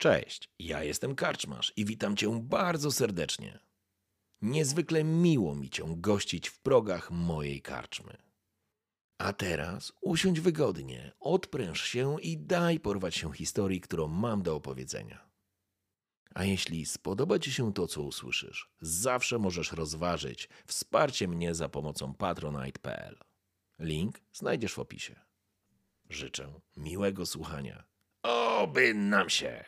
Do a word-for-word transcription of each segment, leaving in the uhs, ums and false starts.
Cześć, ja jestem Karczmarz i witam Cię bardzo serdecznie. Niezwykle miło mi Cię gościć w progach mojej karczmy. A teraz usiądź wygodnie, odpręż się i daj porwać się historii, którą mam do opowiedzenia. A jeśli spodoba Ci się to, co usłyszysz, zawsze możesz rozważyć wsparcie mnie za pomocą patronite kropka p l. Link znajdziesz w opisie. Życzę miłego słuchania. Oby nam się!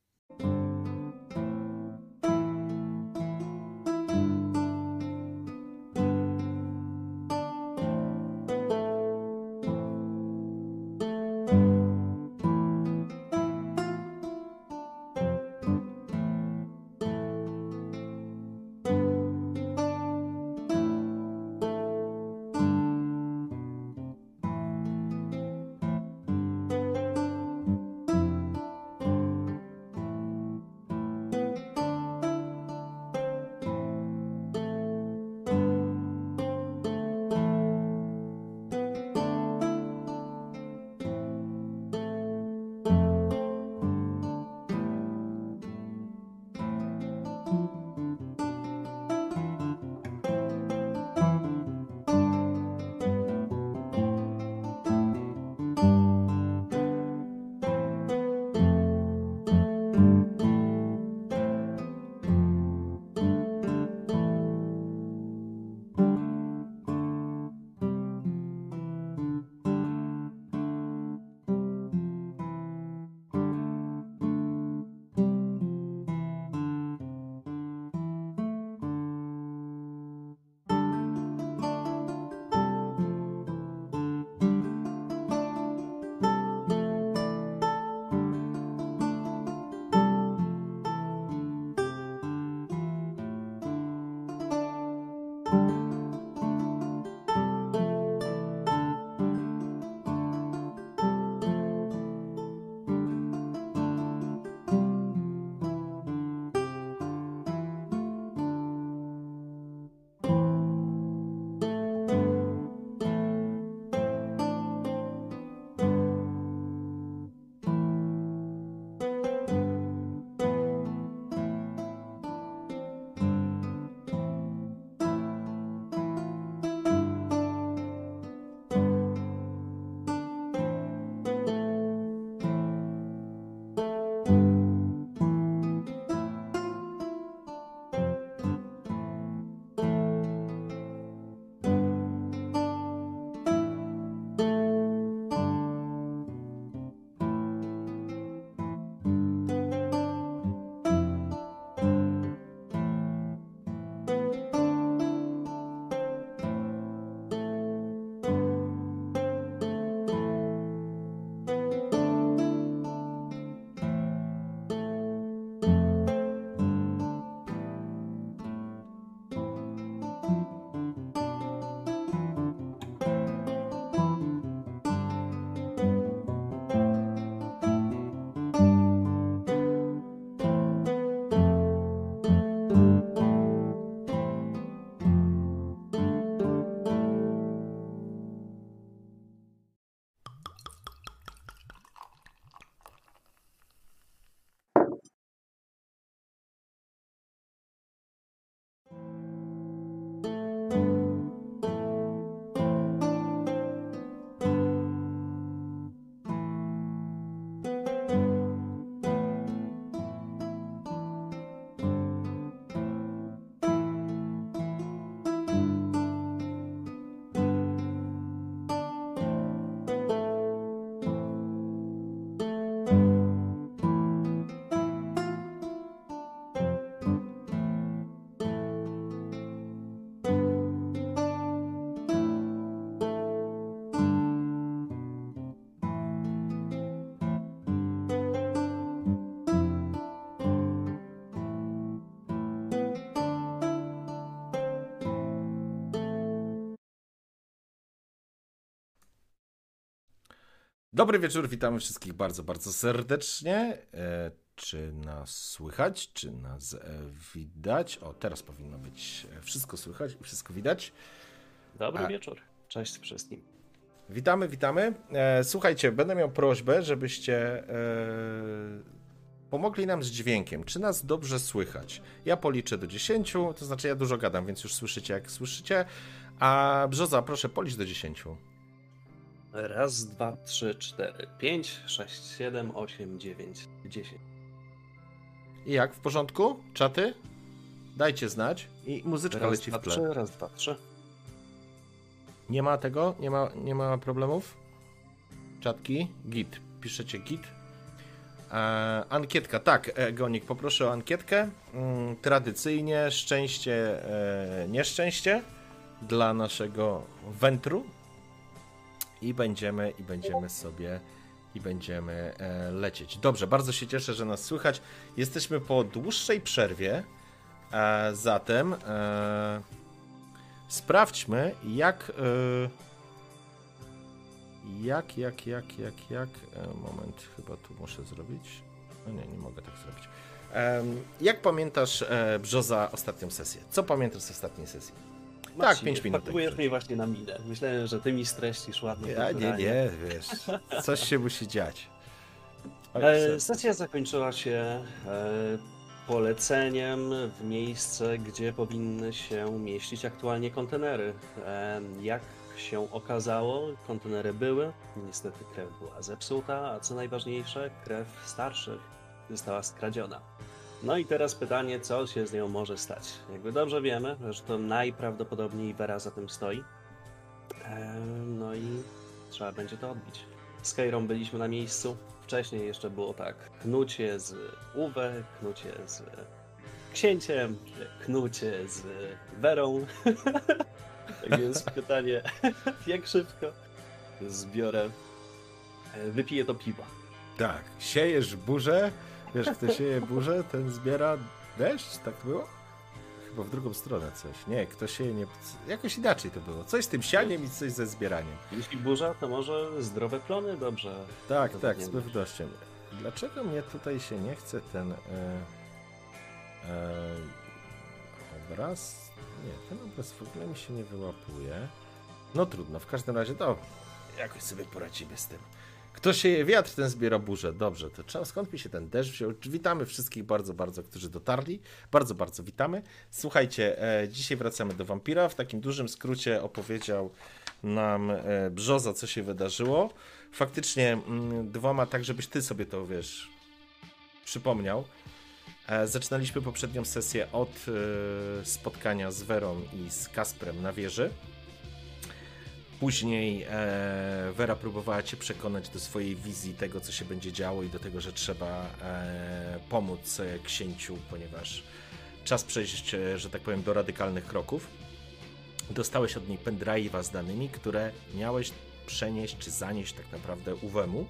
Dobry wieczór, witamy wszystkich bardzo, bardzo serdecznie. E, czy nas słychać, czy nas e, widać? O, teraz powinno być wszystko słychać i wszystko widać. Dobry A... wieczór, cześć wszystkim. Witamy, witamy. E, słuchajcie, będę miał prośbę, żebyście e, pomogli nam z dźwiękiem. Czy nas dobrze słychać? Ja policzę do dziesięciu, to znaczy ja dużo gadam, więc już słyszycie jak słyszycie. A Brzoza, proszę policz do dziesięciu. Raz, dwa, trzy, cztery, pięć, sześć, siedem, osiem, dziewięć, dziesięć. I jak, w porządku? Czaty? Dajcie znać. I muzyczka Raz, leci dwa, w tle. trzy, raz, dwa, trzy. Nie ma tego? Nie ma, nie ma problemów? Czatki? Git. Piszecie git. E, ankietka. Tak, e, Gonik, poproszę o ankietkę. Mm, tradycyjnie szczęście, e, nieszczęście dla naszego wętru. I będziemy, i będziemy sobie, i będziemy e, lecieć. Dobrze, bardzo się cieszę, że nas słychać. Jesteśmy po dłuższej przerwie, e, zatem e, sprawdźmy, jak, e, jak, jak, jak, jak, jak, e, moment, chyba tu muszę zrobić, no nie, nie mogę tak zrobić. E, jak pamiętasz, e, Brzoza, ostatnią sesję? Co pamiętasz z ostatniej sesji? Tak, pięć minut. Pakujesz mnie właśnie na minę. Myślałem, że ty mi streścisz ładnie. Ja, nie, nie, wiesz, coś się musi dziać. E, sesja zakończyła się e, poleceniem w miejsce, gdzie powinny się mieścić aktualnie kontenery. E, jak się okazało, kontenery były, niestety krew była zepsuta, a co najważniejsze, krew starszych została skradziona. No i teraz pytanie, co się z nią może stać? Jakby dobrze wiemy, że to najprawdopodobniej Vera za tym stoi. E, no i trzeba będzie to odbić. Z Keirą byliśmy na miejscu. Wcześniej jeszcze było tak, knucie z Uwe, knucie z księciem, knucie z Werą. Tak więc pytanie, jak szybko zbiorę, wypiję to piwa. Tak, siejesz burzę, wiesz, kto sieje burzę, ten zbiera deszcz, tak było? Chyba w drugą stronę coś. Nie, kto sieje nie... Jakoś inaczej to było. Coś z tym sianiem i coś ze zbieraniem. Jeśli burza, to może zdrowe plony? Dobrze. Tak, to tak, nie z pewnością. Dlaczego mnie tutaj się nie chce ten e, e, obraz? Nie, ten obraz w ogóle mi się nie wyłapuje. No trudno, w każdym razie to jakoś sobie poradzimy z tym. Kto sieje wiatr, ten zbiera burzę. Dobrze, to trzeba, skąd mi się ten deszcz wziął? Witamy wszystkich bardzo, bardzo, którzy dotarli. Bardzo, bardzo witamy. Słuchajcie, e, dzisiaj wracamy do Wampira. W takim dużym skrócie opowiedział nam e, Brzoza, co się wydarzyło. Faktycznie m, dwoma, tak żebyś ty sobie to, wiesz, przypomniał. E, zaczynaliśmy poprzednią sesję od e, spotkania z Werą i z Kasprem na wieży. Później e, Vera próbowała cię przekonać do swojej wizji tego, co się będzie działo i do tego, że trzeba e, pomóc e, księciu, ponieważ czas przejść, e, że tak powiem, do radykalnych kroków. Dostałeś od niej pendrive'a z danymi, które miałeś przenieść czy zanieść tak naprawdę Uwemu.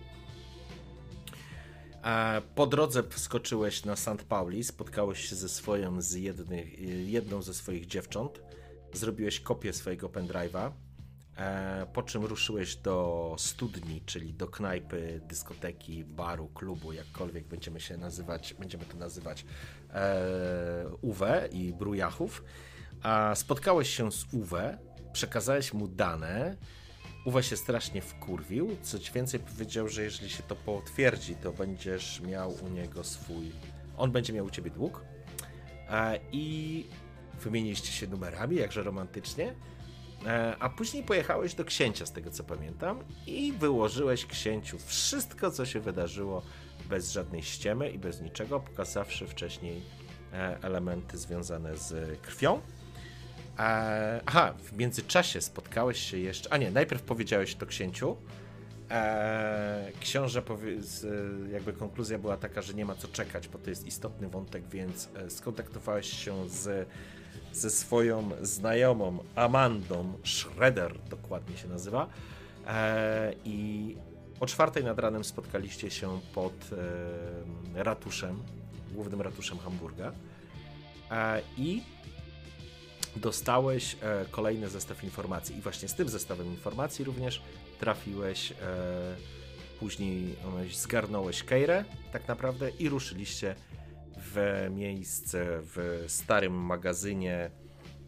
E, po drodze wskoczyłeś na Sankt Pauli, spotkałeś się ze swoją, z jednych, jedną ze swoich dziewcząt, zrobiłeś kopię swojego pendrive'a. Po czym ruszyłeś do studni, czyli do knajpy, dyskoteki, baru, klubu, jakkolwiek będziemy się nazywać, będziemy to nazywać e, Uwe i Brujachów. A spotkałeś się z Uwe, przekazałeś mu dane. Uwe się strasznie wkurwił, coś więcej powiedział, że jeżeli się to potwierdzi, to będziesz miał u niego swój, on będzie miał u ciebie dług. E, I wymieniliście się numerami, jakże romantycznie. A później pojechałeś do księcia, z tego co pamiętam, i wyłożyłeś księciu wszystko, co się wydarzyło, bez żadnej ściemy i bez niczego, pokazawszy wcześniej elementy związane z krwią. Aha, w międzyczasie spotkałeś się jeszcze... A nie, najpierw powiedziałeś to księciu. Książę, powie... jakby konkluzja była taka, że nie ma co czekać, bo to jest istotny wątek, więc skontaktowałeś się z... ze swoją znajomą Amandą Schroeder, dokładnie się nazywa, e, i o czwartej nad ranem spotkaliście się pod e, ratuszem, głównym ratuszem Hamburga, e, i dostałeś e, kolejny zestaw informacji i właśnie z tym zestawem informacji również trafiłeś, e, później zgarnąłeś Keirę tak naprawdę i ruszyliście w miejsce w starym magazynie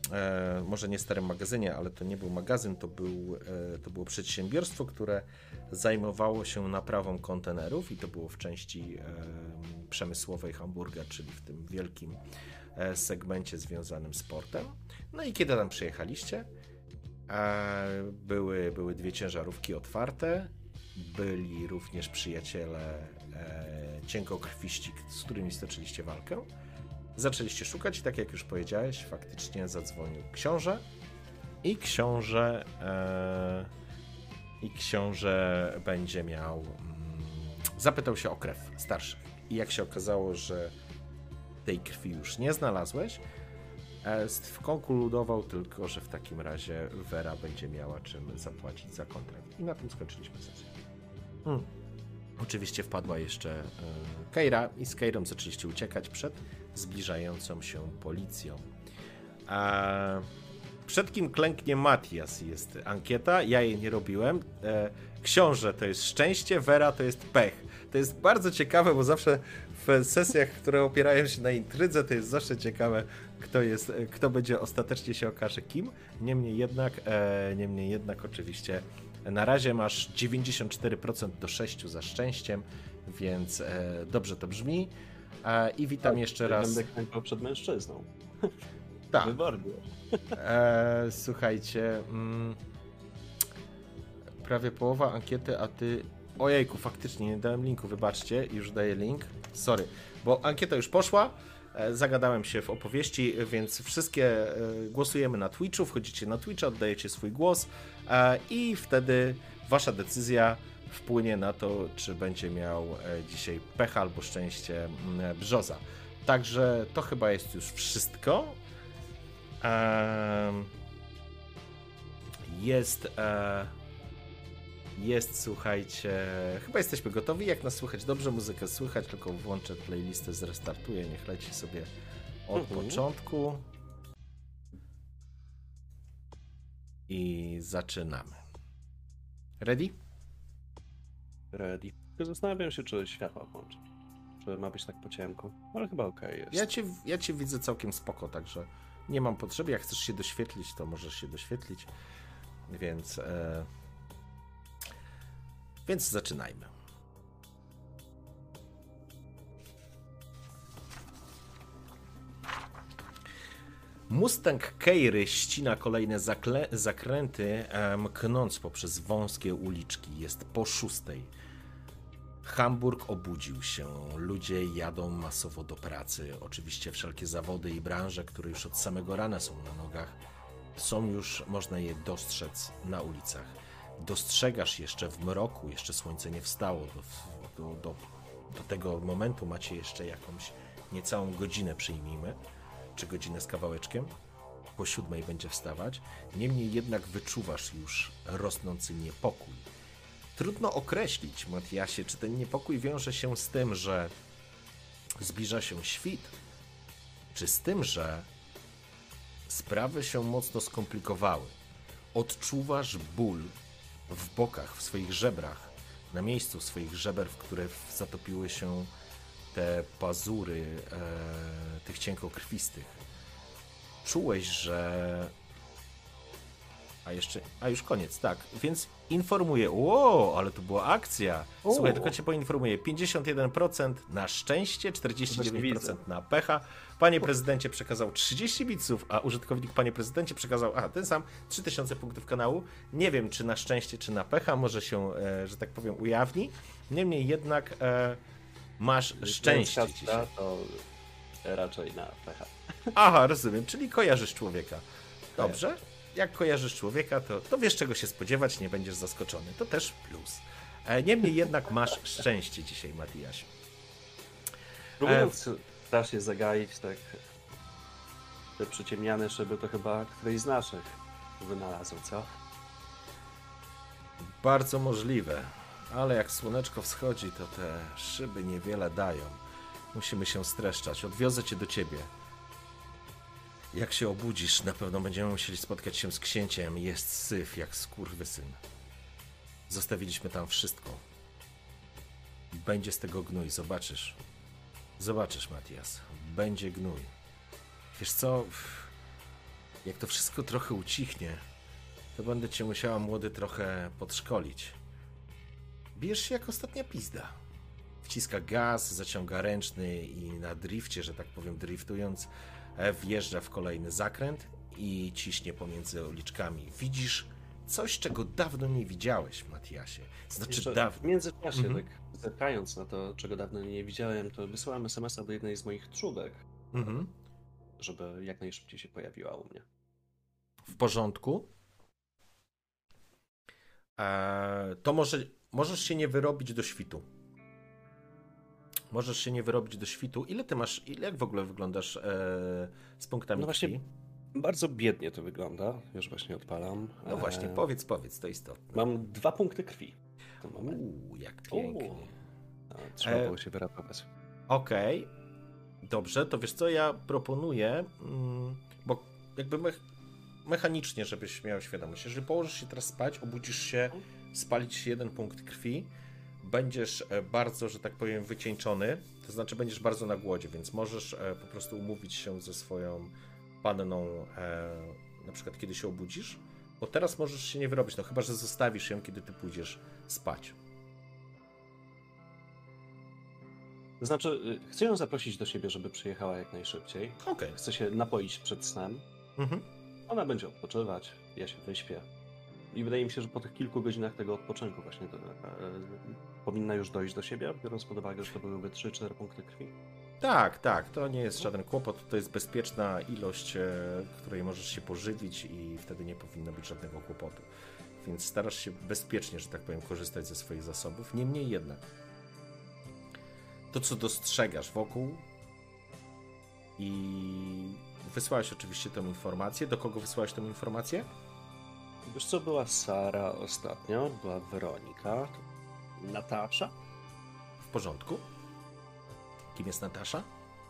e, może nie starym magazynie, ale to nie był magazyn, to, był, e, to było przedsiębiorstwo, które zajmowało się naprawą kontenerów i to było w części e, przemysłowej Hamburga, czyli w tym wielkim e, segmencie związanym z portem. No i kiedy tam przyjechaliście, e, były, były dwie ciężarówki otwarte, byli również przyjaciele e, cienkokrwiści, z którymi stoczyliście walkę. Zaczęliście szukać i tak jak już powiedziałeś, faktycznie zadzwonił książę i książę e, i książę będzie miał mm, zapytał się o krew starszych i jak się okazało, że tej krwi już nie znalazłeś, e, skonkludował tylko, że w takim razie Vera będzie miała czym zapłacić za kontrakt i na tym skończyliśmy sesję. Hmm. Oczywiście wpadła jeszcze e, Keira i z Keirą zaczęliście uciekać przed zbliżającą się policją. A przed kim klęknie Matias jest ankieta, ja jej nie robiłem. E, książę to jest szczęście, Vera to jest pech. To jest bardzo ciekawe, bo zawsze w sesjach, które opierają się na intrydze, to jest zawsze ciekawe, kto jest, kto będzie ostatecznie się okaże kim. Niemniej jednak, e, niemniej jednak oczywiście na razie masz dziewięćdziesiąt cztery procent do sześciu za szczęściem, więc e, dobrze to brzmi. E, I witam tak, jeszcze raz. Będę klękał przed mężczyzną. Tak. Wybornie. E, słuchajcie, mm, prawie połowa ankiety, a ty... Ojejku, faktycznie nie dałem linku, wybaczcie, już daję link. Sorry, bo ankieta już poszła, e, zagadałem się w opowieści, więc wszystkie e, głosujemy na Twitchu, wchodzicie na Twitcha, oddajecie swój głos e, i wtedy wasza decyzja wpłynie na to, czy będzie miał e, dzisiaj pecha albo szczęście m, Brzoza. Także to chyba jest już wszystko. Um, jest, e, jest, słuchajcie, chyba jesteśmy gotowi. Jak nas słychać dobrze, muzykę słychać, tylko włączę playlistę, zrestartuję, niech leci sobie od Mhm. początku. I zaczynamy. Ready? Ready. Tylko zastanawiam się, czy światła włączyć. Czy ma być tak po ciemku. Ale chyba okej jest. Ja cię, ja cię widzę całkiem spoko, także nie mam potrzeby. Jak chcesz się doświetlić, to możesz się doświetlić. Więc, e, więc zaczynajmy. Mustang Keiry ścina kolejne zakle- zakręty, e, mknąc poprzez wąskie uliczki. Jest po szóstej. Hamburg obudził się. Ludzie jadą masowo do pracy. Oczywiście wszelkie zawody i branże, które już od samego rana są na nogach, są już, można je dostrzec na ulicach. Dostrzegasz jeszcze w mroku, jeszcze słońce nie wstało. Do, do, do, do tego momentu macie jeszcze jakąś niecałą godzinę, przyjmijmy, czy godzinę z kawałeczkiem. Po siódmej będzie wstawać. Niemniej jednak wyczuwasz już rosnący niepokój. Trudno określić, Matiasie, czy ten niepokój wiąże się z tym, że zbliża się świt, czy z tym, że sprawy się mocno skomplikowały. Odczuwasz ból w bokach, w swoich żebrach, na miejscu swoich żeber, w które zatopiły się te pazury e, tych cienkokrwistych. Czułeś, że... A jeszcze... A już koniec, tak. Więc informuję. Ło, ale to była akcja. Słuchaj, O. tylko cię poinformuję. pięćdziesiąt jeden procent na szczęście, czterdzieści dziewięć procent na pecha. Panie prezydencie przekazał trzydzieści bitsów, a użytkownik panie prezydencie przekazał, aha, ten sam, trzy tysiące punktów kanału. Nie wiem, czy na szczęście, czy na pecha. Może się, e, że tak powiem, ujawni. Niemniej jednak e, masz szczęście dzisiaj. To raczej na pecha. Aha, rozumiem, czyli kojarzysz człowieka. Dobrze. Jak kojarzysz człowieka, to, to wiesz, czego się spodziewać, nie będziesz zaskoczony. To też plus. E, niemniej jednak masz szczęście dzisiaj, Matiasiu. Próbując strasznie zagaić tak te przyciemniane szyby, to chyba któryś z naszych wynalazł, co? Bardzo możliwe, ale jak słoneczko wschodzi, to te szyby niewiele dają. Musimy się streszczać. Odwiozę cię do ciebie. Jak się obudzisz, na pewno będziemy musieli spotkać się z księciem. Jest syf jak skurwysyn. Zostawiliśmy tam wszystko. Będzie z tego gnój, zobaczysz. Zobaczysz, Matias. Będzie gnój. Wiesz co? jak to wszystko trochę ucichnie, to będę cię musiała, młody, trochę podszkolić. Bijesz się jak ostatnia pizda. Wciska gaz, zaciąga ręczny i na drifcie, że tak powiem, driftując, wjeżdża w kolejny zakręt i ciśnie pomiędzy uliczkami. Widzisz coś, czego dawno nie widziałeś, Matiasie. Znaczy dawno. W międzyczasie, Mhm. tak zerkając na to, czego dawno nie widziałem, to wysyłałem es em es a do jednej z moich trzódek, Mhm. żeby jak najszybciej się pojawiła u mnie. W porządku. Eee, to może, możesz się nie wyrobić do świtu. Możesz się nie wyrobić do świtu. Ile ty masz, ile, jak w ogóle wyglądasz e, z punktami No właśnie, krwi? bardzo biednie to wygląda. Już właśnie odpalam. No właśnie, E, powiedz, powiedz, to istotne. Mam dwa punkty krwi w tym momencie. Uuu, jak pięknie. A, trzeba E, było się wyratować. Okej, dobrze, to wiesz co, ja proponuję, mm, bo jakby me mechanicznie, żebyś miał świadomość, jeżeli położysz się teraz spać, obudzisz się, spalić się jeden punkt krwi, będziesz e, bardzo, że tak powiem, wycieńczony, to znaczy będziesz bardzo na głodzie, więc możesz e, po prostu umówić się ze swoją panną, e, na przykład kiedy się obudzisz, bo teraz możesz się nie wyrobić, no chyba że zostawisz ją, kiedy ty pójdziesz spać. To znaczy, y, chcę ją zaprosić do siebie, żeby przyjechała jak najszybciej. Okej. Chcę się napoić przed snem. Mhm. Ona będzie odpoczywać, ja się wyśpię. I wydaje mi się, że po tych kilku godzinach tego odpoczynku właśnie to, e, powinna już dojść do siebie, biorąc pod uwagę, że to byłyby trzy cztery punkty krwi. Tak, tak, to nie jest żaden kłopot, to jest bezpieczna ilość, e, której możesz się pożywić i wtedy nie powinno być żadnego kłopotu. Więc starasz się bezpiecznie, że tak powiem, korzystać ze swoich zasobów. Niemniej jednak, to co dostrzegasz wokół i wysłałeś oczywiście tę informację. Do kogo wysłałeś tę informację? Wiesz co, była Sara ostatnio, była Weronika, Natasza. W porządku. Kim jest Natasza?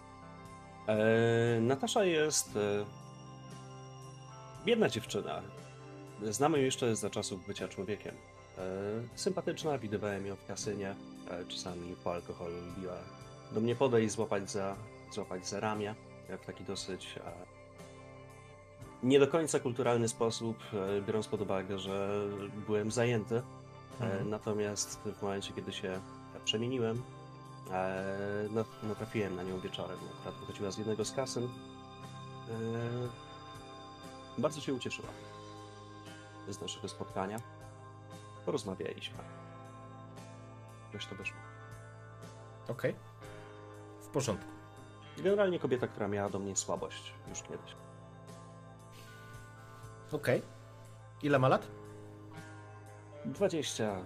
E, Natasza jest e, biedna dziewczyna. Znamy ją jeszcze za czasów bycia człowiekiem. E, sympatyczna, widywałem ją w kasynie. E, czasami po alkoholu lubiła do mnie podejść, złapać za, złapać za ramię e, w taki dosyć e, nie do końca kulturalny sposób, e, biorąc pod uwagę, że byłem zajęty. E, Mhm. natomiast w momencie, kiedy się przemieniłem, e, nat- natrafiłem na nią wieczorem. Akurat wychodziła z jednego z kasyn. E, bardzo się ucieszyła z naszego spotkania. Porozmawialiśmy. Jakoś to wyszło. Okej. W porządku. Generalnie kobieta, która miała do mnie słabość już kiedyś. Okej. Ile ma lat? dwadzieścia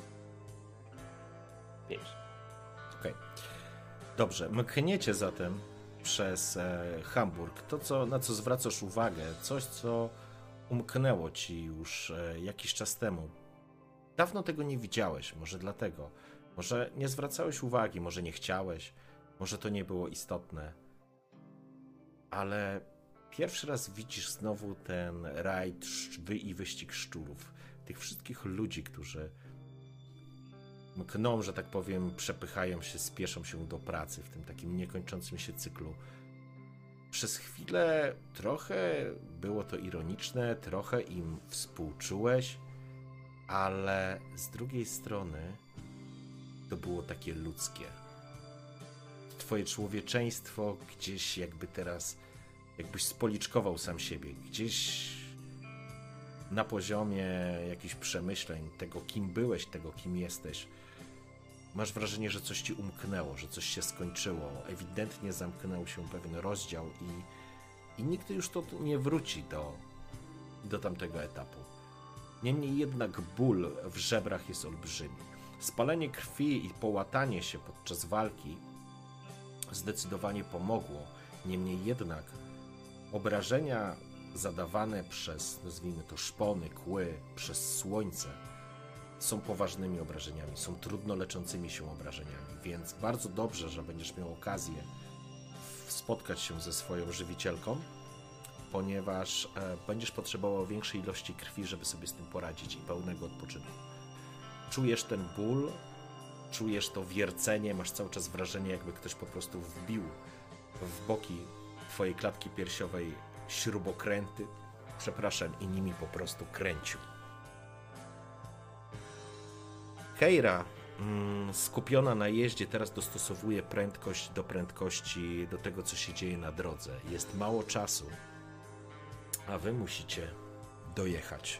pięć. Okej. Dobrze, mkniecie zatem przez e, Hamburg. To, co, na co zwracasz uwagę, coś, co umknęło ci już e, jakiś czas temu. Dawno tego nie widziałeś, może dlatego. Może nie zwracałeś uwagi, może nie chciałeś, może to nie było istotne. Ale pierwszy raz widzisz znowu ten rajd sz- wy i wyścig szczurów. Tych wszystkich ludzi, którzy mkną, że tak powiem, przepychają się, spieszą się do pracy w tym takim niekończącym się cyklu. Przez chwilę trochę było to ironiczne, trochę im współczułeś, ale z drugiej strony to było takie ludzkie. Twoje człowieczeństwo gdzieś jakby teraz, jakbyś spoliczkował sam siebie, gdzieś na poziomie jakichś przemyśleń, tego kim byłeś, tego kim jesteś, masz wrażenie, że coś ci umknęło, że coś się skończyło. Ewidentnie zamknął się pewien rozdział i, i nigdy już to nie wróci do, do tamtego etapu. Niemniej jednak ból w żebrach jest olbrzymi. Spalenie krwi i połatanie się podczas walki zdecydowanie pomogło. Niemniej jednak obrażenia zadawane przez, nazwijmy to, szpony, kły, przez słońce są poważnymi obrażeniami, są trudno leczącymi się obrażeniami, więc bardzo dobrze, że będziesz miał okazję spotkać się ze swoją żywicielką, ponieważ e, będziesz potrzebował większej ilości krwi, żeby sobie z tym poradzić i pełnego odpoczynku. Czujesz ten ból, czujesz to wiercenie, masz cały czas wrażenie, jakby ktoś po prostu wbił w boki twojej klatki piersiowej śrubokręty przepraszam, i nimi po prostu kręcił. Keira, mm, skupiona na jeździe, teraz dostosowuje prędkość do prędkości, do tego, co się dzieje na drodze. Jest mało czasu, a wy musicie dojechać.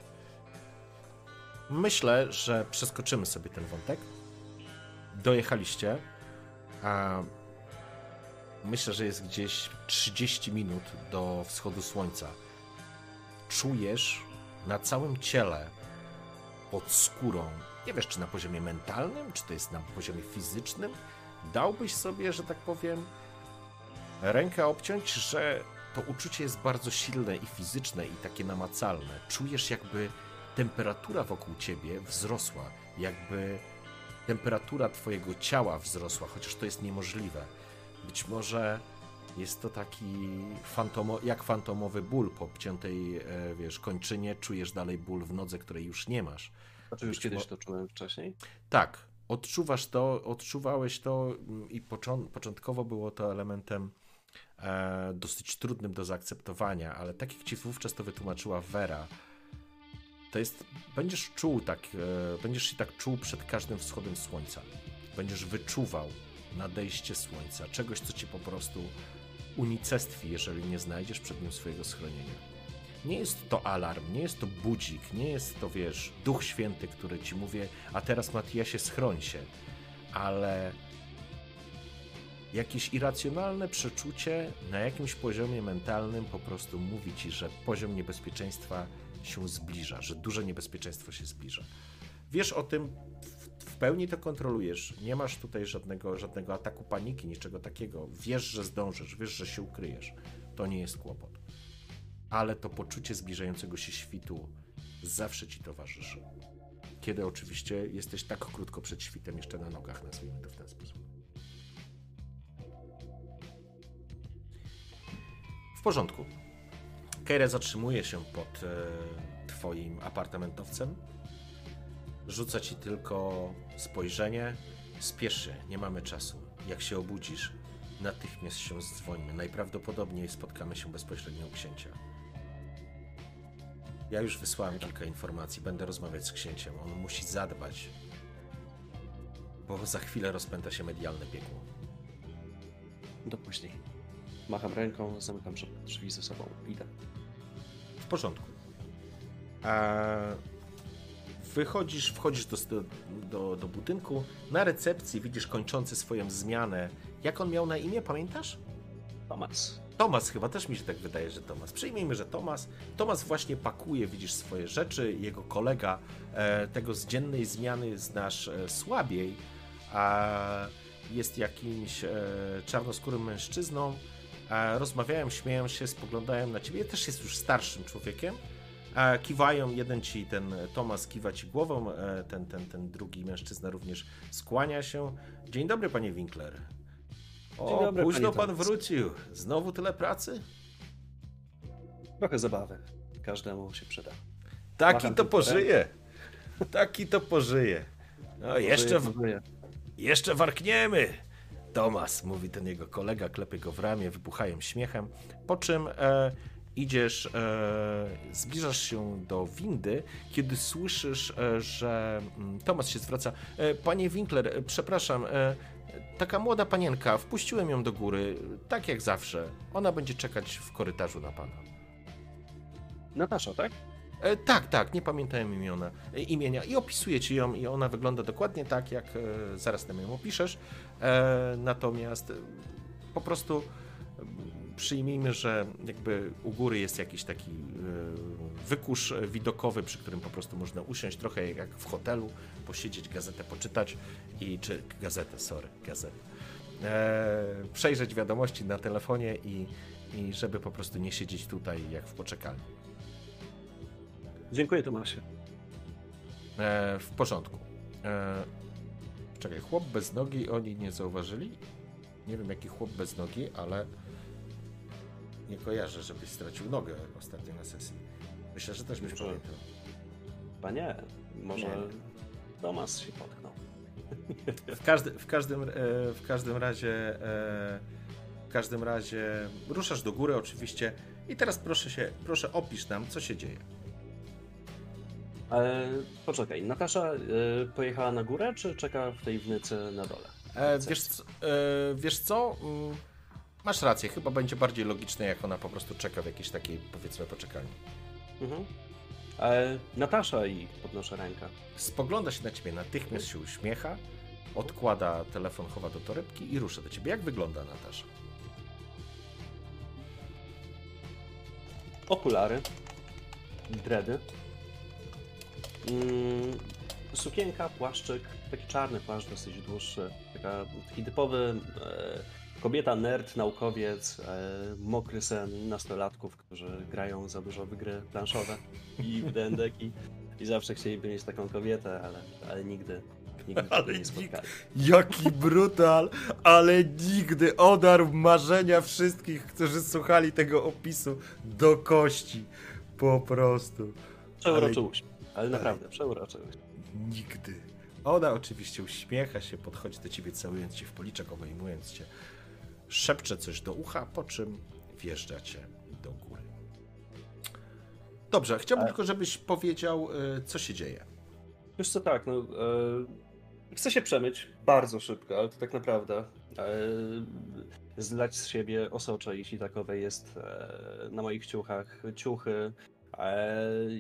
Myślę, że przeskoczymy sobie ten wątek. Dojechaliście, a myślę, że jest gdzieś trzydzieści minut do wschodu słońca. Czujesz na całym ciele, pod skórą, nie wiesz, czy na poziomie mentalnym, czy to jest na poziomie fizycznym, dałbyś sobie, że tak powiem, rękę obciąć, że to uczucie jest bardzo silne i fizyczne i takie namacalne. Czujesz, jakby temperatura wokół ciebie wzrosła, jakby temperatura twojego ciała wzrosła, chociaż to jest niemożliwe. Być może jest to taki fantomo, jak fantomowy ból po obciętej, wiesz, kończynie, czujesz dalej ból w nodze, której już nie masz. A czy już Być kiedyś mo- to czułem wcześniej? Tak, odczuwasz to, odczuwałeś to i począ- początkowo było to elementem e, dosyć trudnym do zaakceptowania, ale tak jak ci wówczas to wytłumaczyła Vera, to jest, będziesz czuł tak, e, będziesz się tak czuł przed każdym wschodem słońca. Będziesz wyczuwał nadejście słońca, czegoś, co ci po prostu unicestwi, jeżeli nie znajdziesz przed nim swojego schronienia. Nie jest to alarm, nie jest to budzik, nie jest to, wiesz, Duch Święty, który ci mówi, a teraz, Matiasie, schroń się, ale jakieś irracjonalne przeczucie na jakimś poziomie mentalnym po prostu mówi ci, że poziom niebezpieczeństwa się zbliża, że duże niebezpieczeństwo się zbliża. Wiesz o tym, w pełni to kontrolujesz, nie masz tutaj żadnego, żadnego ataku paniki, niczego takiego. Wiesz, że zdążysz, wiesz, że się ukryjesz. To nie jest kłopot. Ale to poczucie zbliżającego się świtu zawsze ci towarzyszy. Kiedy oczywiście jesteś tak krótko przed świtem jeszcze na nogach, nazwijmy to w ten sposób. W porządku. Keira zatrzymuje się pod e, twoim apartamentowcem. Rzuca ci tylko spojrzenie. Spiesz się, nie mamy czasu. Jak się obudzisz, natychmiast się zdzwońmy. Najprawdopodobniej spotkamy się bezpośrednio u księcia. Ja już wysłałem kilka informacji, będę rozmawiać z księciem. On musi zadbać, bo za chwilę rozpęta się medialne piekło. Do później. Macham ręką, zamykam drzwi ze sobą. Idę. W porządku. A wychodzisz, wchodzisz do, do, do budynku. Na recepcji widzisz kończący swoją zmianę. Jak on miał na imię, pamiętasz? Tomas. Tomas, chyba też mi się tak wydaje, że Tomas. Przyjmijmy, że Tomas. Tomas właśnie pakuje, widzisz, swoje rzeczy. Jego kolega e, tego z dziennej zmiany znasz e, słabiej, a jest jakimś e, czarnoskórym mężczyzną. E, rozmawiają, śmieją się, spoglądają na ciebie. Też jest już starszym człowiekiem. E, kiwają, jeden ci, ten Tomas kiwa ci głową, e, ten, ten, ten drugi mężczyzna również skłania się. Dzień dobry, panie Winkler. O, Dzień dobry, późno panie pan Tomas. wrócił. Znowu tyle pracy? Trochę zabawy. Każdemu się przyda. Taki Macham to tylko pożyje. Taki to pożyje. No jeszcze, w, Żyję, jeszcze warkniemy. Tomas, mówi ten jego kolega, klepie go w ramię, wybuchają śmiechem. Po czym e, idziesz, e, zbliżasz się do windy, kiedy słyszysz, e, że mm, Tomas się zwraca. E, Panie Winkler, e, przepraszam, e, taka młoda panienka, wpuściłem ją do góry, tak jak zawsze. Ona będzie czekać w korytarzu na pana. Natasza, tak? E, tak, tak, nie pamiętałem imiona, e, imienia i opisuję ci ją i ona wygląda dokładnie tak, jak e, zaraz nam ją opiszesz. E, natomiast e, po prostu e, przyjmijmy, że jakby u góry jest jakiś taki e, wykusz widokowy, przy którym po prostu można usiąść trochę jak w hotelu, posiedzieć, gazetę poczytać i czy gazetę, sorry, gazetę. E, przejrzeć wiadomości na telefonie i, i żeby po prostu nie siedzieć tutaj jak w poczekalni. Dziękuję, Tomasie. E, w porządku. E, czekaj, chłop bez nogi oni nie zauważyli? Nie wiem jaki chłop bez nogi, ale nie kojarzę, żebyś stracił nogę ostatnio na sesji. Myślę, że też byś Może- pamiętał. Chyba nie. Może Nie. Tomas się potknął. W, każdy, w, każdym, e, w każdym razie e, w każdym razie ruszasz do góry oczywiście I teraz proszę się, proszę opisz nam, co się dzieje. E, poczekaj, Natasza e, pojechała na górę, czy czeka w tej wnycy na dole? E, wiesz, co- e, wiesz co? Mm, Masz rację, chyba będzie bardziej logiczne, jak ona po prostu czeka w jakiejś takiej, powiedzmy, poczekalni. Mhm. E, Natasza i podnoszę rękę. Spogląda się na ciebie, natychmiast się uśmiecha, odkłada telefon, chowa do torebki i rusza do ciebie. Jak wygląda Natasza? Okulary, dredy, mm, sukienka, płaszczyk, taki czarny płaszcz, dosyć dłuższy, taka, taki typowy e, kobieta, nerd, naukowiec, e, mokry sen nastolatków, którzy grają za dużo w gry planszowe i w D and D i, i zawsze chcieliby mieć taką kobietę, ale, ale nigdy, nigdy Ale tego nie nikt- spotkali. Jaki brutal, ale nigdy odarł marzenia wszystkich, którzy słuchali tego opisu do kości. Po prostu. Przeuroczy uśmiech, ale naprawdę przeuroczy uśmiech. Nigdy. Ona oczywiście uśmiecha się, podchodzi do ciebie, całując cię w policzek, obejmując cię. Szepcze coś do ucha, po czym wjeżdża cię do góry. Dobrze, chciałbym A- tylko, żebyś powiedział, y, co się dzieje. Wiesz co, tak, no, e, chcę się przemyć bardzo szybko, ale to tak naprawdę e, zlać z siebie osocze, jeśli takowe jest e, na moich ciuchach, ciuchy. E,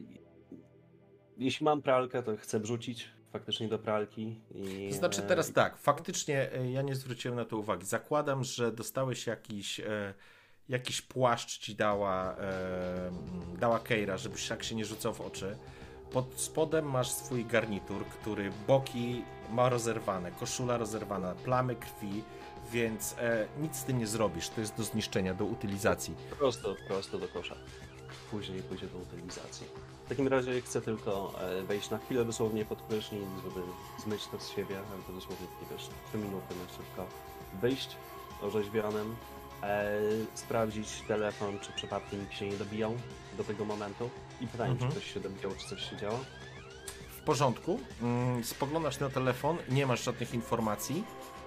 jeśli mam pralkę, to chcę wrzucić faktycznie do pralki. I, To znaczy e, teraz tak, faktycznie e, ja nie zwróciłem na to uwagi. Zakładam, że dostałeś jakiś, e, jakiś płaszcz ci dała, e, dała Keira, żebyś tak się nie rzucał w oczy. Pod spodem masz swój garnitur, który boki ma rozerwane, koszula rozerwana, plamy krwi, więc e, nic z tym nie zrobisz. To jest do zniszczenia, do utylizacji. Prosto, prosto do kosza. Później pójdzie do utylizacji. W takim razie chcę tylko e, wejść na chwilę dosłownie pod prysznic, żeby zmyć to z siebie, ale to dosłownie takie wiesz, trzy minuty na szybko. Wyjść orzeźwionym, e, sprawdzić telefon, czy przypadkiem nikt się nie dobijał do tego momentu i pytanie, Mhm. czy ktoś się dobijał, czy coś się działo. W porządku, mm, spoglądasz na telefon, nie masz żadnych informacji.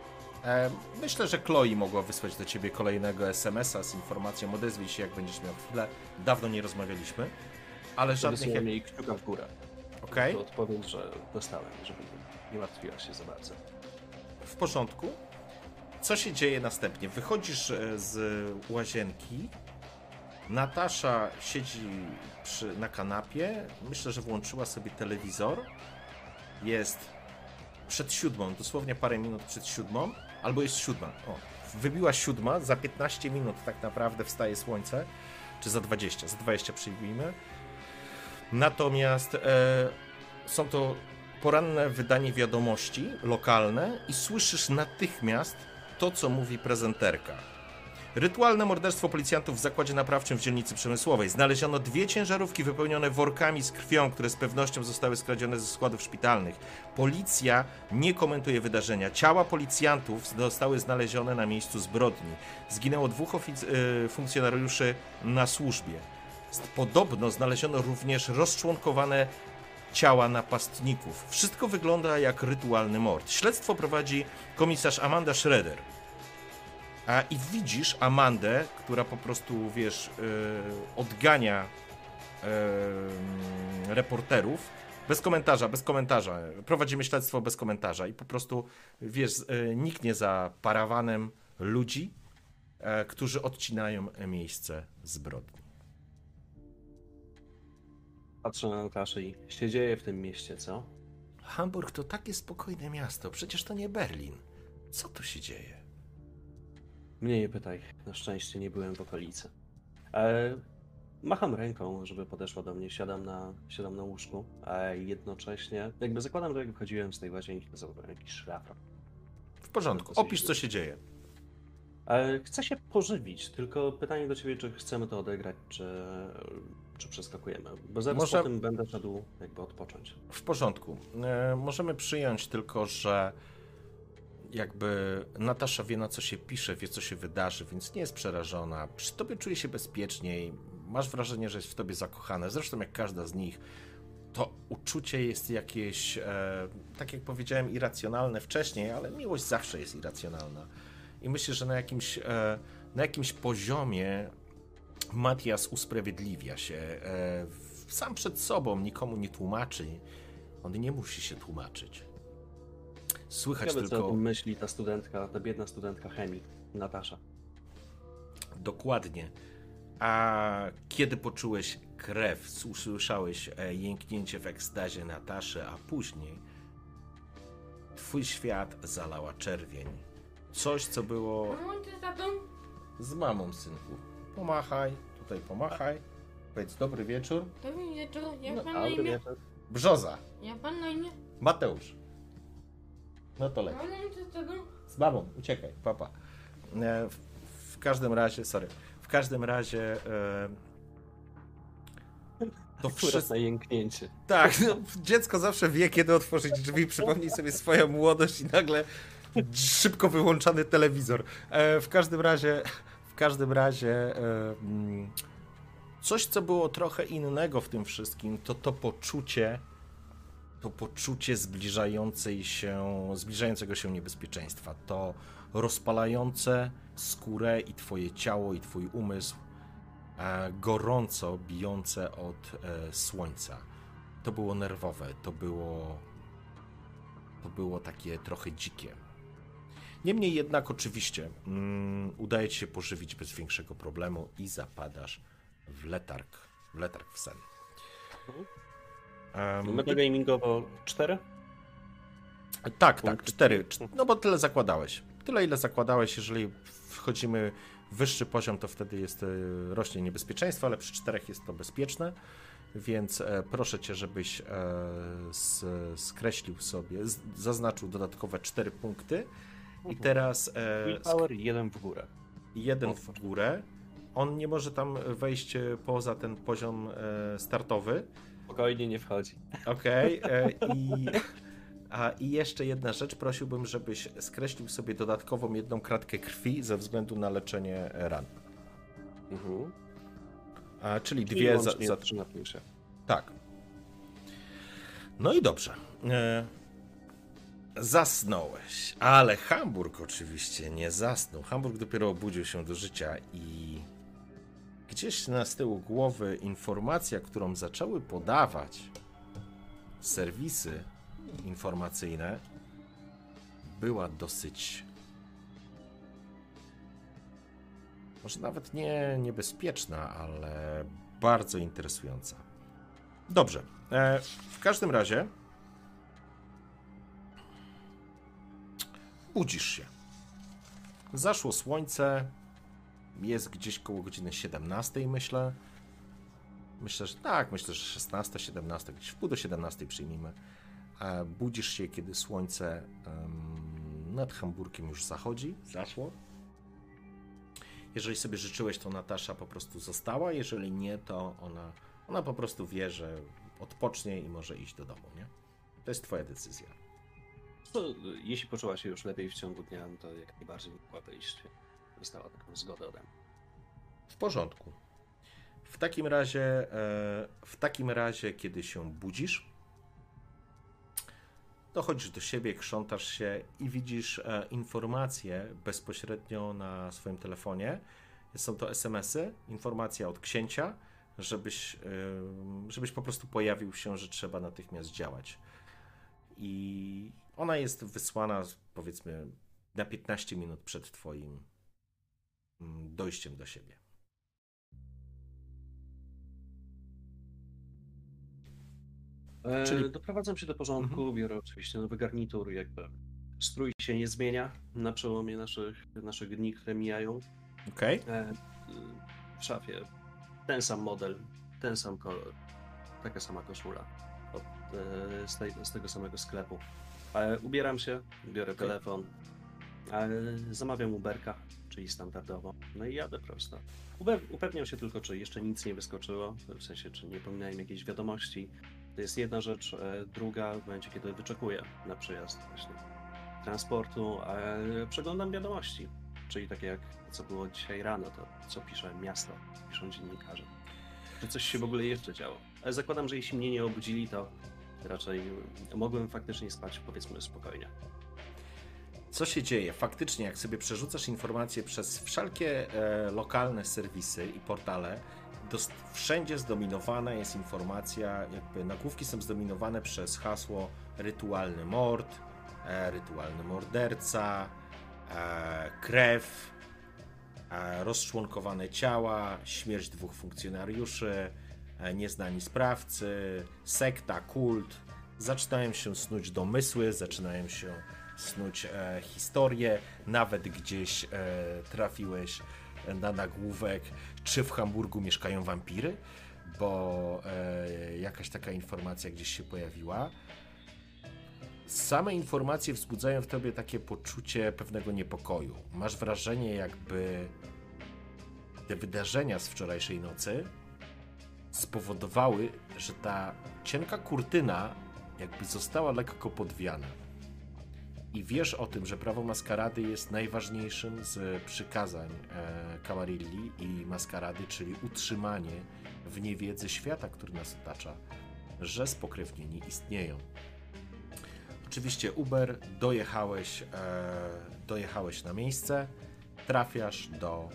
E, myślę, że Chloe mogła wysłać do ciebie kolejnego es em es a z informacją, odezwij się, jak będziesz miał chwilę. Dawno nie rozmawialiśmy, ale żadnych... Wysyłam Jak... jej kciuka w górę. Okej, To odpowiedź, że dostałem, żeby nie martwiła się za bardzo. w porządku. Co się dzieje następnie? Wychodzisz e, z łazienki, Natasza siedzi przy, na kanapie, myślę, że włączyła sobie telewizor. Jest przed siódmą, dosłownie parę minut przed siódmą, albo jest siódma. O, wybiła siódma, za piętnaście minut tak naprawdę wstaje słońce, czy za dwadzieścia, za dwadzieścia przyjmijmy. Natomiast e, są to poranne wydanie wiadomości lokalne i słyszysz natychmiast to, co mówi prezenterka. Rytualne morderstwo policjantów w zakładzie naprawczym w dzielnicy Przemysłowej. Znaleziono dwie ciężarówki wypełnione workami z krwią, które z pewnością zostały skradzione ze składów szpitalnych. Policja nie komentuje wydarzenia. Ciała policjantów zostały znalezione na miejscu zbrodni. Zginęło dwóch ofic- y, funkcjonariuszy na służbie. Podobno znaleziono również rozczłonkowane ciała napastników. Wszystko wygląda jak rytualny mord. Śledztwo prowadzi komisarz Amanda Schroeder. A i widzisz Amandę, która po prostu, wiesz, yy, odgania yy, reporterów. Bez komentarza, bez komentarza. Prowadzimy śledztwo bez komentarza i po prostu, wiesz, yy, niknie za parawanem ludzi, yy, którzy odcinają miejsce zbrodni. Patrzę na Nataszę i się dzieje w tym mieście, co? Hamburg to takie spokojne miasto, przecież to nie Berlin. Co tu się dzieje? Mnie nie pytaj, na szczęście nie byłem w okolicy. E, macham ręką, żeby podeszła do mnie, siadam na, siadam na łóżku, a jednocześnie, jakby zakładam, że jak wychodziłem z tej łazienki, to zauważyłem jakiś szlafrok. W porządku, opisz, co się dzieje. E, chcę się pożywić, tylko pytanie do ciebie, czy chcemy to odegrać, czy, czy przeskakujemy, bo zaraz Może- po tym będę szedł jakby odpocząć. W porządku. E, możemy przyjąć tylko, że jakby Natasza wie, na co się pisze, wie, co się wydarzy, więc nie jest przerażona. Przy tobie czuje się bezpieczniej. Masz wrażenie, że jest w tobie zakochana. Zresztą jak każda z nich. To uczucie jest jakieś, e, tak jak powiedziałem, irracjonalne wcześniej, ale miłość zawsze jest irracjonalna. I myślę, że na jakimś, e, na jakimś poziomie Matias usprawiedliwia się e, sam przed sobą, nikomu nie tłumaczy. On nie musi się tłumaczyć. Słychać Ciekawe, tylko... co o tym myśli ta studentka, ta biedna studentka chemii, Natasza. Dokładnie. A kiedy poczułeś krew, usłyszałeś e, jęknięcie w ekstazie Nataszy, a później twój świat zalała czerwień. Coś, co było... Mamo, ty z tatą? Z mamą, synku. Pomachaj, tutaj pomachaj. Powiedz dobry wieczór. Dobry wieczór, jak No, pan na Dobry imię? wieczór. Brzoza. Jak pan na imię? Mateusz. No to leci. Mamo, ty z tatą? Z mamą, uciekaj, papa. E, w, w każdym razie, sorry. W każdym razie... E, to Akurat wszystko... na jęknięcie. Tak, no, dziecko zawsze wie, kiedy otworzyć drzwi. Przypomnij sobie swoją młodość i nagle szybko wyłączany telewizor. E, w każdym razie, w każdym razie e, mm, coś, co było trochę innego w tym wszystkim, to to poczucie, to poczucie zbliżającej się, zbliżającego się niebezpieczeństwa. To rozpalające skórę i twoje ciało, i twój umysł, e, gorąco bijące od e, słońca. To było nerwowe, to było to było takie trochę dzikie. Niemniej jednak oczywiście mm, udaje ci się pożywić bez większego problemu i zapadasz w letarg, w letarg w sen. Um, Metagamingowo cztery? tak, tak, cztery. No bo tyle zakładałeś. Tyle, ile zakładałeś. Jeżeli wchodzimy w wyższy poziom, to wtedy jest y, rośnie niebezpieczeństwo, ale przy czterech jest to bezpieczne. Więc e, proszę cię, żebyś e, z, skreślił sobie, z, zaznaczył dodatkowe cztery punkty. I teraz e, Willpower i jeden w górę. jeden w górę. On nie może tam wejść poza ten poziom e, startowy. Spokojnie, nie wchodzi. Okej. Okay. I, a, I jeszcze jedna rzecz. Prosiłbym, żebyś skreślił sobie dodatkową jedną kratkę krwi ze względu na leczenie ran. Mhm. A, czyli Czyli dwie za, łącznie za... trzy na plusie. Tak. No i dobrze. E... Zasnąłeś, ale Hamburg oczywiście nie zasnął. Hamburg dopiero obudził się do życia i gdzieś na z tyłu głowy informacja, którą zaczęły podawać serwisy informacyjne, była dosyć, może nawet nie niebezpieczna, ale bardzo interesująca. Dobrze, e, w każdym razie budzisz się. Zaszło słońce, jest gdzieś koło godziny siedemnastej, myślę. Myślę, że tak, myślę, że szesnasta, siedemnasta, gdzieś w pół do siedemnastej przyjmijmy. E, budzisz się, kiedy słońce um, nad Hamburgiem już zachodzi, zaszło. Jeżeli sobie życzyłeś, to Natasza po prostu została, jeżeli nie, to ona, ona po prostu wie, że odpocznie i może iść do domu, nie? To jest twoja decyzja. To, jeśli poczuła się już lepiej w ciągu dnia, no to jak najbardziej mogła wyjść. Dostała taką zgodę ode mnie. W porządku. W takim razie, e, w takim razie, kiedy się budzisz, dochodzisz do siebie, krzątasz się i widzisz e, informacje bezpośrednio na swoim telefonie. Są to es em esy, informacja od księcia, żebyś, e, żebyś po prostu pojawił się, że trzeba natychmiast działać. I ona jest wysłana, powiedzmy, na piętnaście minut przed twoim mm, dojściem do siebie. E, Czyli- Doprowadzam się do porządku, Mhm. biorę oczywiście nowy garnitur, jakby strój się nie zmienia na przełomie naszych, naszych dni, które mijają. Okej? E, w szafie ten sam model, ten sam kolor, taka sama koszula od, e, z, tej, z tego samego sklepu. E, ubieram się, biorę Okej. telefon, e, zamawiam Uberka, czyli standardowo, no i jadę prosto. Upe- upewniam się tylko, czy jeszcze nic nie wyskoczyło, w sensie, czy nie pominąłem jakiejś wiadomości. To jest jedna rzecz. E, druga, w momencie, kiedy wyczekuję na przyjazd właśnie transportu, e, przeglądam wiadomości. Czyli takie jak to, co było dzisiaj rano, to co pisze miasto, piszą dziennikarze. Czy coś się w ogóle jeszcze działo. Ale zakładam, że jeśli mnie nie obudzili, to raczej mogłem faktycznie spać, powiedzmy, spokojnie. Co się dzieje? Faktycznie, jak sobie przerzucasz informacje przez wszelkie e, lokalne serwisy i portale, dost, wszędzie zdominowana jest informacja, jakby nagłówki są zdominowane przez hasło rytualny mord, e, rytualny morderca, e, krew, e, rozczłonkowane ciała, śmierć dwóch funkcjonariuszy, e, nieznani sprawcy, sekta, kult. Zaczynają się snuć domysły, zaczynają się snuć e, historię, nawet gdzieś e, trafiłeś na nagłówek, czy w Hamburgu mieszkają wampiry, bo e, jakaś taka informacja gdzieś się pojawiła. Same informacje wzbudzają w tobie takie poczucie pewnego niepokoju. Masz wrażenie, jakby te wydarzenia z wczorajszej nocy spowodowały, że ta cienka kurtyna jakby została lekko podwiana. I wiesz o tym, że prawo maskarady jest najważniejszym z przykazań e, Camarilli i maskarady, czyli utrzymanie w niewiedzy świata, który nas otacza, że spokrewnieni istnieją. Oczywiście Uber, dojechałeś, e, dojechałeś na miejsce, trafiasz do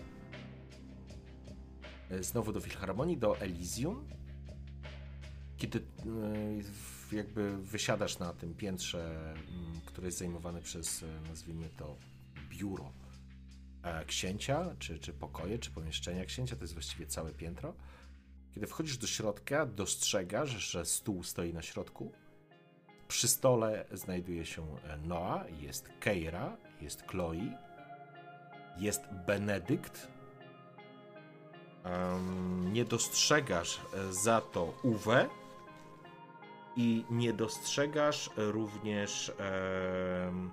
e, znowu do Filharmonii, do Elysium. Kiedy e, jakby wysiadasz na tym piętrze, m, które jest zajmowane przez, e, nazwijmy to, biuro e, księcia, czy, czy pokoje, czy pomieszczenia księcia, to jest właściwie całe piętro. Kiedy wchodzisz do środka, dostrzegasz, że stół stoi na środku. Przy stole znajduje się Noa, jest Keira, jest Chloe, jest Benedykt. Um, nie dostrzegasz za to Uwe i nie dostrzegasz również um,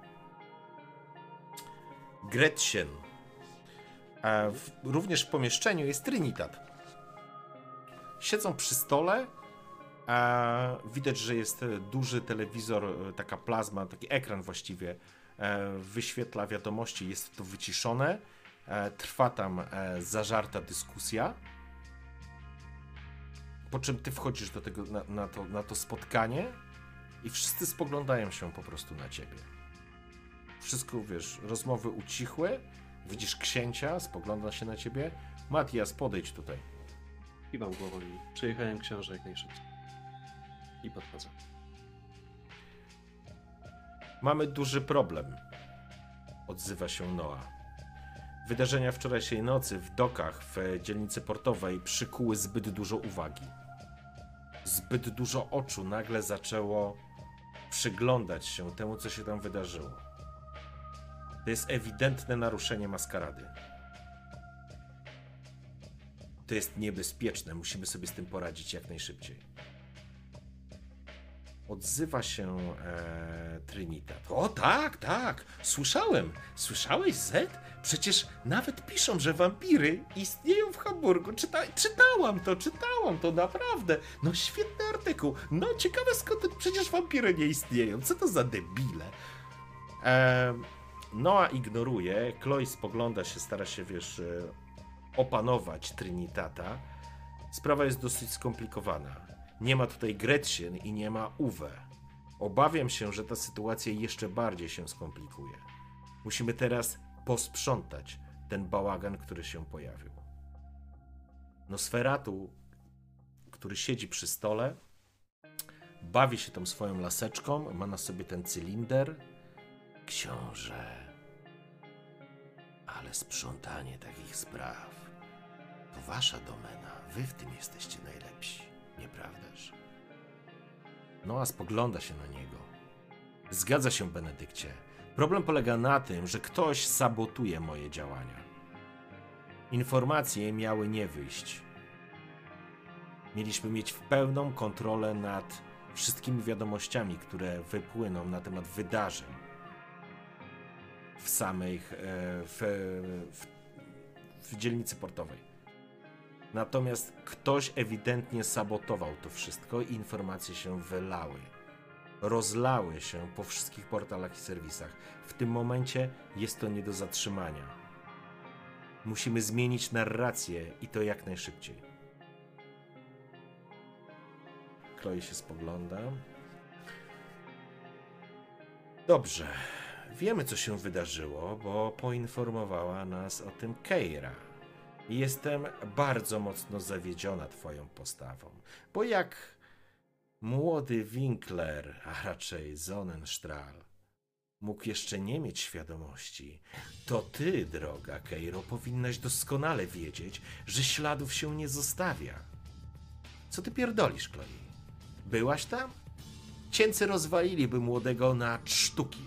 Gretchen. A w, również w pomieszczeniu jest Trinitat. Siedzą przy stole. A widać, że jest duży telewizor, taka plazma, taki ekran właściwie, wyświetla wiadomości, jest to wyciszone, trwa tam zażarta dyskusja, po czym ty wchodzisz do tego, na, na, to, na to spotkanie i wszyscy spoglądają się po prostu na ciebie. Wszystko, wiesz, rozmowy ucichły, widzisz księcia, spogląda się na ciebie. Matias, podejdź tutaj. Kiwam głową i przyjechałem książę jak najszybciej. I podchodzę. Mamy duży problem, odzywa się Noa. Wydarzenia wczorajszej nocy w dokach w dzielnicy portowej przykuły zbyt dużo uwagi. Zbyt dużo oczu nagle zaczęło przyglądać się temu, co się tam wydarzyło. To jest ewidentne naruszenie maskarady. To jest niebezpieczne, musimy sobie z tym poradzić jak najszybciej. Odzywa się e, Trinitat. O tak, tak, słyszałem. Słyszałeś, Zed? Przecież nawet piszą, że wampiry istnieją w Hamburgu. Czyta, czytałam to, czytałam to, naprawdę. No świetny artykuł. No ciekawe skąd przecież wampiry nie istnieją. Co to za debile? E, Noa ignoruje, Chloe spogląda się, stara się, wiesz, opanować Trinitata. Sprawa jest dosyć skomplikowana. Nie ma tutaj Gretchen i nie ma Uwe. Obawiam się, że ta sytuacja jeszcze bardziej się skomplikuje. Musimy teraz posprzątać ten bałagan, który się pojawił. Nosferatu, który siedzi przy stole, bawi się tą swoją laseczką, ma na sobie ten cylinder. Książę, ale sprzątanie takich spraw to wasza domena. Wy w tym jesteście najlepsi. Nieprawdaż? Noa spogląda się na niego. Zgadza się, Benedykcie. Problem polega na tym, że ktoś sabotuje moje działania. Informacje miały nie wyjść. Mieliśmy mieć pełną kontrolę nad wszystkimi wiadomościami, które wypłyną na temat wydarzeń w samej w, w, w dzielnicy portowej. Natomiast ktoś ewidentnie sabotował to wszystko i informacje się wylały. Rozlały się po wszystkich portalach i serwisach. W tym momencie jest to nie do zatrzymania. Musimy zmienić narrację i to jak najszybciej. Chloe się spogląda. Dobrze. wiemy, co się wydarzyło, bo poinformowała nas o tym Keira. I jestem bardzo mocno zawiedziona twoją postawą, bo jak młody Winkler, a raczej Sonnenstrahl, mógł jeszcze nie mieć świadomości, to ty, droga Keiro, powinnaś doskonale wiedzieć, że śladów się nie zostawia. Co ty pierdolisz, Chloe? Byłaś tam? Cięcy rozwaliliby młodego na sztuki.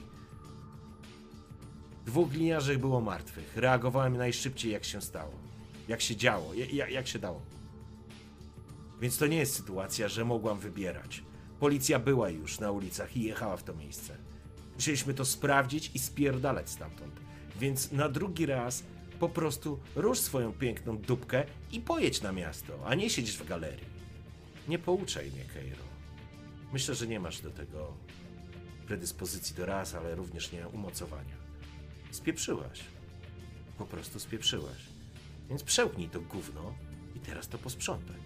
Dwóch gliniarzy było martwych. Reagowałem najszybciej, jak się stało. Jak się działo, jak, jak się dało. Więc to nie jest sytuacja, że mogłam wybierać. Policja była już na ulicach i jechała w to miejsce. Musieliśmy to sprawdzić i spierdalać stamtąd. Więc na drugi raz po prostu rusz swoją piękną dupkę i pojedź na miasto, a nie siedzisz w galerii. Nie pouczaj mnie, Keiro. Myślę, że nie masz do tego predyspozycji do raz, ale również nie umocowania. Spieprzyłaś. Po prostu spieprzyłaś. Więc przełknij to gówno i teraz to posprzątaj.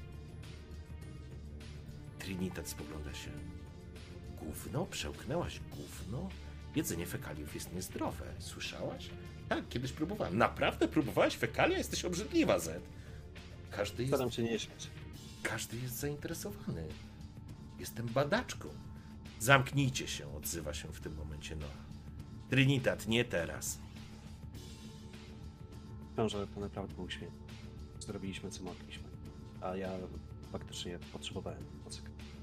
Trinitat spogląda się. Gówno? Przełknęłaś gówno? Jedzenie fekaliów jest niezdrowe. Słyszałaś? Tak, kiedyś próbowałem. Naprawdę próbowałaś fekalia? Jesteś obrzydliwa, Zed. Każdy jest... Staram się nie śmiać. Każdy jest zainteresowany. Jestem badaczką. Zamknijcie się, odzywa się w tym momencie Noah. Trinitat, nie teraz. Książę, to naprawdę był śmiech. Zrobiliśmy, co mogliśmy. A ja faktycznie potrzebowałem pomocy.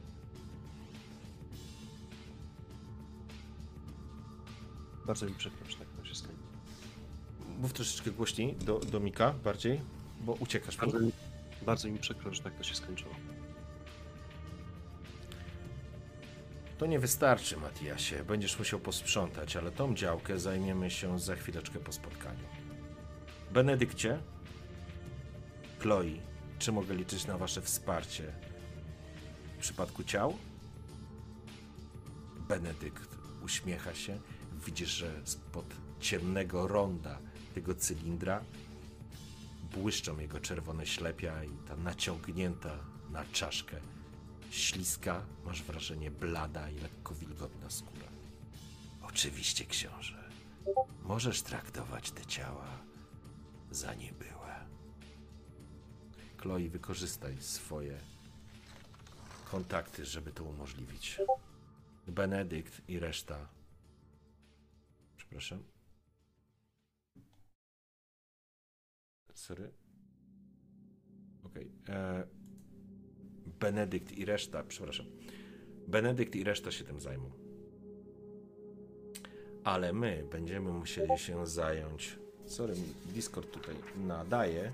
Bardzo mi przykro, że tak to się skończy. Mów troszeczkę głośniej do, do Mika bardziej, bo uciekasz. Bardzo mi, bardzo mi przykro, że tak to się skończyło. To nie wystarczy, Matiasie. Będziesz musiał posprzątać, ale tą działkę zajmiemy się za chwileczkę po spotkaniu. Benedykcie, Chloe, czy mogę liczyć na wasze wsparcie w przypadku ciał? Benedykt uśmiecha się. Widzisz, że spod ciemnego ronda tego cylindra błyszczą jego czerwone ślepia i ta naciągnięta na czaszkę śliska, masz wrażenie, blada i lekko wilgotna skóra. Oczywiście, książę. Możesz traktować te ciała za niebyłe. Chloe, wykorzystaj swoje kontakty, żeby to umożliwić. Benedykt i reszta. Przepraszam. Sorry. Okej. Okay. Benedykt i reszta, przepraszam. Benedykt i reszta się tym zajmą. Ale my będziemy musieli się zająć. Sorry, Discord tutaj nadaje.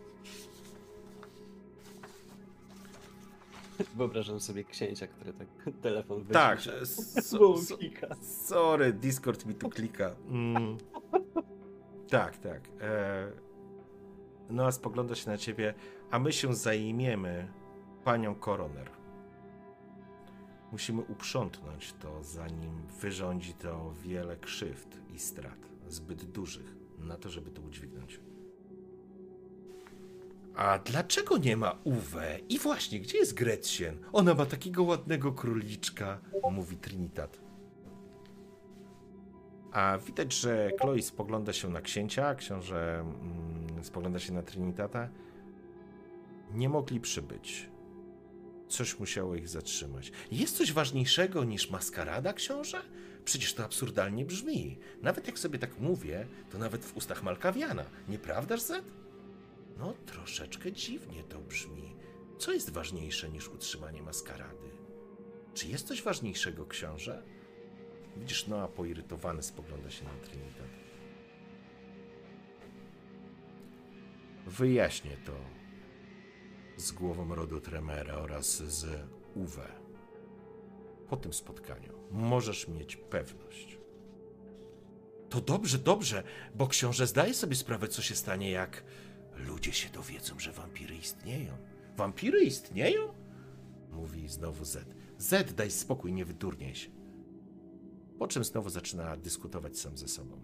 Wyobrażam sobie księcia, który tak telefon wyciąga. Tak, so, so, sorry, Discord mi tu klika. Mm. Tak, tak. E, no a spogląda się na ciebie, a my się zajmiemy panią koroner. Musimy uprzątnąć to, zanim wyrządzi to wiele krzywd i strat, zbyt dużych, na to, żeby to udźwignąć. A dlaczego nie ma Uwe? I właśnie, gdzie jest Gretchen? Ona ma takiego ładnego króliczka, mówi Trinitat. A widać, że Chloe spogląda się na księcia, książę mm, spogląda się na Trinitata. Nie mogli przybyć. Coś musiało ich zatrzymać. Jest coś ważniejszego niż maskarada, książę? Przecież to absurdalnie brzmi. Nawet jak sobie tak mówię, to nawet w ustach Malkawiana. Nieprawdaż, Zed? No, troszeczkę dziwnie to brzmi. Co jest ważniejsze niż utrzymanie maskarady? Czy jest coś ważniejszego, książę? Widzisz, Noah poirytowany spogląda się na Trinitat. Wyjaśnię to z głową rodu Tremere oraz z Uwe. Po tym spotkaniu możesz mieć pewność. To dobrze, dobrze, bo książę zdaje sobie sprawę, co się stanie, jak ludzie się dowiedzą, że wampiry istnieją. Wampiry istnieją? Mówi znowu Zed. Zed, daj spokój, nie wydurniaj się. Po czym znowu zaczyna dyskutować sam ze sobą.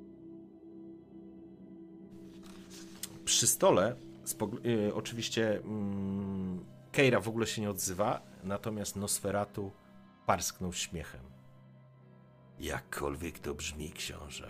Przy stole spog- yy, oczywiście yy, Keira w ogóle się nie odzywa, natomiast Nosferatu parsknął śmiechem. Jakkolwiek to brzmi, książę,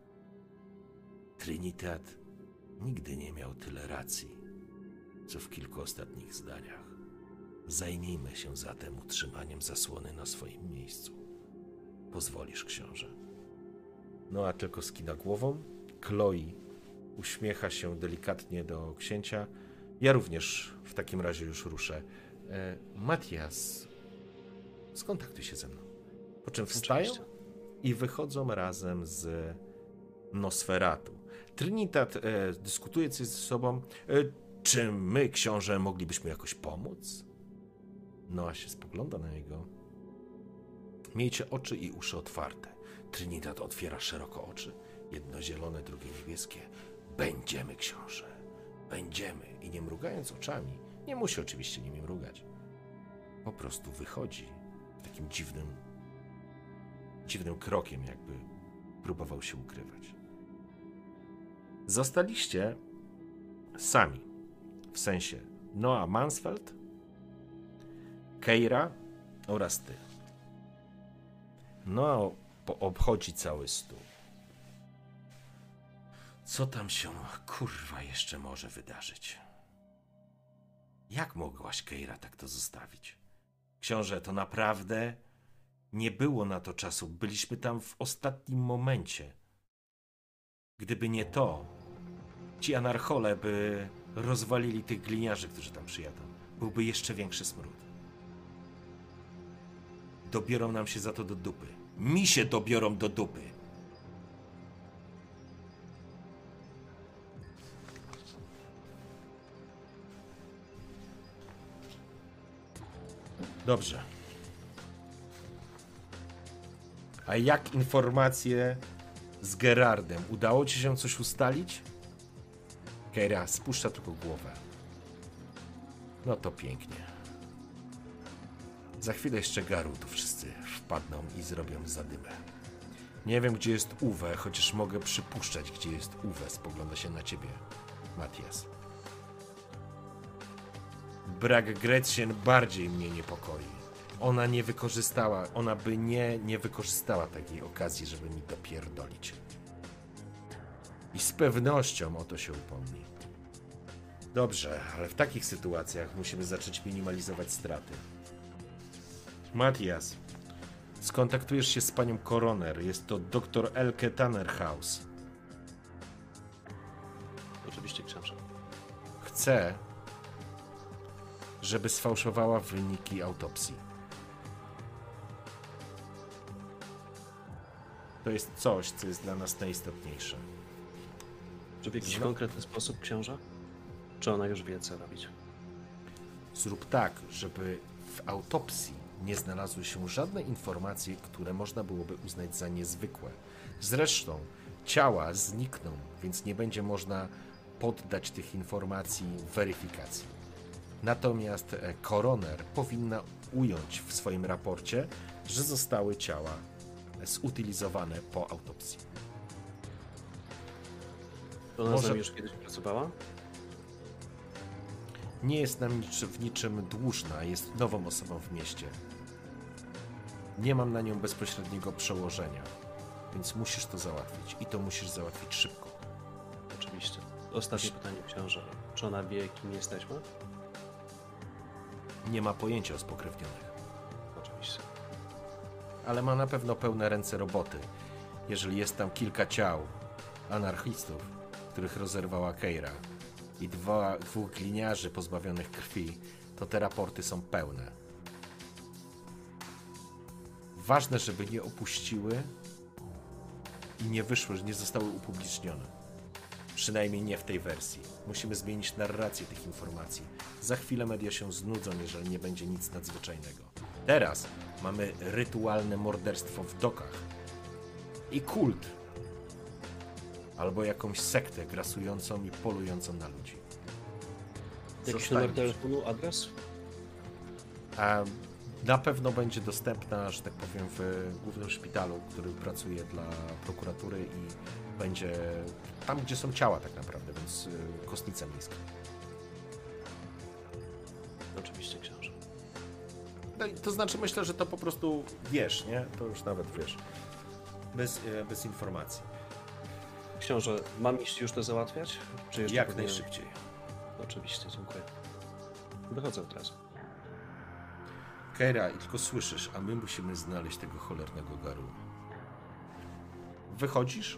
Trinitat nigdy nie miał tyle racji, co w kilku ostatnich zdaniach. Zajmijmy się zatem utrzymaniem zasłony na swoim miejscu. Pozwolisz, książę? Noa tylko skina głową. Chloe uśmiecha się delikatnie do księcia. Ja również w takim razie już ruszę. E, Matias, skontaktuj się ze mną. Po czym wstają Oczywiście. i wychodzą razem z Nosferatu. Trinitat e, dyskutuje coś ze sobą. E, czy my, książę, moglibyśmy jakoś pomóc? Noa się spogląda na niego. Miejcie oczy i uszy otwarte. Trinitat otwiera szeroko oczy. Jedno zielone, drugie niebieskie. Będziemy, książę. Będziemy. I nie mrugając oczami, nie musi oczywiście nimi mrugać, po prostu wychodzi takim dziwnym, dziwnym krokiem, jakby próbował się ukrywać. Zostaliście sami. W sensie Noa Mansfeld, Keira oraz ty. Noa obchodzi cały stół. Co tam się, kurwa, jeszcze może wydarzyć? Jak mogłaś, Keira, tak to zostawić? Książę, to naprawdę nie było na to czasu. Byliśmy tam w ostatnim momencie. Gdyby nie to, ci anarchole by rozwalili tych gliniarzy, którzy tam przyjadą. Byłby jeszcze większy smród. Dobiorą nam się za to do dupy. Mi się dobiorą do dupy. Dobrze. A jak informacje z Gerardem? Udało ci się coś ustalić? Keira spuszcza tylko głowę. No to pięknie. Za chwilę jeszcze Garu tu wszyscy wpadną i zrobią zadymę. Nie wiem, gdzie jest Uwe, chociaż mogę przypuszczać, gdzie jest Uwe. Spogląda się na ciebie, Matias. Brak Gretchen bardziej mnie niepokoi. Ona nie wykorzystała, ona by nie, nie wykorzystała takiej okazji, żeby mi dopierdolić. I z pewnością o to się upomni. Dobrze, ale w takich sytuacjach musimy zacząć minimalizować straty. Matias, skontaktujesz się z panią Coroner. Jest to doktor Elke Tannerhaus. Oczywiście, książę. Chcę, żeby sfałszowała wyniki autopsji. To jest coś, co jest dla nas najistotniejsze. Czy w jakiś Zro- konkretny sposób, książę? Czy ona już wie, co robić? Zrób tak, żeby w autopsji nie znalazły się żadne informacje, które można byłoby uznać za niezwykłe. Zresztą ciała znikną, więc nie będzie można poddać tych informacji weryfikacji. Natomiast Coroner powinna ująć w swoim raporcie, że zostały ciała zutylizowane po autopsji. Ona Może- z nami już kiedyś pracowała? Nie jest nam nic, w niczym dłużna, jest nową osobą w mieście. Nie mam na nią bezpośredniego przełożenia, więc musisz to załatwić i to musisz załatwić szybko. Oczywiście. Ostatnie pytanie, książę. Czy ona wie, kim jesteśmy? Nie ma pojęcia o spokrewnionych, Oczywiście. ale ma na pewno pełne ręce roboty. Jeżeli jest tam kilka ciał anarchistów, których rozerwała Keira, i dwa, dwóch gliniarzy pozbawionych krwi, to te raporty są pełne. Ważne, żeby nie opuściły i nie wyszły, nie zostały upublicznione. Przynajmniej nie w tej wersji. Musimy zmienić narrację tych informacji. Za chwilę media się znudzą, jeżeli nie będzie nic nadzwyczajnego. Teraz mamy rytualne morderstwo w dokach i kult. Albo jakąś sektę grasującą i polującą na ludzi. Jakiś Zostanie- numer telefonu, adres? A na pewno będzie dostępna, że tak powiem, w głównym szpitalu, który pracuje dla prokuratury i będzie tam, gdzie są ciała tak naprawdę, więc y, kostnica miejska. Oczywiście, książę. No i to znaczy, myślę, że to po prostu wiesz, nie? To już nawet wiesz. bez, e, bez informacji. Książę, mam iść już to załatwiać? Czy jeszcze Jak powinienem- najszybciej. Oczywiście, dziękuję. Wychodzę od razu. Keira, i tylko słyszysz, a my musimy znaleźć tego cholernego Garu. Wychodzisz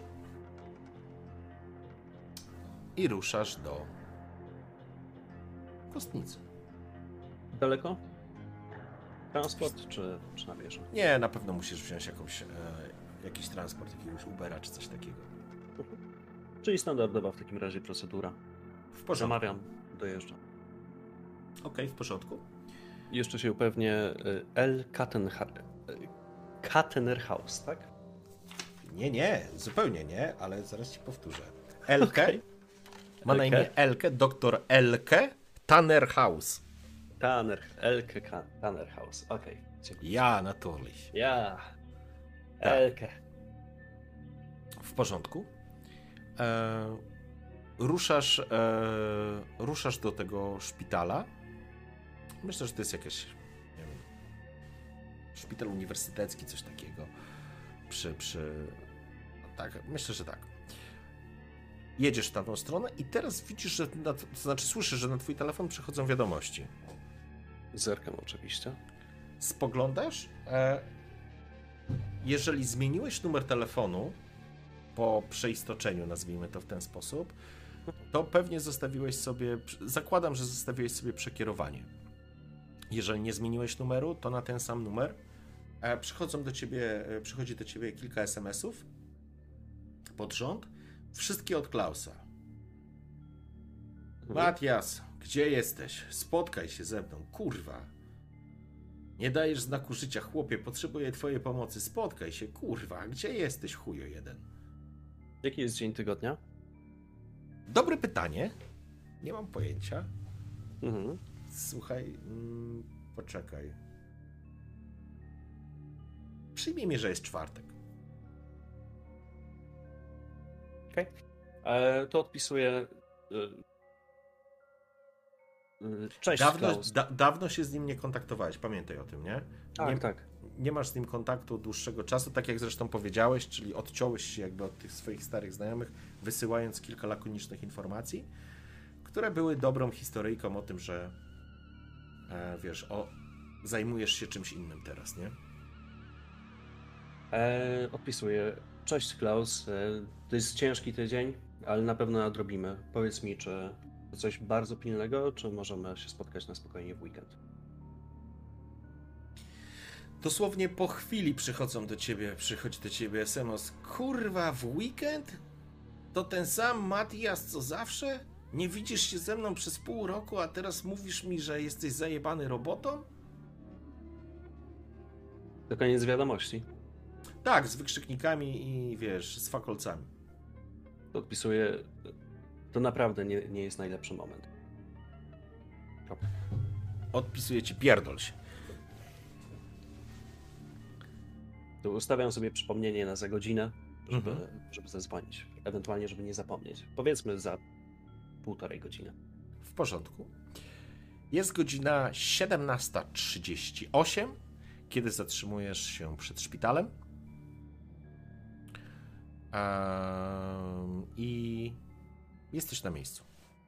i ruszasz do kostnicy. Daleko? Transport czy, czy na pieszo? Nie, na pewno musisz wziąć jakąś, e, jakiś transport, jakiegoś Ubera czy coś takiego. Czyli standardowa w takim razie procedura. W porządku. Zamawiam, dojeżdżam. Okej, w porządku. I jeszcze się upewnię, y, L. Kattenha- y, Kattenerhaus, tak? Nie, nie, zupełnie nie, ale zaraz ci powtórzę. Elke Okej. ma na Elke? imię Elke, doktor Elke Tannerhaus. Tanner, Elke Ka- Tannerhaus, okej. Dziękuję. Ja, natürlich. Ja. Tak. Elke. W porządku. E, ruszasz, e, ruszasz do tego szpitala. Myślę, że to jest jakiś, nie wiem, szpital uniwersytecki, coś takiego. Przy, przy... Tak, myślę, że tak. Jedziesz w tamtą stronę i teraz widzisz, że, na, to znaczy słyszysz, że na twój telefon przychodzą wiadomości. Zerkam oczywiście. Spoglądasz, e, jeżeli zmieniłeś numer telefonu po przeistoczeniu, nazwijmy to w ten sposób, to pewnie zostawiłeś sobie, zakładam, że zostawiłeś sobie przekierowanie. Jeżeli nie zmieniłeś numeru, to na ten sam numer e, przychodzą do ciebie, e, przychodzi do ciebie kilka es em esów pod rząd, wszystkie od Klausa. Matias, gdzie jesteś? Spotkaj się ze mną, kurwa. Nie dajesz znaku życia, chłopie, potrzebuję twojej pomocy. Spotkaj się, kurwa. Gdzie jesteś, chujo jeden? Jaki jest dzień tygodnia? Dobre pytanie. Nie mam pojęcia. Mhm. Słuchaj, mm, poczekaj. Przyjmijmy, że jest czwartek. Okej. E, To odpisuję. y, y, Cześć, Dawno, Klaus. da, dawno się z nim nie kontaktowałeś, pamiętaj o tym, nie? Tak, nie, tak. nie masz z nim kontaktu dłuższego czasu, tak jak zresztą powiedziałeś, czyli odciąłeś się jakby od tych swoich starych znajomych, wysyłając kilka lakonicznych informacji, które były dobrą historyjką o tym, że e, wiesz, o, zajmujesz się czymś innym teraz, nie? E, odpisuję. Cześć, Klaus. E, to jest ciężki tydzień, ale na pewno nadrobimy. Powiedz mi, czy to coś bardzo pilnego, czy możemy się spotkać na spokojnie w weekend? Dosłownie po chwili przychodzą do ciebie, przychodzi do ciebie es em es. Kurwa, w weekend? To ten sam Matias co zawsze? Nie widzisz się ze mną przez pół roku, a teraz mówisz mi, że jesteś zajebany robotą? To koniec wiadomości. Tak, z wykrzyknikami i wiesz, z fakolcami. To odpisuję. To naprawdę nie, nie jest najlepszy moment. Kropka. Odpisuję ci, pierdol się. To ustawiam sobie przypomnienie na za godzinę, żeby, Mhm. żeby zadzwonić. Ewentualnie, żeby nie zapomnieć. Powiedzmy za półtorej godziny. W porządku. Jest godzina siedemnasta trzydzieści osiem, kiedy zatrzymujesz się przed szpitalem. Um, I jesteś na miejscu.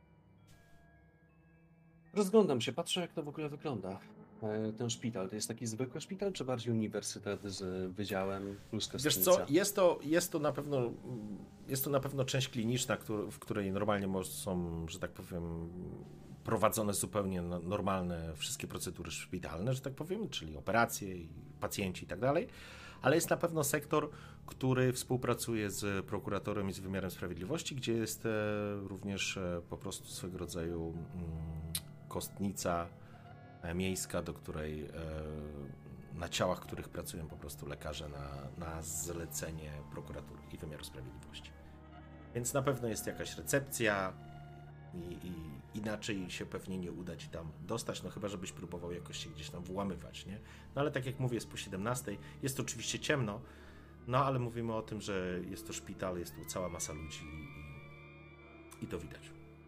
Rozglądam się, patrzę jak to w ogóle wygląda. E, Ten szpital, to jest taki zwykły szpital, czy bardziej uniwersytet z wydziałem plus Wiesz kostnica? co, jest to, jest to na pewno jest to na pewno część kliniczna, któr- w której normalnie mo- są, że tak powiem, prowadzone zupełnie no- normalne wszystkie procedury szpitalne, że tak powiem, czyli operacje, i pacjenci i tak dalej, ale jest na pewno sektor, który współpracuje z prokuratorem i z wymiarem sprawiedliwości, gdzie jest e, również e, po prostu swego rodzaju mm, kostnica e, miejska, do której e, na ciałach których pracują po prostu lekarze na, na zlecenie prokuratury i wymiaru sprawiedliwości. Więc na pewno jest jakaś recepcja i, i inaczej się pewnie nie uda ci tam dostać, no chyba żebyś próbował jakoś się gdzieś tam włamywać, nie? No ale tak jak mówię, jest po siedemnastej, jest oczywiście ciemno, no ale mówimy o tym, że jest to szpital, jest tu cała masa ludzi i, i to widać.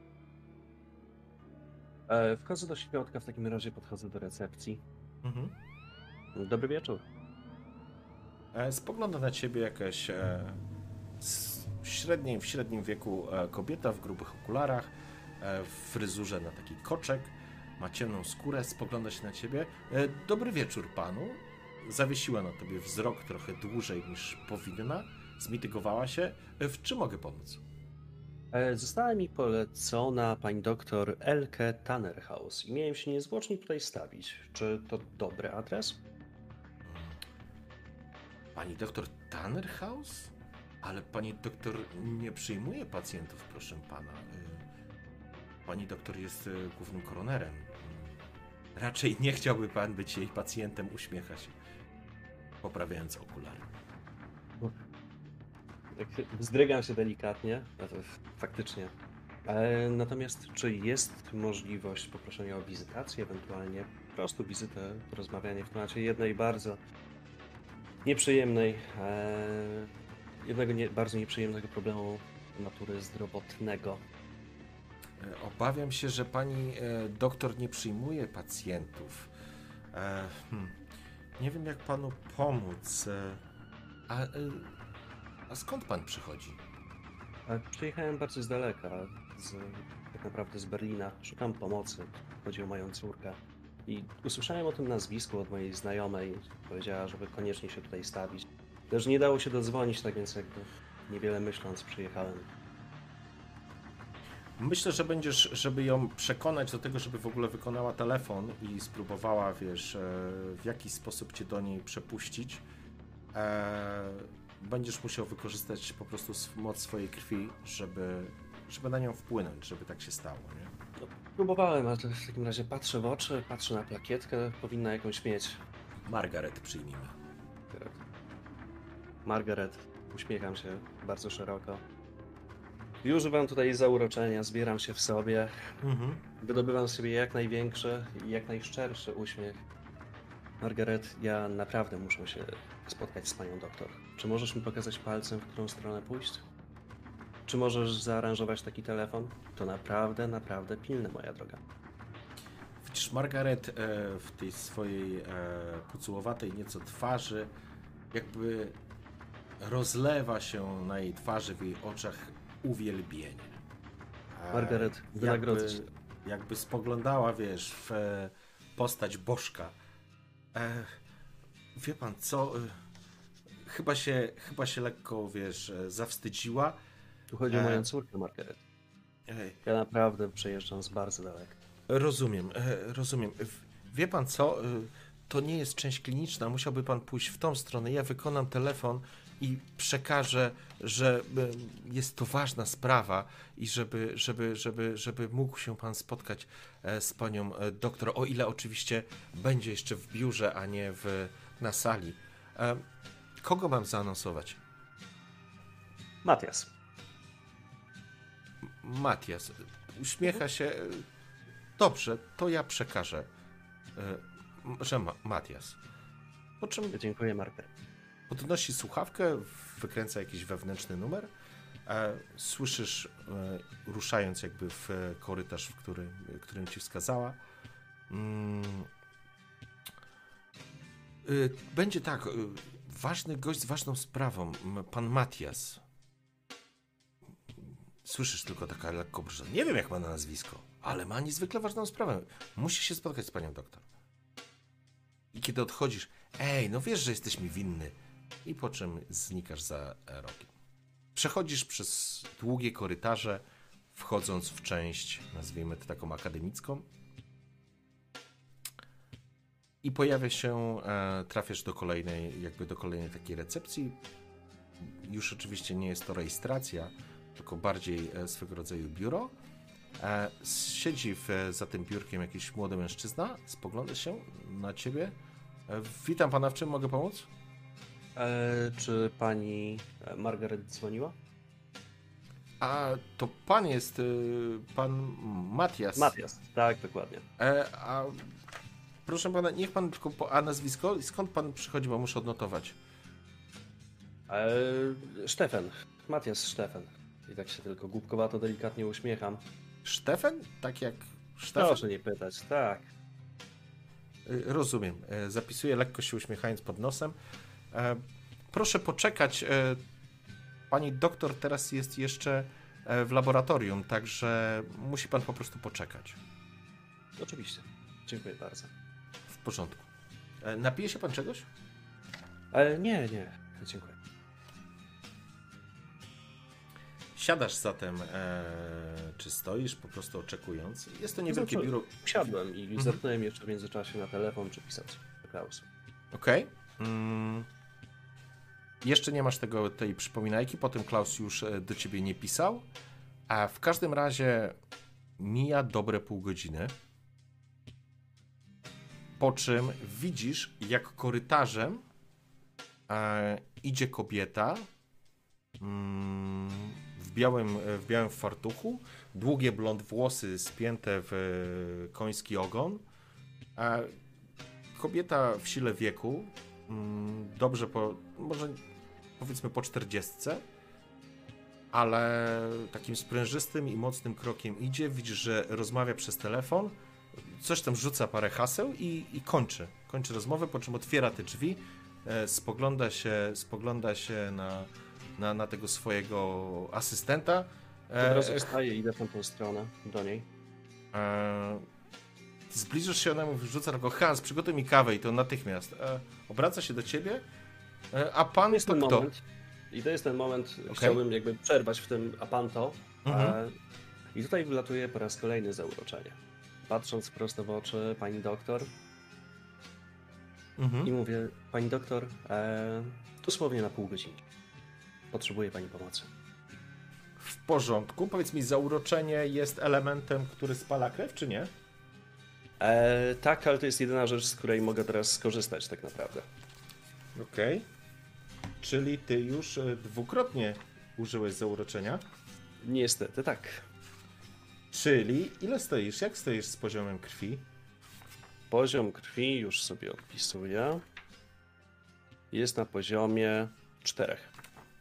E, Wchodzę do środka, w takim razie podchodzę do recepcji. Mhm. Dobry wieczór. E, spogląda na ciebie jakaś e, s- średniej, w średnim wieku e, kobieta w grubych okularach, e, w fryzurze na taki koczek, ma ciemną skórę, spogląda się na ciebie. E, dobry wieczór panu. Zawiesiła na tobie wzrok trochę dłużej niż powinna. Zmitygowała się. E, w czym mogę pomóc? E, Została mi polecona pani doktor Elke Tannerhaus i miałem się niezwłocznie tutaj stawić. Czy to dobry adres? Pani doktor Tannerhaus? Ale pani doktor nie przyjmuje pacjentów, proszę pana. Y, Pani doktor jest y, głównym koronerem. Y, Raczej nie chciałby pan być jej pacjentem, uśmiecha się, poprawiając okulary. Tak, Wzdrygam się delikatnie, a to faktycznie. E, Natomiast czy jest możliwość poproszenia o wizytację, ewentualnie po prostu wizytę, porozmawianie w temacie jednej bardzo nieprzyjemnej, e, jednego nie, bardzo nieprzyjemnego problemu natury zdrowotnego. E, Obawiam się, że pani e, doktor nie przyjmuje pacjentów. E, hmm, nie wiem, jak panu pomóc. E, a, e, a skąd pan przychodzi? E, Przyjechałem bardzo z daleka, z, tak naprawdę z Berlina. Szukam pomocy. Chodzi o moją córkę. I usłyszałem o tym nazwisku od mojej znajomej. Powiedziała, żeby koniecznie się tutaj stawić. Też nie dało się dodzwonić, tak więc jakby niewiele myśląc przyjechałem. Myślę, że będziesz, żeby ją przekonać do tego, żeby w ogóle wykonała telefon i spróbowała, wiesz, e, w jakiś sposób cię do niej przepuścić, e, będziesz musiał wykorzystać po prostu sw- moc swojej krwi, żeby, żeby na nią wpłynąć, żeby tak się stało, nie? No, próbowałem, ale to w takim razie patrzę w oczy, patrzę na plakietkę, powinna jakąś mieć. Margaret przyjmijmy. Margaret, uśmiecham się bardzo szeroko. I używam tutaj zauroczenia, zbieram się w sobie, Mhm. wydobywam z siebie jak największy i jak najszczerszy uśmiech. Margaret, ja naprawdę muszę się spotkać z panią doktor. Czy możesz mi pokazać palcem, w którą stronę pójść? Czy możesz zaaranżować taki telefon? To naprawdę, naprawdę pilne, moja droga. Widzisz, Margaret e, w tej swojej e, pucułowatej nieco twarzy jakby rozlewa się na jej twarzy, w jej oczach uwielbienie. E, Margaret, wynagrodzę cię. jakby, jakby spoglądała, wiesz, w e, postać bożka. E, wie pan co? E, chyba się, chyba się lekko, wiesz, e, zawstydziła. Tu chodzi o E, moją córkę, Margaret. Ej, Ja naprawdę przejeżdżam z bardzo daleka. Rozumiem, e, rozumiem. W- Wie pan co? E, To nie jest część kliniczna, musiałby pan pójść w tą stronę. Ja wykonam telefon i przekażę, że e, jest to ważna sprawa i żeby, żeby, żeby, żeby mógł się pan spotkać e, z panią e, doktor, o ile oczywiście będzie jeszcze w biurze, a nie w, na sali. E, Kogo mam zaanonsować? Matias. Matias. Uśmiecha się. e, Dobrze, to ja przekażę, e, że ma, Matias. Po czym Dziękuję, Margaret. podnosi słuchawkę, wykręca jakiś wewnętrzny numer. E, słyszysz, e, ruszając jakby w korytarz, w którym, którym ci wskazała. Mm, y, będzie tak, y, ważny gość z ważną sprawą, m, pan Matias. Słyszysz tylko taka lekko brzyża. Nie wiem, jak ma na nazwisko, ale ma niezwykle ważną sprawę. Musi się spotkać z panią doktor. I kiedy odchodzisz, ej, no wiesz, że jesteś mi winny. I po czym znikasz za rogiem. Przechodzisz przez długie korytarze, wchodząc w część, nazwijmy to taką akademicką. I pojawia się, e, trafiasz do kolejnej, jakby do kolejnej takiej recepcji. Już oczywiście nie jest to rejestracja, tylko bardziej e, swego rodzaju biuro. E, siedzi w, za tym biurkiem jakiś młody mężczyzna, spogląda się na ciebie. E, witam pana, w czym mogę pomóc? E, czy pani e, Margaret dzwoniła? A to pan jest, y, pan Matias. Matias, tak, dokładnie. E, a proszę pana, niech pan tylko po a nazwisko i skąd pan przychodzi, bo muszę odnotować. E, Stefan, Matias Stefan. I tak się tylko głupkowato, delikatnie uśmiecham. Stefan? Tak jak Stefan? Proszę nie pytać, tak. Y, Rozumiem. E, Zapisuję, lekko się uśmiechając pod nosem. E, proszę poczekać. E, pani doktor teraz jest jeszcze e, w laboratorium, także musi pan po prostu poczekać. Oczywiście. Dziękuję bardzo. W porządku. E, napije się pan czegoś? Ale nie, nie. Dziękuję. Siadasz zatem, e, czy stoisz po prostu oczekując? Jest to niewielkie Znaczy, biuro. Usiadłem i Mhm. zerknąłem jeszcze w międzyczasie na telefon, czy pisać do Klausu. Okej. Okay. Mm. Jeszcze nie masz tego, tej przypominajki, potem Klaus już e, do ciebie nie pisał. A w każdym razie mija dobre pół godziny. Po czym widzisz, jak korytarzem e, idzie kobieta mm, w, białym, w białym fartuchu, długie blond włosy spięte w e, koński ogon. A kobieta w sile wieku, mm, dobrze po, może powiedzmy po czterdziestce, ale takim sprężystym i mocnym krokiem idzie, widzisz, że rozmawia przez telefon, coś tam rzuca parę haseł i, i kończy. Kończy rozmowę, po czym otwiera te drzwi, e, spogląda się, spogląda się na, na, na tego swojego asystenta. Od razu wstaję i idę w tą stronę, do niej. E, zbliżysz się, ona mu rzuca tylko Hans, przygotuj mi kawę i to natychmiast. E, obraca się do ciebie, e, a pan Jest to ten kto? moment. I to jest ten moment, Okay. chciałbym jakby przerwać w tym apanto. Mhm. E, I tutaj wylatuje po raz kolejny zauroczenie. Patrząc prosto w oczy pani doktor Mhm. i mówię, pani doktor, e, dosłownie na pół godziny. Potrzebuje pani pomocy. W porządku. Powiedz mi, zauroczenie jest elementem, który spala krew, czy nie? E, tak, ale to jest jedyna rzecz, z której mogę teraz skorzystać tak naprawdę. Okej. Okay. Czyli ty już e, dwukrotnie użyłeś zauroczenia. Niestety tak. Czyli ile stoisz? Jak stoisz z poziomem krwi? Poziom krwi już sobie odpisuję. Jest na poziomie czterech.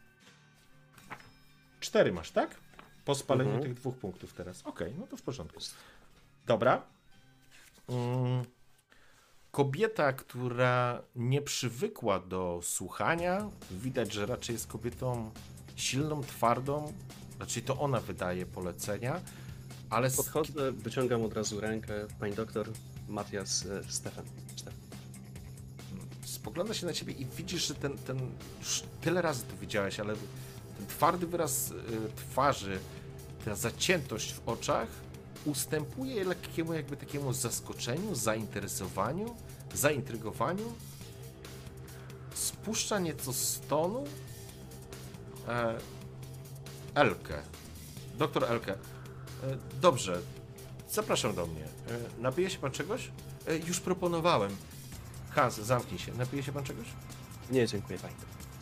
Cztery masz, tak? Po spaleniu Mhm. tych dwóch punktów teraz. Okej, okay, no to w porządku. Dobra. Mm. Kobieta, która nie przywykła do słuchania, widać, że raczej jest kobietą silną, twardą, raczej to ona wydaje polecenia, ale... Podchodzę, wyciągam od razu rękę. Pani doktor, Matias, e, Stefan. Stefan. Spogląda się na ciebie i widzisz, że ten, ten już tyle razy to widziałeś, ale ten twardy wyraz y, twarzy, ta zaciętość w oczach ustępuje lekkiemu jakby takiemu zaskoczeniu, zainteresowaniu, zaintrygowaniu. Spuszcza nieco z tonu e, Elkę. Doktor Elkę. E, dobrze, zapraszam do mnie. E, napije się pan czegoś? E, już proponowałem. Hans, zamknij się. Napije się pan czegoś? Nie, dziękuję pani.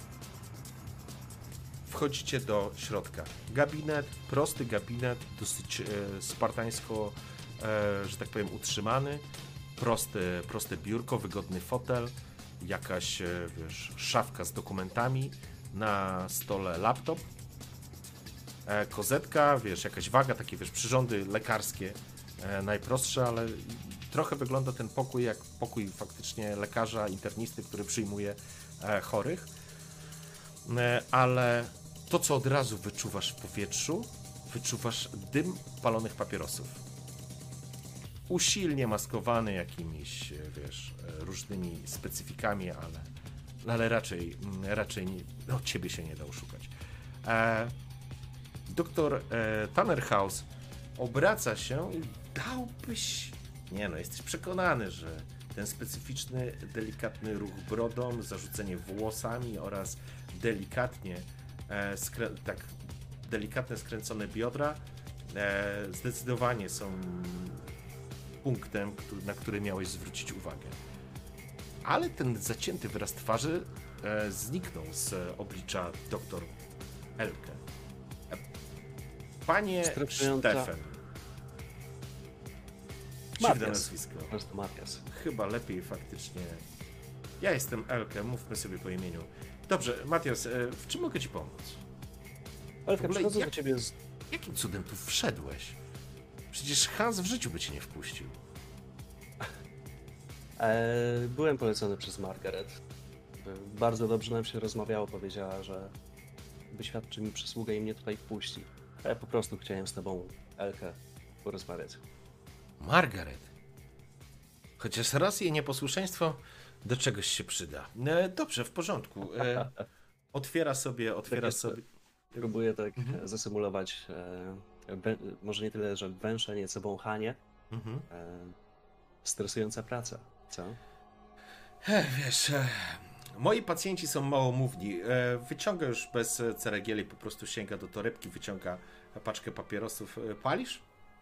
Wchodzicie do środka. Gabinet, prosty gabinet, dosyć e, spartańsko, e, że tak powiem, utrzymany. Prosty, proste biurko, wygodny fotel, jakaś, e, wiesz, szafka z dokumentami, na stole laptop, e, kozetka, wiesz, jakaś waga, takie, wiesz, przyrządy lekarskie, e, najprostsze, ale trochę wygląda ten pokój jak pokój faktycznie lekarza, internisty, który przyjmuje e, chorych. Ale to, co od razu wyczuwasz w powietrzu, wyczuwasz dym palonych papierosów. Usilnie maskowany jakimiś, wiesz, różnymi specyfikami, ale, ale raczej, raczej nie, no, ciebie się nie da oszukać. E, doktor e, Tannerhaus obraca się i dałbyś... Nie no, jesteś przekonany, że ten specyficzny, delikatny ruch brodą, zarzucenie włosami oraz delikatnie, e, skrę- tak, delikatne skręcone biodra e, zdecydowanie są punktem, który, na który miałeś zwrócić uwagę. Ale ten zacięty wyraz twarzy e, zniknął z oblicza doktor Elke. E, panie Stresująca. Stefan. Dziwne Matias. nazwisko. Po prostu Matias. Chyba lepiej faktycznie. Ja jestem Elke, mówmy sobie po imieniu. Dobrze, Matias, e, w czym mogę ci pomóc? Elka, ogóle przychodzę jak- do ciebie z... Jakim cudem tu wszedłeś? Przecież Hans w życiu by cię nie wpuścił. E, byłem polecony przez Margaret. Bardzo dobrze nam się rozmawiało. Powiedziała, że wyświadczy mi przysługę i mnie tutaj wpuści. A ja po prostu chciałem z tobą, Elkę, porozmawiać. Margaret. Chociaż raz jej nieposłuszeństwo do czegoś się przyda. E, dobrze, w porządku. E, otwiera sobie, otwiera Tak sobie... Próbuję tak Mhm. zasymulować, e, wę, może nie tyle, że węszenie, co wąchanie. Mhm. E, stresująca praca, co? Ech, wiesz, e, moi pacjenci są małomówni. E, wyciąga już bez ceregieli, po prostu sięga do torebki, wyciąga paczkę papierosów. E, palisz?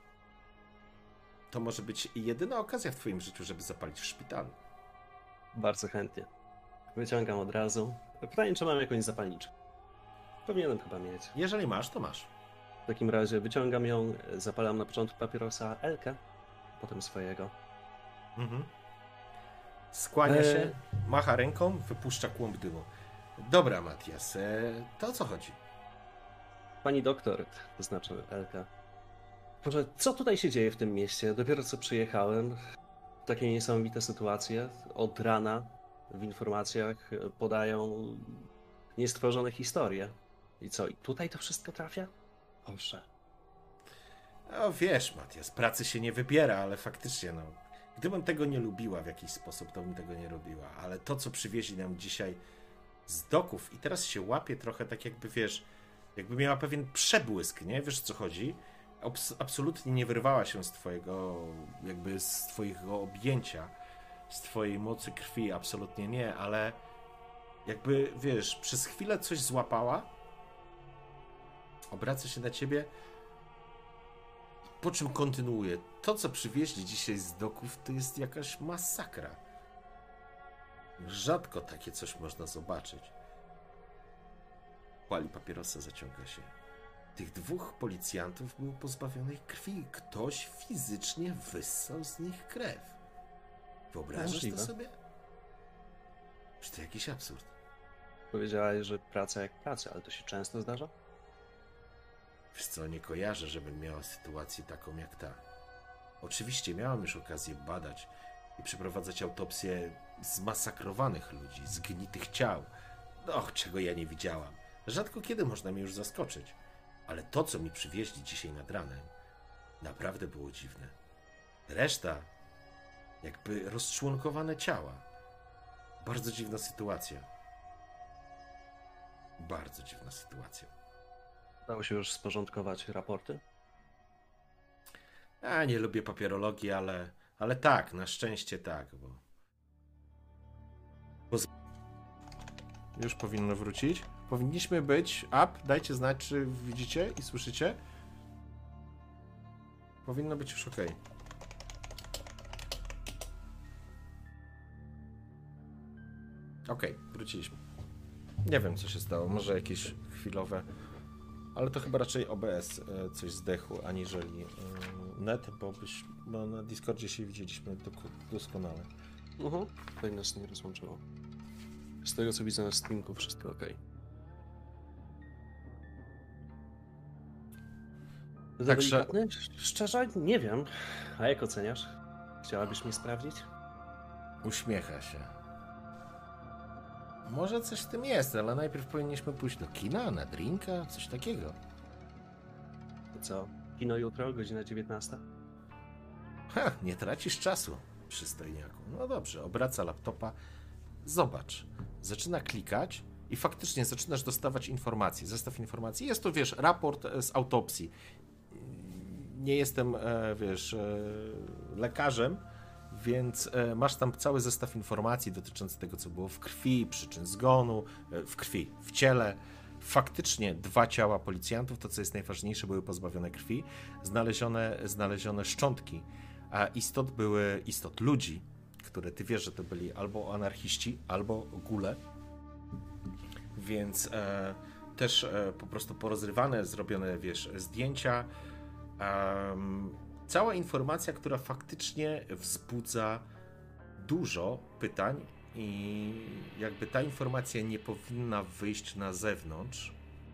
To może być jedyna okazja w twoim życiu, żeby zapalić w szpitalu. Bardzo chętnie. Wyciągam od razu. Pytanie, czy mam jakąś zapalniczkę? Powinienem chyba mieć. Jeżeli masz, to masz. W takim razie wyciągam ją, zapalam na początku papierosa Elkę, potem swojego. Mhm. Skłania E. się, macha ręką, wypuszcza kłąb dymu. Dobra, Matias, e, to o co chodzi? Pani doktor, to znaczy Elka. Może co tutaj się dzieje w tym mieście? Dopiero co przyjechałem. Takie niesamowite sytuacje. Od rana w informacjach podają niestworzone historie. I co, i tutaj to wszystko trafia? Proszę. No wiesz, Matias, pracy się nie wybiera, ale faktycznie, no, gdybym tego nie lubiła w jakiś sposób, to bym tego nie robiła. Ale to, co przywieźli nam dzisiaj z doków i teraz się łapie trochę tak jakby, wiesz, jakby miała pewien przebłysk, nie? Wiesz, o co chodzi? Abs- absolutnie nie wyrwała się z twojego, jakby z twojego objęcia, z twojej mocy krwi, absolutnie nie, ale jakby, wiesz, przez chwilę coś złapała, obraca się na ciebie, po czym kontynuuje. To, co przywieźli dzisiaj z doków, to jest jakaś masakra. Rzadko takie coś można zobaczyć. Pali papierosa, zaciąga się. Tych dwóch policjantów było pozbawionych krwi. Ktoś fizycznie wyssał z nich krew. Wyobrażasz Możliwe. to sobie? Czy to jakiś absurd? Powiedziałaś, że praca jak praca, ale to się często zdarza? Wiesz co, nie kojarzę, żebym miała sytuację taką jak ta. Oczywiście miałam już okazję badać i przeprowadzać autopsje zmasakrowanych ludzi, zgnitych ciał. No, czego ja nie widziałam. Rzadko kiedy można mnie już zaskoczyć. Ale to, co mi przywieźli dzisiaj nad ranem, naprawdę było dziwne. Reszta, jakby rozczłonkowane ciała. Bardzo dziwna sytuacja. Bardzo dziwna sytuacja. Udało się już sporządkować raporty? Ja nie lubię papierologii, ale, ale tak, na szczęście tak, bo... bo... z- Już powinno wrócić. Powinniśmy być up. Dajcie znać, czy widzicie i słyszycie. Powinno być już ok. Ok, wróciliśmy. Nie wiem, co się stało. Może jakieś chwilowe... Ale to chyba raczej O B S e, coś zdechło, aniżeli e, net, bo, byś, bo na Discordzie się widzieliśmy dok- doskonale. Mhm. Tutaj nas nie rozłączyło. Z tego co widzę na streamku wszystko ok. Także- Delikatny? Szczerze? Nie wiem. A jak oceniasz? Chciałabyś mnie sprawdzić? Uśmiecha się. Może coś w tym jest, ale najpierw powinniśmy pójść do kina, na drinka, coś takiego. To co? Kino jutro, godzina dziewiętnasta? Ha, nie tracisz czasu, przystojniaku. No dobrze, obraca laptopa. Zobacz. Zaczyna klikać i faktycznie zaczynasz dostawać informacje. Zestaw informacji. Jest to, wiesz, raport e, z autopsji. Nie jestem, e, wiesz, e, lekarzem, więc e, masz tam cały zestaw informacji dotyczący tego, co było w krwi, przyczyn zgonu, e, w krwi, w ciele. Faktycznie dwa ciała policjantów, to co jest najważniejsze, były pozbawione krwi. Znalezione, znalezione szczątki, a istot były istot ludzi, które ty wiesz, że to byli albo anarchiści, albo gule. Więc e, też e, po prostu porozrywane, zrobione, wiesz, zdjęcia. Um, cała informacja, która faktycznie wzbudza dużo pytań i jakby ta informacja nie powinna wyjść na zewnątrz,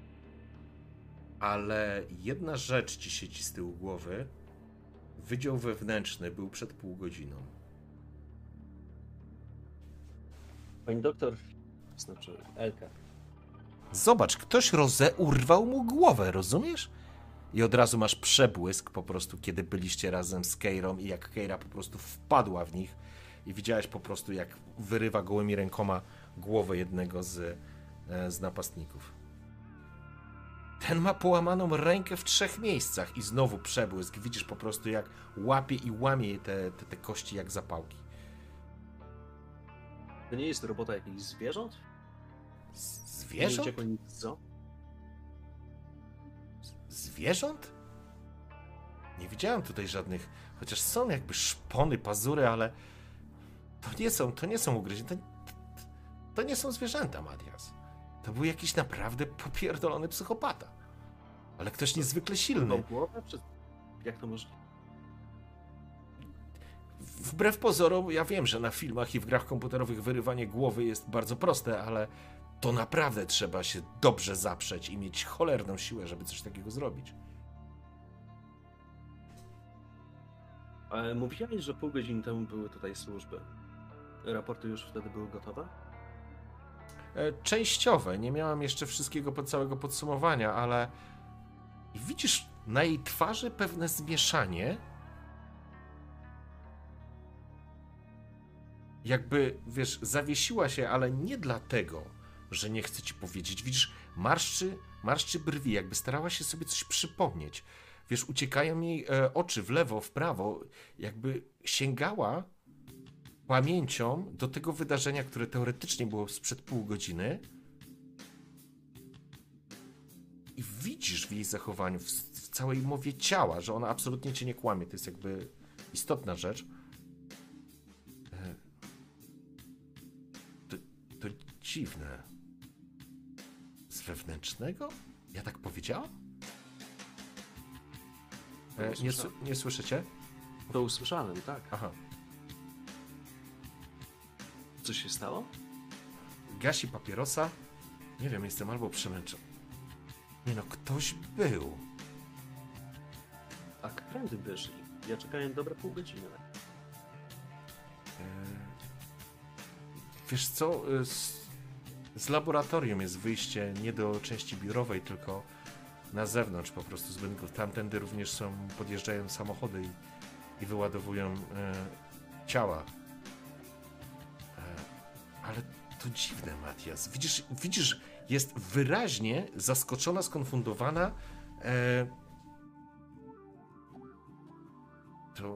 ale jedna rzecz ci siedzi z tyłu głowy. Wydział wewnętrzny był przed pół godziną. Pani doktor, znaczy Elkę. Zobacz, ktoś roze urwał mu głowę, rozumiesz? I od razu masz przebłysk po prostu, kiedy byliście razem z Keirą i jak Keira po prostu wpadła w nich i widziałeś po prostu, jak wyrywa gołymi rękoma głowę jednego z, e, z napastników. Ten ma połamaną rękę w trzech miejscach i znowu przebłysk. Widzisz po prostu, jak łapie i łamie te, te, te kości jak zapałki. To nie jest robota jakichś zwierząt? Z- Nie Zwierząt? idzie koniec co? Zwierząt? Nie widziałem tutaj żadnych, chociaż są jakby szpony, pazury, ale to nie są, to nie są ugryzienia, to, to nie są zwierzęta, Matias. To był jakiś naprawdę popierdolony psychopata. Ale ktoś niezwykle silny. Tą głowę? Czy... Jak to możliwe? Wbrew pozorom, ja wiem, że na filmach i w grach komputerowych wyrywanie głowy jest bardzo proste, ale to naprawdę trzeba się dobrze zaprzeć i mieć cholerną siłę, żeby coś takiego zrobić. Ale mówiłeś, że pół godziny temu były tutaj służby. Raporty już wtedy były gotowe? E, Częściowe. Nie miałam jeszcze wszystkiego pod całego podsumowania, ale i widzisz na jej twarzy pewne zmieszanie. Jakby, wiesz, zawiesiła się, ale nie dlatego, że nie chce ci powiedzieć. Widzisz, marszczy, marszczy brwi, jakby starała się sobie coś przypomnieć. Wiesz, uciekają jej e, oczy w lewo, w prawo, jakby sięgała pamięcią do tego wydarzenia, które teoretycznie było sprzed pół godziny. I widzisz w jej zachowaniu, w, w całej mowie ciała, że ona absolutnie cię nie kłamie. To jest jakby istotna rzecz. E, To, to dziwne. Z wewnętrznego? Ja tak powiedziałam? E, nie, s- nie słyszycie? To usłyszałem, tak. Aha. Co się stało? Gasi papierosa. Nie wiem, jestem albo przemęczony. Nie no, ktoś był. A którędy wyszli? Ja czekałem dobre pół godziny. E, Wiesz co, e, z, z laboratorium jest wyjście nie do części biurowej, tylko na zewnątrz po prostu z budynków. Tamtędy również są, podjeżdżają samochody i, i wyładowują e, ciała. E, ale to dziwne, Matias. Widzisz, widzisz, jest wyraźnie zaskoczona, skonfundowana. E, to...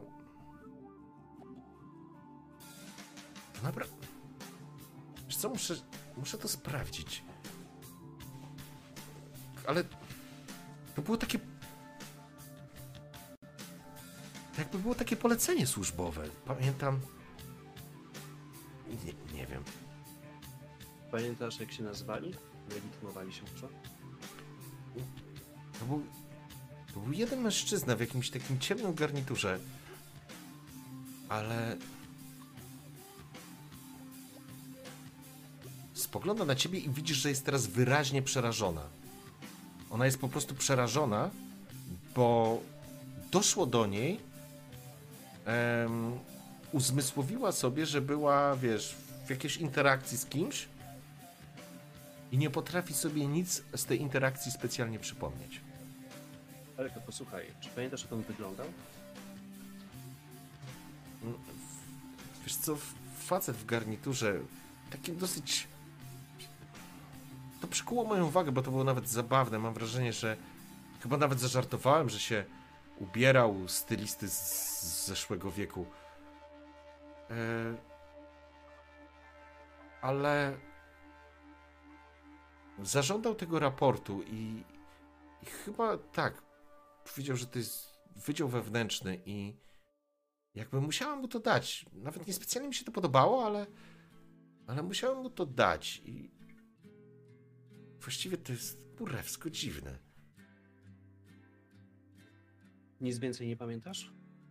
To naprawdę... Wiesz co, muszę, muszę to sprawdzić. Ale to było takie... To jakby było takie polecenie służbowe. Pamiętam... Nie, nie wiem. Pamiętasz, jak się nazwali? Legitymowali się może? To był... To był jeden mężczyzna w jakimś takim ciemnym garniturze. Ale... Spogląda na ciebie i widzisz, że jest teraz wyraźnie przerażona. Ona jest po prostu przerażona, bo doszło do niej, em, uzmysłowiła sobie, że była, wiesz, w jakiejś interakcji z kimś i nie potrafi sobie nic z tej interakcji specjalnie przypomnieć. Ale to posłuchaj, czy pamiętasz, jak on wyglądał? Wiesz co, facet w garniturze, takim dosyć... To przykuło moją uwagę, bo to było nawet zabawne. Mam wrażenie, że chyba nawet zażartowałem, że się ubierał stylisty z, z zeszłego wieku. E... Ale zażądał tego raportu i, i chyba tak, powiedział, że to jest wydział wewnętrzny i jakby musiałem mu to dać. Nawet niespecjalnie mi się to podobało, ale, ale musiałem mu to dać i właściwie to jest kurewsko dziwne. Nic więcej nie pamiętasz?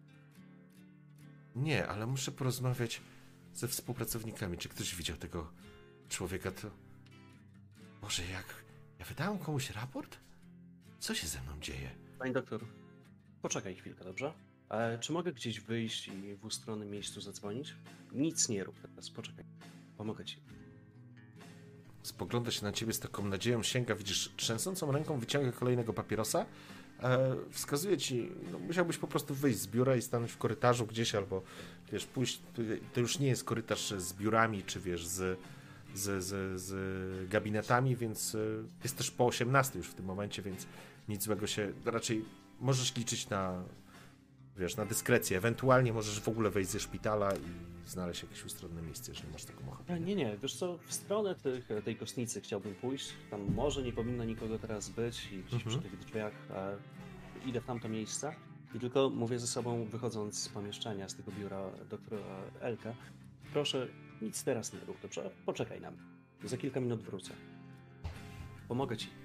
Nie, ale muszę porozmawiać ze współpracownikami. Czy ktoś widział tego człowieka? To... Boże, jak... Ja wydałem komuś raport? Co się ze mną dzieje? Pani doktor, poczekaj chwilkę, dobrze? E, czy mogę gdzieś wyjść i w ustronnym miejscu zadzwonić? Nic nie rób teraz, poczekaj. Pomogę ci. Spogląda się na ciebie z taką nadzieją, sięga, widzisz, trzęsącą ręką wyciąga kolejnego papierosa. E, wskazuje ci, no, musiałbyś po prostu wyjść z biura i stanąć w korytarzu gdzieś, albo wiesz, pójść, to już nie jest korytarz z biurami, czy wiesz, z, z, z, z gabinetami, więc jest też po osiemnastej już w tym momencie, więc nic złego się, raczej możesz liczyć na, wiesz, na dyskrecję, ewentualnie możesz w ogóle wejść ze szpitala i znaleźć jakieś ustronne miejsce, jeżeli masz taką ochotę. E, Nie, nie, wiesz co, w stronę tych, tej kostnicy chciałbym pójść. Tam może nie powinno nikogo teraz być i gdzieś Mhm. przy tych drzwiach e, idę w tamto miejsce i tylko mówię ze sobą, wychodząc z pomieszczenia, z tego biura doktora Elka, proszę, nic teraz nie rób, dobrze? Poczekaj na mnie. Za kilka minut wrócę. Pomogę ci.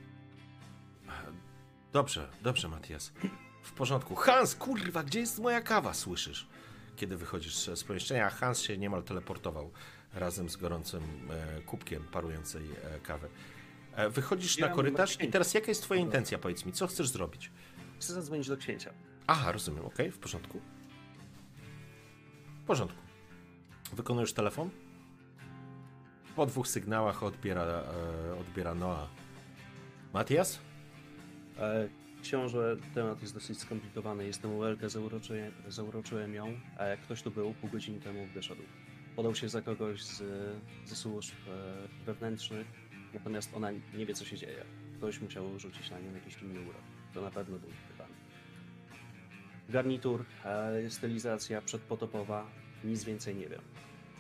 Dobrze, dobrze, Matias. W porządku. Hans, kurwa, gdzie jest moja kawa, słyszysz? Kiedy wychodzisz z pomieszczenia, a Hans się niemal teleportował razem z gorącym e, kubkiem parującej e, kawy. E, wychodzisz Ja na korytarz mam i teraz jaka jest twoja intencja, powiedz mi, co chcesz zrobić? Chcę zadzwonić do księcia. Aha, rozumiem, okej, w porządku. W porządku. Wykonujesz telefon? Po dwóch sygnałach odbiera, e, odbiera Noa. Matias? E, książę, temat jest dosyć skomplikowany. Jestem u Elkę, zauroczyłem, zauroczyłem ją. E, ktoś tu był, pół godziny temu wyszedł. Podał się za kogoś z, ze służb e, wewnętrznych, natomiast ona nie wie, co się dzieje. Ktoś musiał rzucić na nią jakiś inny urok. To na pewno był chyba. Garnitur, e, stylizacja przedpotopowa, nic więcej nie wiem.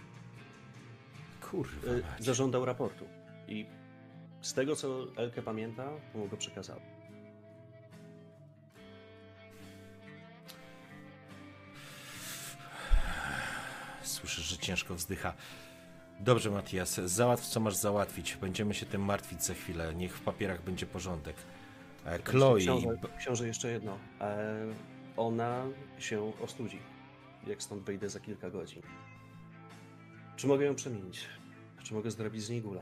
Kurwa, E, Macie. zażądał raportu i z tego, co Elke pamięta, mu go przekazał. Słyszysz, że ciężko wzdycha. Dobrze, Matias, załatw co masz załatwić. Będziemy się tym martwić za chwilę. Niech w papierach będzie porządek. E, Chloe... Książę, książę, jeszcze jedno. E, ona się ostudzi, jak stąd wyjdę za kilka godzin. Czy mogę ją przemienić? Czy mogę zrobić z niej gula?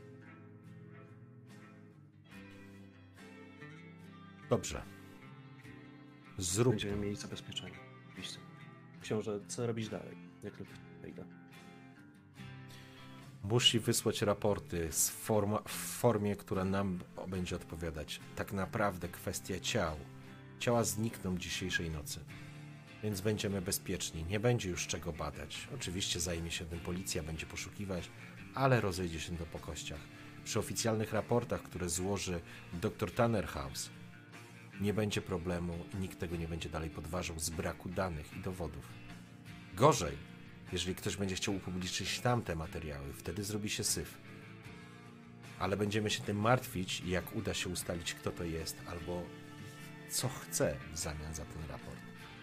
Dobrze. Zrób. Będziemy mieli zabezpieczenie. Oczywiście. Książę, co robić dalej? Jak tylko wyjdę? Musi wysłać raporty z forma, w formie, która nam będzie odpowiadać. Tak naprawdę kwestia ciał. Ciała znikną dzisiejszej nocy. Więc będziemy bezpieczni. Nie będzie już czego badać. Oczywiście zajmie się tym policja, będzie poszukiwać, ale rozejdzie się to po kościach. Przy oficjalnych raportach, które złoży dr Tannerhaus, nie będzie problemu i nikt tego nie będzie dalej podważał z braku danych i dowodów. Gorzej, jeżeli ktoś będzie chciał upublicznić tamte materiały, wtedy zrobi się syf. Ale będziemy się tym martwić, jak uda się ustalić, kto to jest, albo co chce w zamian za ten raport.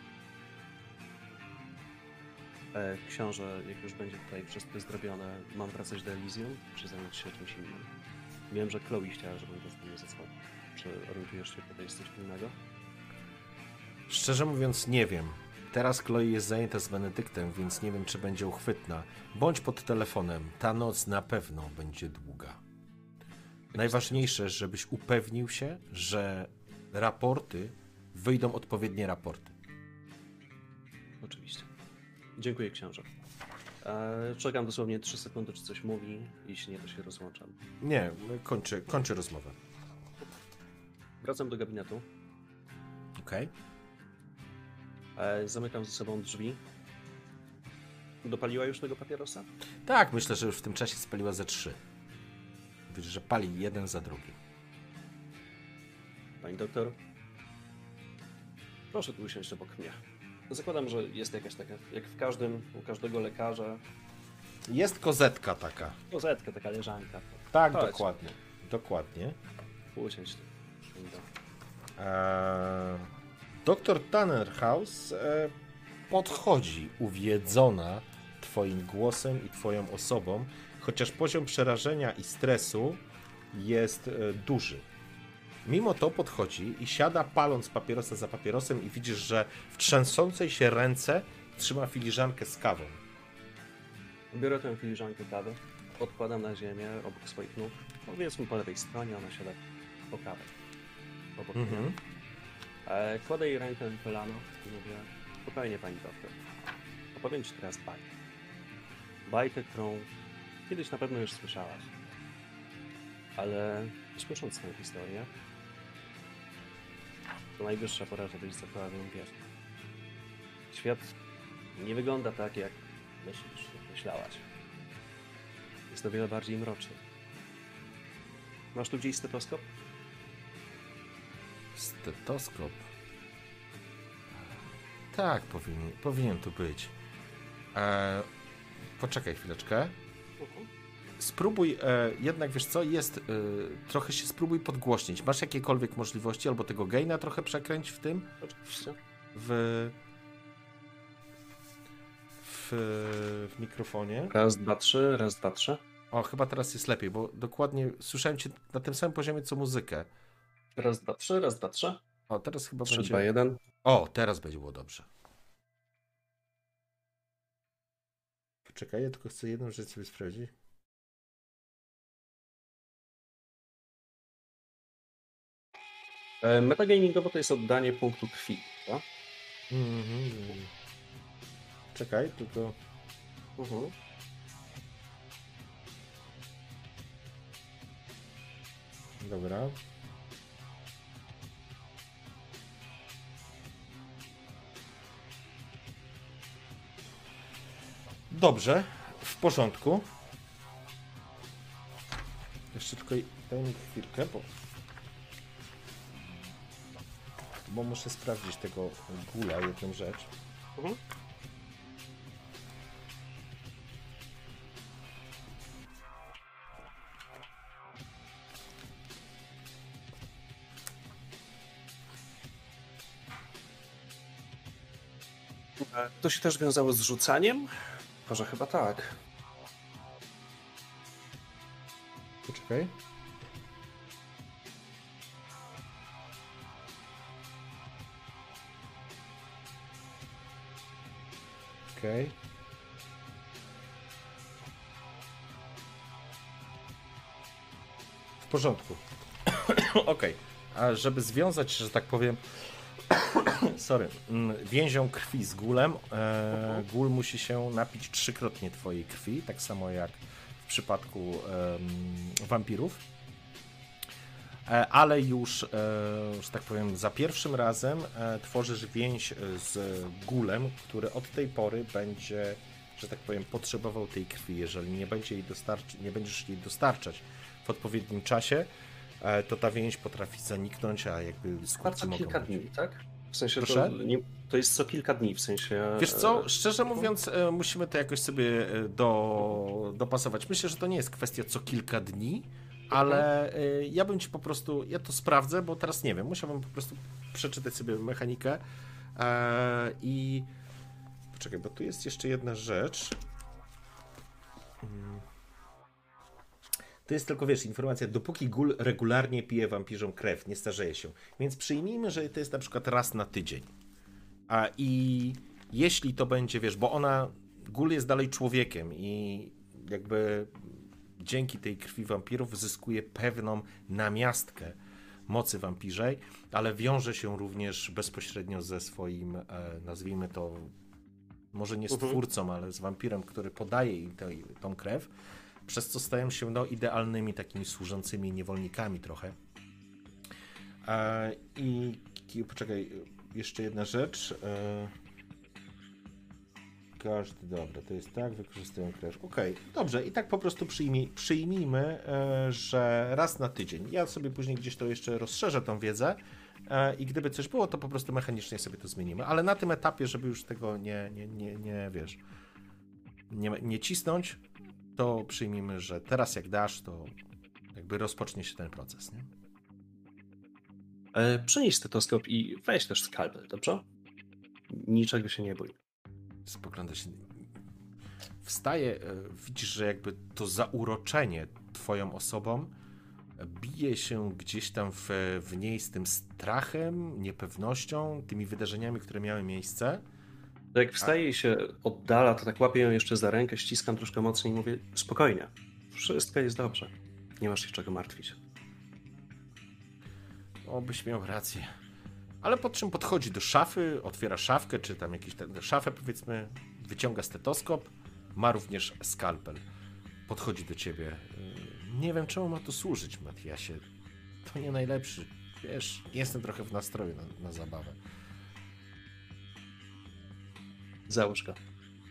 E, książę, jak już będzie tutaj wszystko zrobione, mam wracać do Elysium, czy zająć się czymś innym? Wiem, że Chloe chciała, żebym to z tym nie zadzwonił. Czy orientujesz się, to jest coś pilnego? Szczerze mówiąc, nie wiem. Teraz Chloe jest zajęta z Benedyktem, więc nie wiem, czy będzie uchwytna. Bądź pod telefonem. Ta noc na pewno będzie długa. Najważniejsze, żebyś upewnił się, że raporty wyjdą odpowiednie raporty. Oczywiście. Dziękuję, książę. E, czekam dosłownie trzy sekundy, czy coś mówi. Jeśli nie, to się rozłączam. Nie, kończę, kończę rozmowę. Wracam do gabinetu. Okej? E, zamykam ze sobą drzwi. Dopaliła już tego papierosa? Tak, myślę, że już w tym czasie spaliła ze trzy. Widzisz, że pali jeden za drugim. Pani doktor? Proszę tu usiąść obok mnie. Zakładam, że jest jakaś taka, jak w każdym, u każdego lekarza, Jest kozetka taka. kozetka, taka leżanka. Tak, Chodź. dokładnie. Dokładnie. Usiądź tu. Pani doktor. Eee, doktor Tannerhaus e, podchodzi uwiedzona twoim głosem i twoją osobą, chociaż poziom przerażenia i stresu jest e, duży. Mimo to podchodzi i siada, paląc papierosa za papierosem, i widzisz, że w trzęsącej się ręce trzyma filiżankę z kawą. Biorę tę filiżankę kawy, odkładam na ziemię obok swoich nóg. Powiedzmy po lewej stronie, ona siada po prawej. Obok mnie. Mhm. E, kładę jej rękę na kolano i mówię: spokojnie, pani doktor. Opowiem ci teraz bajkę. Bajkę, którą kiedyś na pewno już słyszałaś. ale słysząc tę historię, to najwyższa pora, żebyś zabrała ją wiarę. Świat nie wygląda tak, jak myślisz, jak myślałaś. Jest o wiele bardziej mroczny. Masz tu gdzieś stetoskop? Stetoskop? Tak, powinien, powinien tu być. E, poczekaj chwileczkę. Uh-huh. Spróbuj, e, jednak wiesz co, jest, e, trochę się spróbuj podgłośnić. Masz jakiekolwiek możliwości, albo tego gaina trochę przekręć w tym? Oczywiście. W... W, w mikrofonie. Raz, dwa, trzy, raz, dwa, trzy. O, chyba teraz jest lepiej, bo dokładnie słyszałem cię na tym samym poziomie, co muzykę. Raz, dwa, trzy, raz, dwa, trzy. O, teraz chyba Trzy, będzie... dwa, jeden. O, teraz będzie było dobrze. Poczekaj, ja tylko chcę jedną rzecz sobie sprawdzić. E, Metagamingowo to jest oddanie punktu krwi, tak? Mhm. Czekaj, tylko... Uh-huh. Dobra. Dobrze, w porządku. Jeszcze tylko daj mi chwilkę, bo... Bo muszę sprawdzić tego gula, jedną rzecz. Uh-huh. To się też wiązało z rzucaniem? Może chyba tak. Poczekaj. Okej. Okay. W porządku. Okej. Okay. A żeby związać, że tak powiem, sorry, więzią krwi z gulem, e, gul musi się napić trzykrotnie twojej krwi, tak samo jak w przypadku e, wampirów. E, ale już, e, że tak powiem, za pierwszym razem e, tworzysz więź z gulem, który od tej pory będzie, że tak powiem, potrzebował tej krwi. Jeżeli nie, będzie jej dostarczy, nie będziesz jej dostarczać w odpowiednim czasie, e, to ta więź potrafi zaniknąć, a jakby skutki Co mogą kilka być. dni, tak? W sensie to, Proszę? nie, to jest co kilka dni, w sensie... Wiesz co, szczerze mówiąc, e, musimy to jakoś sobie e, do, dopasować. Myślę, że to nie jest kwestia co kilka dni, ale e, ja bym ci po prostu, ja to sprawdzę, bo teraz nie wiem, musiałbym po prostu przeczytać sobie mechanikę e, i poczekaj, bo tu jest jeszcze jedna rzecz. Hmm. To jest tylko, wiesz, informacja, dopóki gul regularnie pije wampirzą krew, nie starzeje się. Więc przyjmijmy, że to jest na przykład raz na tydzień. A i jeśli to będzie, wiesz, bo ona, gul jest dalej człowiekiem i jakby dzięki tej krwi wampirów zyskuje pewną namiastkę mocy wampirzej, ale wiąże się również bezpośrednio ze swoim, e, nazwijmy to, może nie stwórcą, uh-huh. ale z wampirem, który podaje im tę, tą krew, przez co stają się no, idealnymi takimi służącymi niewolnikami trochę. E, I poczekaj, jeszcze jedna rzecz. E, każdy, dobra, to jest tak, wykorzystują krew. Okej, okay, dobrze, i tak po prostu przyjmij, przyjmijmy, e, że raz na tydzień. Ja sobie później gdzieś to jeszcze rozszerzę tą wiedzę e, i gdyby coś było, to po prostu mechanicznie sobie to zmienimy. Ale na tym etapie, żeby już tego nie, nie, nie, nie wiesz, nie, nie cisnąć, to przyjmijmy, że teraz jak dasz, to jakby rozpocznie się ten proces, nie? E, przenieś stetoskop i weź też skalpel, dobrze? Niczego się nie bój. Spogląda się. Wstaje, widzisz, że jakby to zauroczenie twoją osobą bije się gdzieś tam w, w niej z tym strachem, niepewnością, tymi wydarzeniami, które miały miejsce. To jak wstaje i się oddala, to tak łapię ją jeszcze za rękę, ściskam troszkę mocniej i mówię, spokojnie, wszystko jest dobrze, nie masz się czego martwić. O, byś miał rację. Ale po czym podchodzi do szafy, otwiera szafkę, czy tam jakąś szafę powiedzmy, wyciąga stetoskop, ma również skalpel. Podchodzi do ciebie. Nie wiem, czemu ma to służyć, Matiasie. To nie najlepszy. Wiesz, jestem trochę w nastroju na, na zabawę. Załóż go.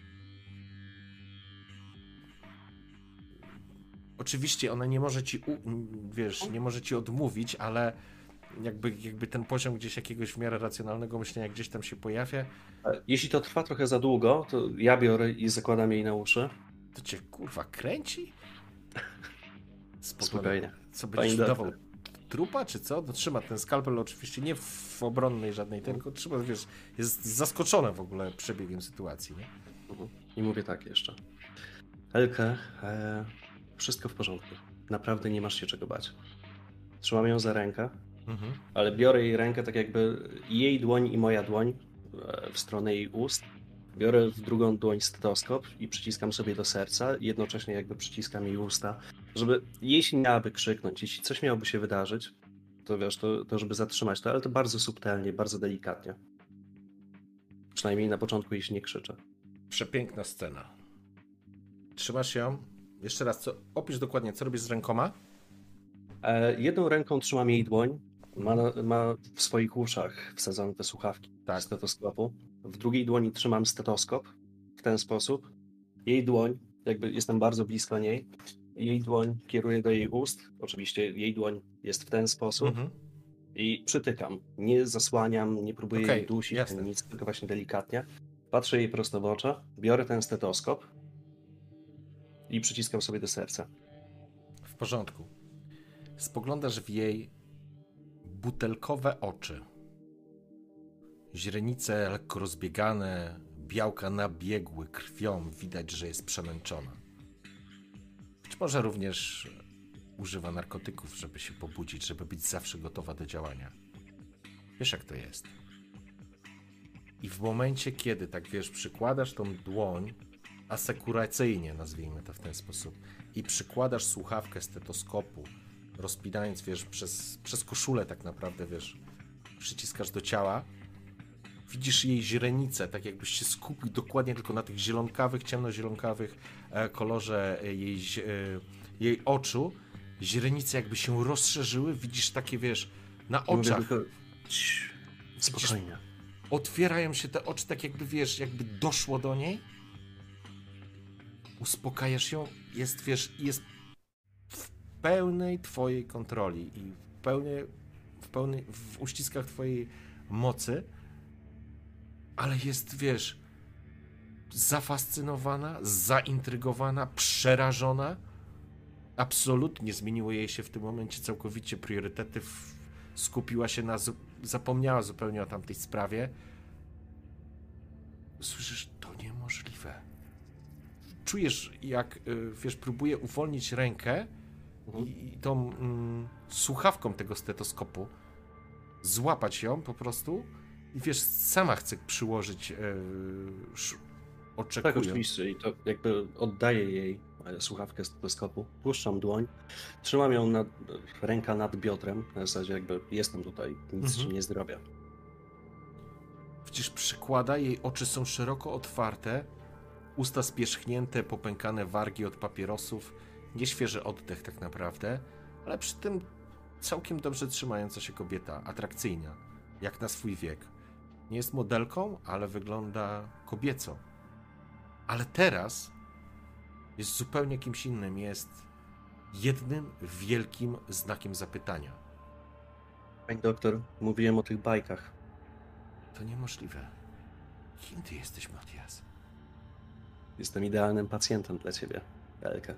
Oczywiście ona nie może ci, u, wiesz, nie może ci odmówić, ale jakby, jakby ten poziom gdzieś jakiegoś w miarę racjonalnego myślenia gdzieś tam się pojawia, Jeśli to trwa trochę za długo, to ja biorę i zakładam jej na uszy. to cię kurwa kręci? Spogląda- Spokojnie. Co Pani będziesz doktor. dawał? Trupa, czy co? No, trzyma ten skalpel oczywiście nie w obronnej żadnej, tylko trzyma, wiesz, jest zaskoczona w ogóle przebiegiem sytuacji, nie? Mhm. I mówię tak jeszcze. Elke, e, wszystko w porządku. Naprawdę nie masz się czego bać. Trzymam ją za rękę, Mhm. ale biorę jej rękę tak jakby jej dłoń i moja dłoń e, w stronę jej ust. Biorę w drugą dłoń stetoskop i przyciskam sobie do serca, jednocześnie jakby przyciskam jej usta, żeby jeśli miałaby krzyknąć, jeśli coś miałoby się wydarzyć, to wiesz, to, to żeby zatrzymać to, ale to bardzo subtelnie, bardzo delikatnie. Przynajmniej na początku, jeśli nie krzyczę. Przepiękna scena. Trzymasz ją. Jeszcze raz, co, opisz dokładnie, co robisz z rękoma? E, jedną ręką trzymam jej dłoń, ma, ma w swoich uszach wsadzone te słuchawki Tak. stetoskopu. W drugiej dłoni trzymam stetoskop w ten sposób. Jej dłoń, jakby jestem bardzo blisko niej, jej dłoń kieruję do jej ust. Oczywiście jej dłoń jest w ten sposób Mhm. i przytykam. Nie zasłaniam, nie próbuję Okej, jej dusić, jasne. ani nic, tylko właśnie delikatnie. Patrzę jej prosto w oczy, biorę ten stetoskop i przyciskam sobie do serca. W porządku. Spoglądasz w jej butelkowe oczy. Źrenice lekko rozbiegane, białka nabiegły krwią, widać, że jest przemęczona. Być może również używa narkotyków, żeby się pobudzić, żeby być zawsze gotowa do działania. Wiesz, jak to jest. I w momencie, kiedy, tak wiesz, przykładasz tą dłoń, asekuracyjnie nazwijmy to w ten sposób, i przykładasz słuchawkę stetoskopu, rozpinając, wiesz, przez, przez koszulę tak naprawdę, wiesz, przyciskasz do ciała, widzisz jej źrenice, tak jakbyś się skupił dokładnie tylko na tych zielonkawych, ciemnozielonkawych e, kolorze e, jej, zi- e, jej oczu. Źrenice jakby się rozszerzyły, widzisz takie, wiesz, na Mówię oczach. tylko, "Cii, spokojnie. Otwierają się te oczy, tak jakby, wiesz, jakby doszło do niej. Uspokajasz ją, jest, wiesz, jest w pełnej twojej kontroli i w pełnej, w pełnej, w uściskach twojej mocy, ale jest, wiesz, zafascynowana, zaintrygowana, przerażona. Absolutnie zmieniło jej się w tym momencie całkowicie priorytety, w, skupiła się na, zu- zapomniała zupełnie o tamtej sprawie. Słyszysz, to niemożliwe. Czujesz, jak, y, wiesz, próbuje uwolnić rękę i, i tą mm, słuchawką tego stetoskopu złapać ją po prostu i wiesz, sama chce przyłożyć, yy, sz- Tak, oczekując. oczywiście. I to jakby oddaję jej e, słuchawkę stetoskopu, puszczam dłoń, trzymam ją nad, ręka nad biodrem, na zasadzie jakby jestem tutaj, nic Mhm. ci nie zrobię. Widzisz, przykłada, jej oczy są szeroko otwarte, usta spierzchnięte, popękane wargi od papierosów, nieświeży oddech tak naprawdę, ale przy tym całkiem dobrze trzymająca się kobieta, atrakcyjna, jak na swój wiek. Nie jest modelką, ale wygląda kobieco. Ale teraz jest zupełnie kimś innym, jest jednym wielkim znakiem zapytania. Pani doktor, mówiłem o tych bajkach. To niemożliwe. Kim ty jesteś, Matias? Jestem idealnym pacjentem dla ciebie, Elke.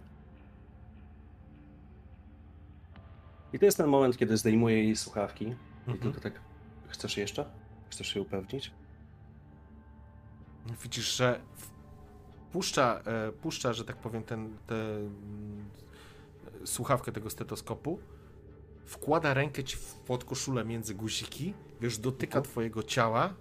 I to jest ten moment, kiedy zdejmuję jej słuchawki i Mhm. tylko tak, chcesz jeszcze? Chcesz się upewnić? Widzisz, że w- puszcza, e, puszcza, że tak powiem, ten, tę mm, słuchawkę tego stetoskopu, wkłada rękę ci w podkoszulę między guziki, wiesz, dotyka Mhm. twojego ciała,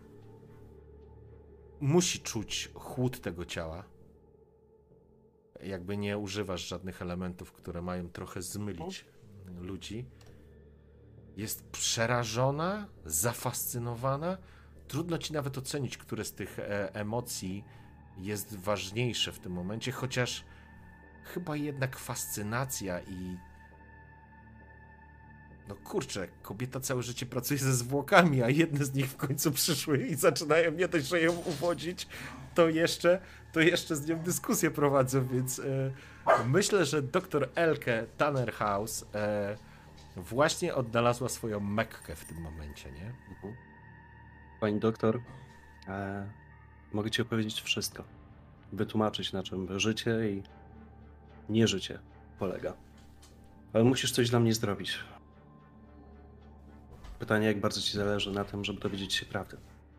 musi czuć chłód tego ciała. Jakby nie używasz żadnych elementów, które mają trochę zmylić ludzi. Jest przerażona, zafascynowana. Trudno ci nawet ocenić, które z tych e, emocji jest ważniejsze w tym momencie, chociaż chyba jednak fascynacja i No kurczę, kobieta całe życie pracuje ze zwłokami, a jedne z nich w końcu przyszły i zaczynają nie dość, że ją uwodzić, to jeszcze, to jeszcze z nią dyskusję prowadzą, więc e, myślę, że doktor Elke Tannerhaus e, właśnie odnalazła swoją Mekkę w tym momencie, nie? Mhm. Pani doktor, e, mogę ci opowiedzieć wszystko. Wytłumaczyć, na czym życie i nieżycie polega. Ale musisz coś dla mnie zrobić. Pytanie, jak bardzo ci zależy na tym, żeby dowiedzieć się prawdy.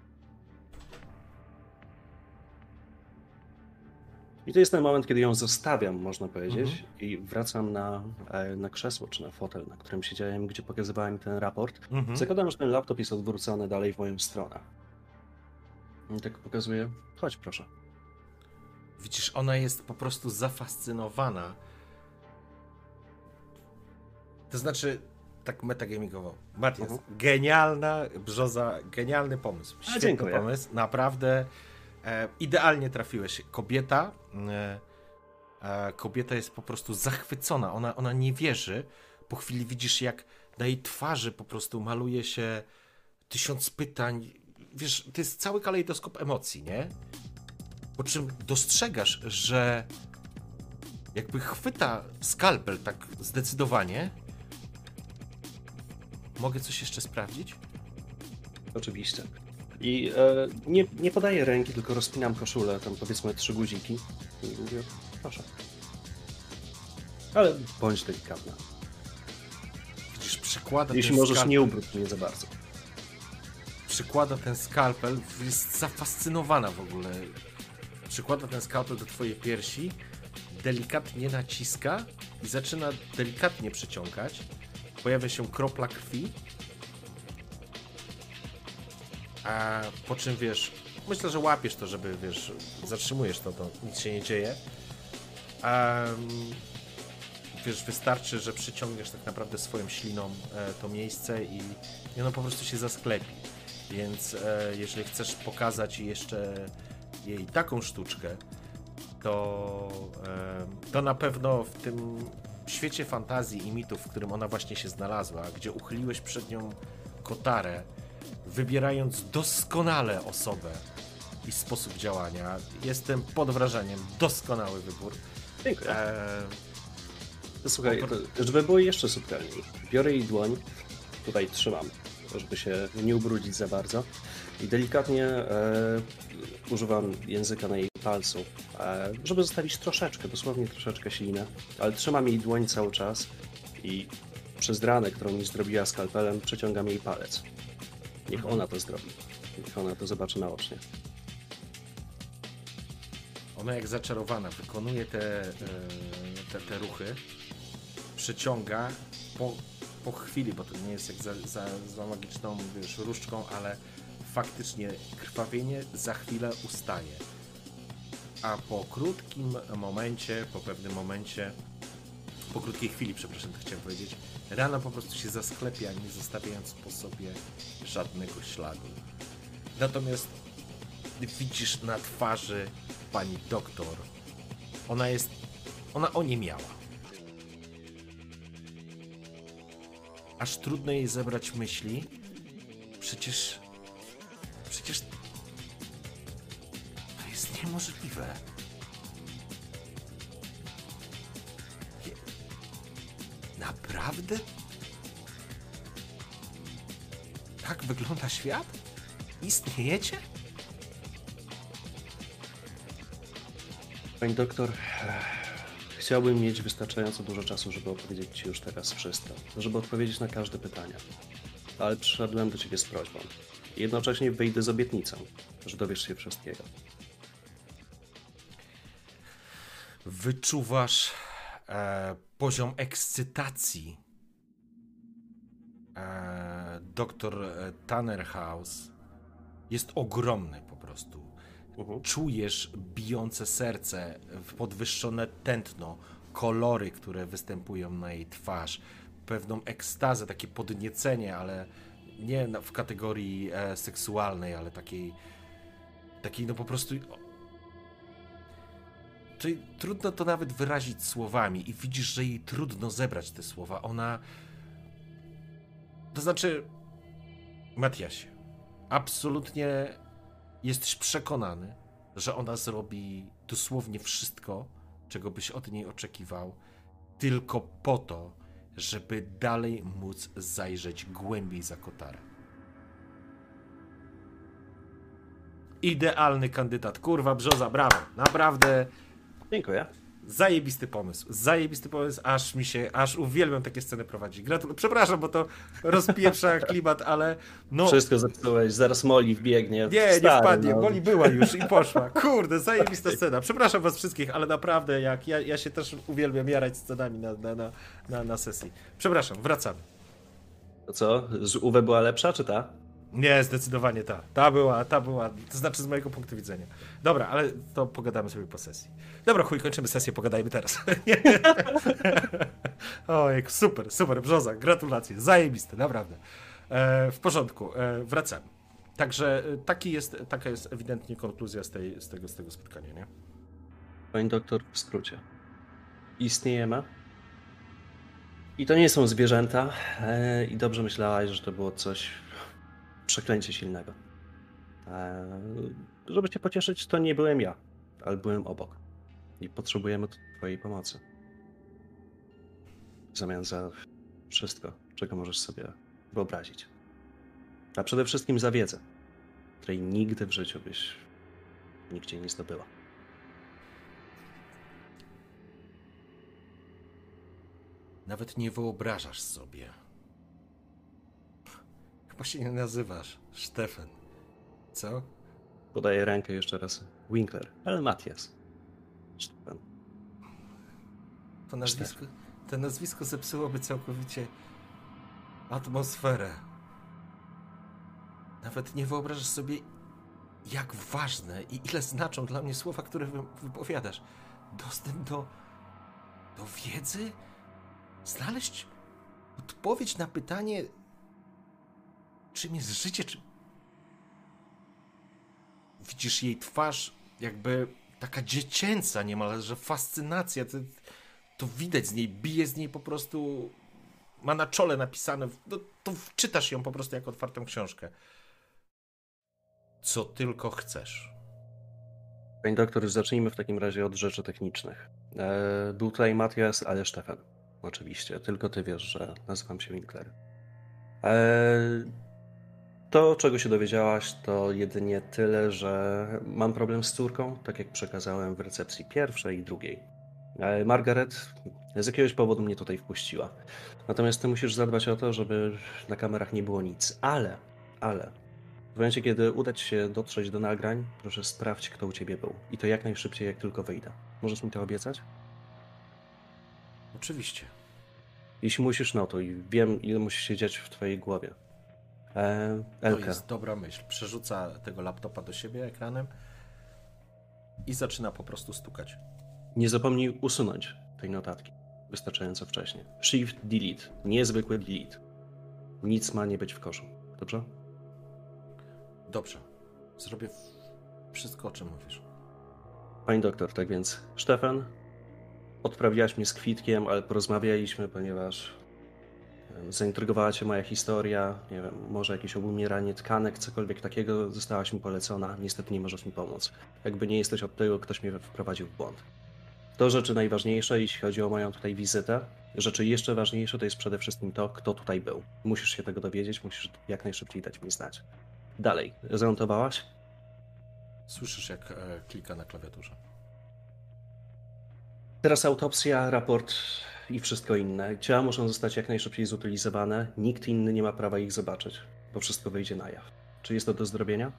I to jest ten moment, kiedy ją zostawiam, można powiedzieć, Mhm. i wracam na, e, na krzesło czy na fotel, na którym siedziałem, gdzie pokazywała mi ten raport. Mhm. Zakładam, że ten laptop jest odwrócony dalej w moją stronę. I tak pokazuję. Chodź, proszę. Widzisz, ona jest po prostu zafascynowana. To znaczy, tak metagamingowo. Matias, Mhm. genialna brzoza, genialny pomysł. Świetny dziękuję. pomysł, naprawdę e, idealnie trafiłeś. Kobieta, e, e, kobieta jest po prostu zachwycona, ona, ona nie wierzy. Po chwili widzisz, jak na jej twarzy po prostu maluje się tysiąc pytań. Wiesz, to jest cały kalejdoskop emocji, nie? Po czym dostrzegasz, że jakby chwyta skalpel tak zdecydowanie. Mogę coś jeszcze sprawdzić? Oczywiście. I e, nie, nie podaję ręki, tylko rozpinam koszulę, tam powiedzmy trzy guziki. I mówię, proszę. Ale bądź delikatna. Widzisz, przykłada Jeśli ten możesz, skalpel, nie ubrudź mnie za bardzo. przykłada ten skalpel, jest zafascynowana w ogóle. Przykłada ten skalpel do twojej piersi, delikatnie naciska i zaczyna delikatnie przeciągać. Pojawia się kropla krwi. A po czym wiesz, myślę, że łapiesz to, żeby wiesz, zatrzymujesz to, to nic się nie dzieje. A wiesz, wystarczy, że przyciągniesz tak naprawdę swoją śliną e, to miejsce i, i ono po prostu się zasklepi. Więc e, jeżeli chcesz pokazać jeszcze jej taką sztuczkę, to, e, to na pewno w tym świecie fantazji i mitów, w którym ona właśnie się znalazła, gdzie uchyliłeś przed nią kotarę, wybierając doskonale osobę i sposób działania, jestem pod wrażeniem. Doskonały wybór. Dziękuję. E, Słuchaj, to, żeby było jeszcze subtelniej. Biorę jej dłoń, tutaj trzymam, żeby się nie ubrudzić za bardzo i delikatnie e, używam języka na jej palcu, e, żeby zostawić troszeczkę, dosłownie troszeczkę ślinę, ale trzymam jej dłoń cały czas i przez ranę, którą mi zrobiła skalpelem, przeciągam jej palec. Niech ona to zrobi. Niech ona to zobaczy naocznie. Ona jak zaczarowana wykonuje te, e, te, te ruchy, przyciąga po, po chwili, bo to nie jest jak za, za, za magiczną wiesz, różdżką, ale faktycznie krwawienie za chwilę ustaje. A po krótkim momencie, po pewnym momencie, po krótkiej chwili, przepraszam, to chciałem powiedzieć, rana po prostu się zasklepia, nie zostawiając po sobie żadnego śladu. Natomiast widzisz na twarzy pani doktor, ona jest, ona oniemiała. Aż trudno jej zebrać myśli. Przecież, przecież to jest niemożliwe. Je... Naprawdę? Tak wygląda świat? Istniejecie? Pani doktor, chciałbym mieć wystarczająco dużo czasu, żeby opowiedzieć Ci już teraz wszystko, żeby odpowiedzieć na każde pytanie. Ale przyszedłem do Ciebie z prośbą. Jednocześnie wyjdę z obietnicą, że dowiesz się wszystkiego. Wyczuwasz e, poziom ekscytacji. E, doktor Tannerhaus jest ogromny po prostu. Mhm. Czujesz bijące serce, podwyższone tętno, kolory, które występują na jej twarz, pewną ekstazę, takie podniecenie, ale nie w kategorii e, seksualnej, ale takiej, takiej no po prostu... Czyli trudno to nawet wyrazić słowami i widzisz, że jej trudno zebrać te słowa. Ona... To znaczy, Matiasie, absolutnie jesteś przekonany, że ona zrobi dosłownie wszystko, czego byś od niej oczekiwał, tylko po to, żeby dalej móc zajrzeć głębiej za kotarę. Idealny kandydat. Kurwa, Brzoza, brawo. Naprawdę Dziękuję. zajebisty pomysł. Zajebisty pomysł, aż mi się, aż uwielbiam takie sceny prowadzić. Gratuluję. Przepraszam, bo to rozpieprza klimat, ale no... Wszystko zepsułeś, zaraz Molly wbiegnie. Nie, nie Stary, wpadnie, no. Molly była już i poszła. Kurde, zajebista scena. Przepraszam was wszystkich, ale naprawdę jak ja, ja się też uwielbiam jarać scenami na, na, na, na, na sesji. Przepraszam, wracamy. To co? Z Uwe była lepsza, czy ta? Nie, zdecydowanie ta. Ta była, ta była, to znaczy z mojego punktu widzenia. Dobra, ale to pogadamy sobie po sesji. Dobra, chuj, kończymy sesję, pogadajmy teraz. Ojej, super, super, Brzoza, gratulacje, zajebiste, naprawdę. E, w porządku, e, wracamy. Także e, taki jest, taka jest ewidentnie konkluzja z, tej, z, tego, z tego spotkania, nie? Pani doktor, w skrócie. Istniejemy. I to nie są zwierzęta. E, I dobrze myślałaś, że to było coś... Przeklęcie silnego. E, żeby cię pocieszyć, to nie byłem ja, ale byłem obok. I potrzebujemy twojej pomocy. W zamian za wszystko, czego możesz sobie wyobrazić. A przede wszystkim za wiedzę, której nigdy w życiu byś nigdzie nie zdobyła. Nawet nie wyobrażasz sobie. Chyba się nie nazywasz Stefan. Co? Podaję rękę jeszcze raz. Winkler, ale Matias. Stefan. To nazwisko, to nazwisko zepsułoby całkowicie atmosferę. Nawet nie wyobrażasz sobie, jak ważne i ile znaczą dla mnie słowa, które wy, wypowiadasz. Dostęp do, do wiedzy? Znaleźć odpowiedź na pytanie, czym jest życie, czy... Widzisz jej twarz jakby taka dziecięca niemalże, fascynacja. To, to widać z niej, bije z niej po prostu, ma na czole napisane, no, to czytasz ją po prostu jak otwartą książkę. Co tylko chcesz. Pani doktor, zacznijmy w takim razie od rzeczy technicznych. E, był tutaj Matias, ale Stefan. Oczywiście, tylko ty wiesz, że nazywam się Winkler. E, to, czego się dowiedziałaś, to jedynie tyle, że mam problem z córką, tak jak przekazałem w recepcji pierwszej i drugiej. E, Margaret z jakiegoś powodu mnie tutaj wpuściła. Natomiast ty musisz zadbać o to, żeby na kamerach nie było nic. Ale, ale... W momencie, kiedy uda ci się dotrzeć do nagrań, proszę sprawdź, kto u ciebie był. I to jak najszybciej, jak tylko wyjdę. Możesz mi to obiecać? Oczywiście. Jeśli musisz, no to i wiem, ile musi się dziać w twojej głowie. E, To Elka, jest dobra myśl. Przerzuca tego laptopa do siebie ekranem i zaczyna po prostu stukać. nie zapomnij usunąć tej notatki. Wystarczająco wcześnie. Shift, delete. Niezwykły delete. Nic ma nie być w koszu. Dobrze? Dobrze. Zrobię wszystko, o czym mówisz. Pani doktor, tak więc Stefan, odprawiłaś mnie z kwitkiem, ale porozmawialiśmy, ponieważ em, zaintrygowała cię moja historia, nie wiem, może jakieś obumieranie tkanek, cokolwiek takiego, zostałaś mi polecona, niestety nie możesz mi pomóc. Jakby nie jesteś od tego, ktoś mnie wprowadził w błąd. To rzeczy najważniejsze, jeśli chodzi o moją tutaj wizytę. Rzeczy jeszcze ważniejsze to jest przede wszystkim to, kto tutaj był. Musisz się tego dowiedzieć, musisz jak najszybciej dać mi znać. Dalej, zanotowałeś? Słyszysz, jak e, klika na klawiaturze. Teraz autopsja, raport i wszystko inne. Ciała muszą zostać jak najszybciej zutylizowane. Nikt inny nie ma prawa ich zobaczyć, bo wszystko wyjdzie na jaw. Czy jest to do zrobienia?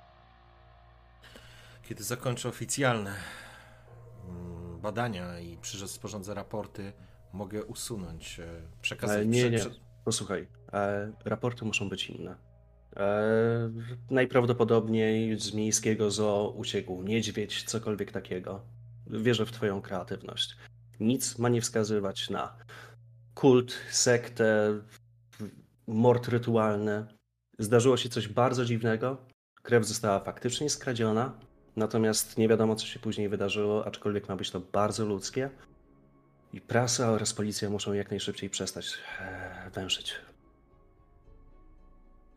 Kiedy zakończę oficjalne mm, badania i przyrzec sporządzę raporty, mogę usunąć, e, przekazać... E, nie, nie. prze- prze- Posłuchaj, e, raporty muszą być inne. E, najprawdopodobniej z miejskiego zoo uciekł niedźwiedź, cokolwiek takiego. Wierzę w twoją kreatywność. Nic ma nie wskazywać na kult, sektę, mord rytualny. Zdarzyło się coś bardzo dziwnego. Krew została faktycznie skradziona, natomiast nie wiadomo, co się później wydarzyło, aczkolwiek ma być to bardzo ludzkie. I prasa oraz policja muszą jak najszybciej przestać e, węszyć.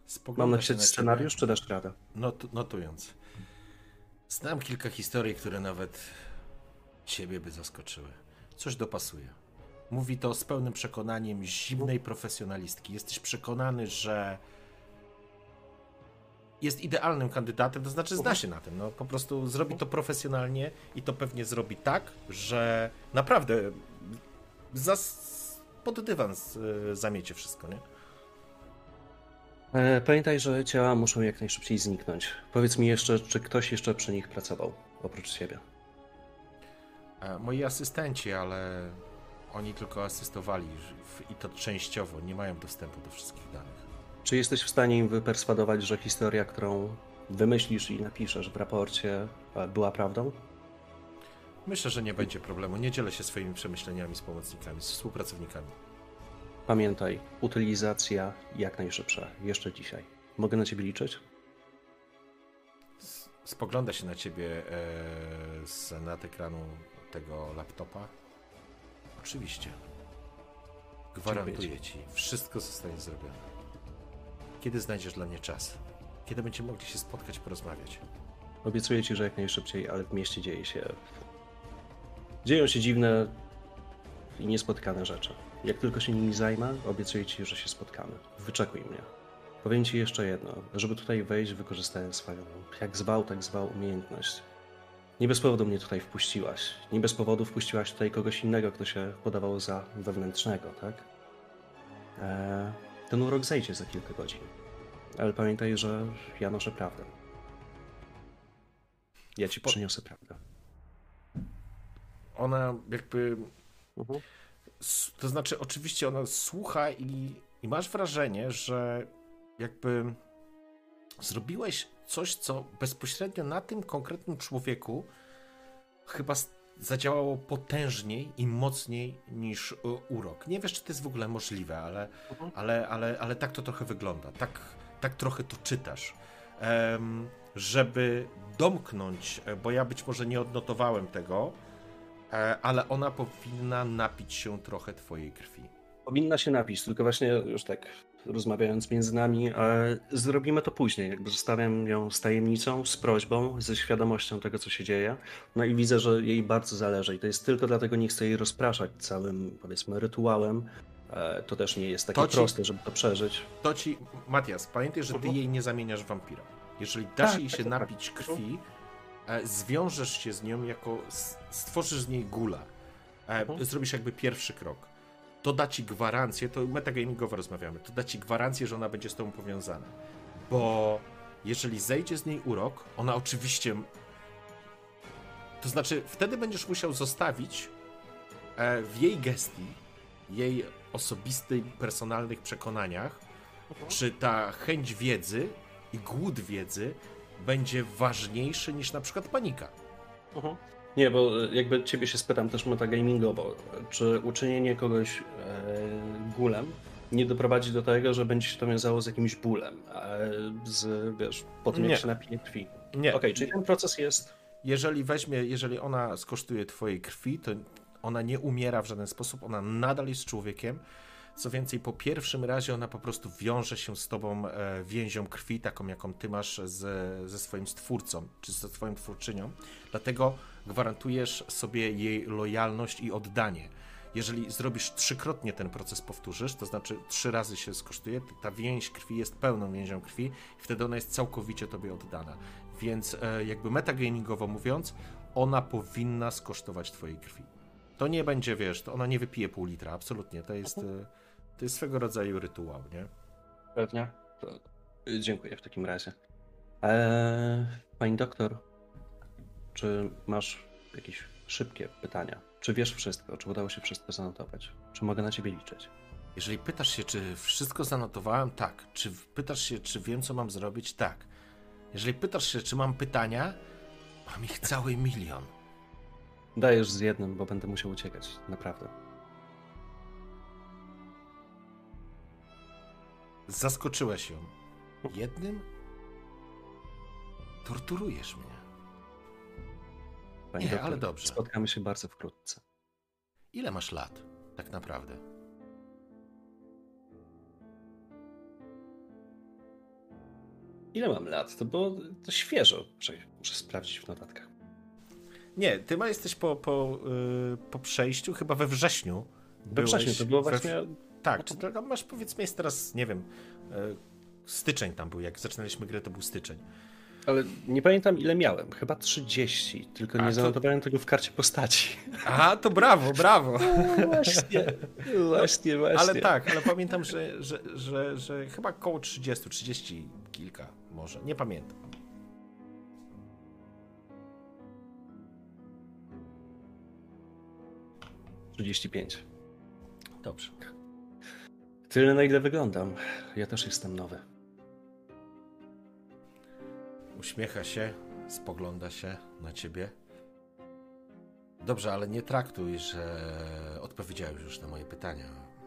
Spogląda Mam się napisać na ciebie, scenariusz, czy dasz radę? not, notując. Znam kilka historii, które nawet ciebie by zaskoczyły. Coś dopasuje. Mówi to z pełnym przekonaniem zimnej profesjonalistki. Jesteś przekonany, że jest idealnym kandydatem, to znaczy zna się na tym. No, po prostu zrobi to profesjonalnie i to pewnie zrobi tak, że naprawdę zas... pod dywan z- zamiecie wszystko, nie? E, Pamiętaj, że ciała muszą jak najszybciej zniknąć. Powiedz mi jeszcze, czy ktoś jeszcze przy nich pracował, oprócz ciebie? E, Moi asystenci, ale oni tylko asystowali w- i to częściowo, nie mają dostępu do wszystkich danych. Czy jesteś w stanie im wyperswadować, że historia, którą wymyślisz i napiszesz w raporcie, e, była prawdą? Myślę, że nie będzie problemu. Nie dzielę się swoimi przemyśleniami z pomocnikami, z współpracownikami. Pamiętaj, utylizacja jak najszybsza, jeszcze dzisiaj. Mogę na ciebie liczyć? S- Spogląda się na ciebie e, z nad ekranu tego laptopa. Oczywiście. Gwarantuję Dziękuję ci, wszystko zostanie zrobione. Kiedy znajdziesz dla mnie czas? Kiedy będziemy mogli się spotkać, porozmawiać? Obiecuję ci, że jak najszybciej, ale w mieście dzieje się... Dzieją się dziwne i niespotkane rzeczy. Jak tylko się nimi zajmę, obiecuję ci, że się spotkamy. Wyczekuj mnie. Powiem ci jeszcze jedno. Żeby tutaj wejść, wykorzystałem swoją, jak zwał, tak zwał, umiejętność. Nie bez powodu mnie tutaj wpuściłaś. Nie bez powodu wpuściłaś tutaj kogoś innego, kto się podawał za wewnętrznego, tak? Eee, ten urok zejdzie za kilka godzin. Ale pamiętaj, że ja noszę prawdę. Ja ci Po- przyniosę prawdę. Ona jakby... Mhm. S- To znaczy, oczywiście ona słucha i, i masz wrażenie, że jakby zrobiłeś coś, co bezpośrednio na tym konkretnym człowieku chyba s- zadziałało potężniej i mocniej niż y, urok. Nie wiesz, czy to jest w ogóle możliwe, ale, Mhm. ale, ale, ale tak to trochę wygląda. Tak, tak trochę to czytasz. Em, żeby domknąć, e, bo ja być może nie odnotowałem tego, e, ale ona powinna napić się trochę twojej krwi. Powinna się napić, tylko właśnie już tak rozmawiając między nami, e, zrobimy to później. Jakby zostawiam ją z tajemnicą, z prośbą, ze świadomością tego, co się dzieje. No i widzę, że jej bardzo zależy i to jest tylko dlatego, nie chcę jej rozpraszać całym, powiedzmy, rytuałem. E, to też nie jest takie To ci- proste, żeby to przeżyć. To ci, Matias, pamiętaj, że ty Mhm. jej nie zamieniasz w wampira. Jeżeli dasz Tak, jej się tak, tak. napić krwi, e, zwiążesz się z nią jako, s- stworzysz z niej gula. E, Mhm. Zrobisz jakby pierwszy krok. To da ci gwarancję, to metagamingowo rozmawiamy, to da ci gwarancję, że ona będzie z tobą powiązana. Bo jeżeli zejdzie z niej urok, ona oczywiście... To znaczy, wtedy będziesz musiał zostawić e, w jej gestii, jej osobistych, personalnych przekonaniach, czy ta chęć wiedzy i głód wiedzy będzie ważniejszy niż na przykład panika. Mhm. Nie, bo e, jakby ciebie się spytam też metagamingowo, czy uczynienie kogoś e, gulem nie doprowadzi do tego, że będzie się to wiązało z jakimś bólem, e, z, wiesz, po tym Nie. jak się napije krwi. Nie. Okej, czyli ten proces jest... Jeżeli weźmie, jeżeli ona skosztuje twojej krwi, to ona nie umiera w żaden sposób, ona nadal jest człowiekiem. Co więcej, po pierwszym razie ona po prostu wiąże się z tobą e, więzią krwi, taką jaką ty masz z, ze swoim stwórcą, czy ze swoją twórczynią. Dlatego gwarantujesz sobie jej lojalność i oddanie. Jeżeli zrobisz trzykrotnie ten proces, powtórzysz, to znaczy trzy razy się skosztuje, to ta więź krwi jest pełną więzią krwi i wtedy ona jest całkowicie tobie oddana. Więc e, jakby metagamingowo mówiąc, ona powinna skosztować twojej krwi. To nie będzie, wiesz, to ona nie wypije pół litra, absolutnie. To jest, e, to jest swego rodzaju rytuał, nie? Pewnie. To, y, dziękuję w takim razie. Eee, pani doktor, czy masz jakieś szybkie pytania? Czy wiesz wszystko? Czy udało się wszystko zanotować? Czy mogę na ciebie liczyć? Jeżeli pytasz się, czy wszystko zanotowałem, tak. Czy pytasz się, czy wiem, co mam zrobić, tak. Jeżeli pytasz się, czy mam pytania, mam ich cały milion. Dajesz z jednym, bo będę musiał uciekać. Naprawdę. Zaskoczyłeś ją. Jednym? Torturujesz mnie. Pani Nie, doktor, ale dobrze. spotkamy się bardzo wkrótce. Ile masz lat, tak naprawdę? Ile mam lat? To było to świeżo. Muszę, muszę sprawdzić w notatkach. Nie, ty ma jesteś po, po, yy, po przejściu, chyba we wrześniu. We wrześniu, to było we, właśnie... Tak, czy to, masz powiedzmy jest teraz, nie wiem, yy, styczeń tam był, jak zaczynaliśmy grę, to był styczeń. Ale nie pamiętam ile miałem, chyba trzydzieści, tylko A, nie to- zanotowałem tego w karcie postaci. Aha, to brawo, brawo. No właśnie, właśnie, właśnie. Ale tak, ale pamiętam, że, że, że, że chyba koło trzydzieści, trzydzieści kilka może, nie pamiętam. trzydzieści pięć. Dobrze. Tyle na ile wyglądam. Ja też jestem nowy. Uśmiecha się, spogląda się na ciebie. Dobrze, ale nie traktuj, że odpowiedziałeś już na moje pytania.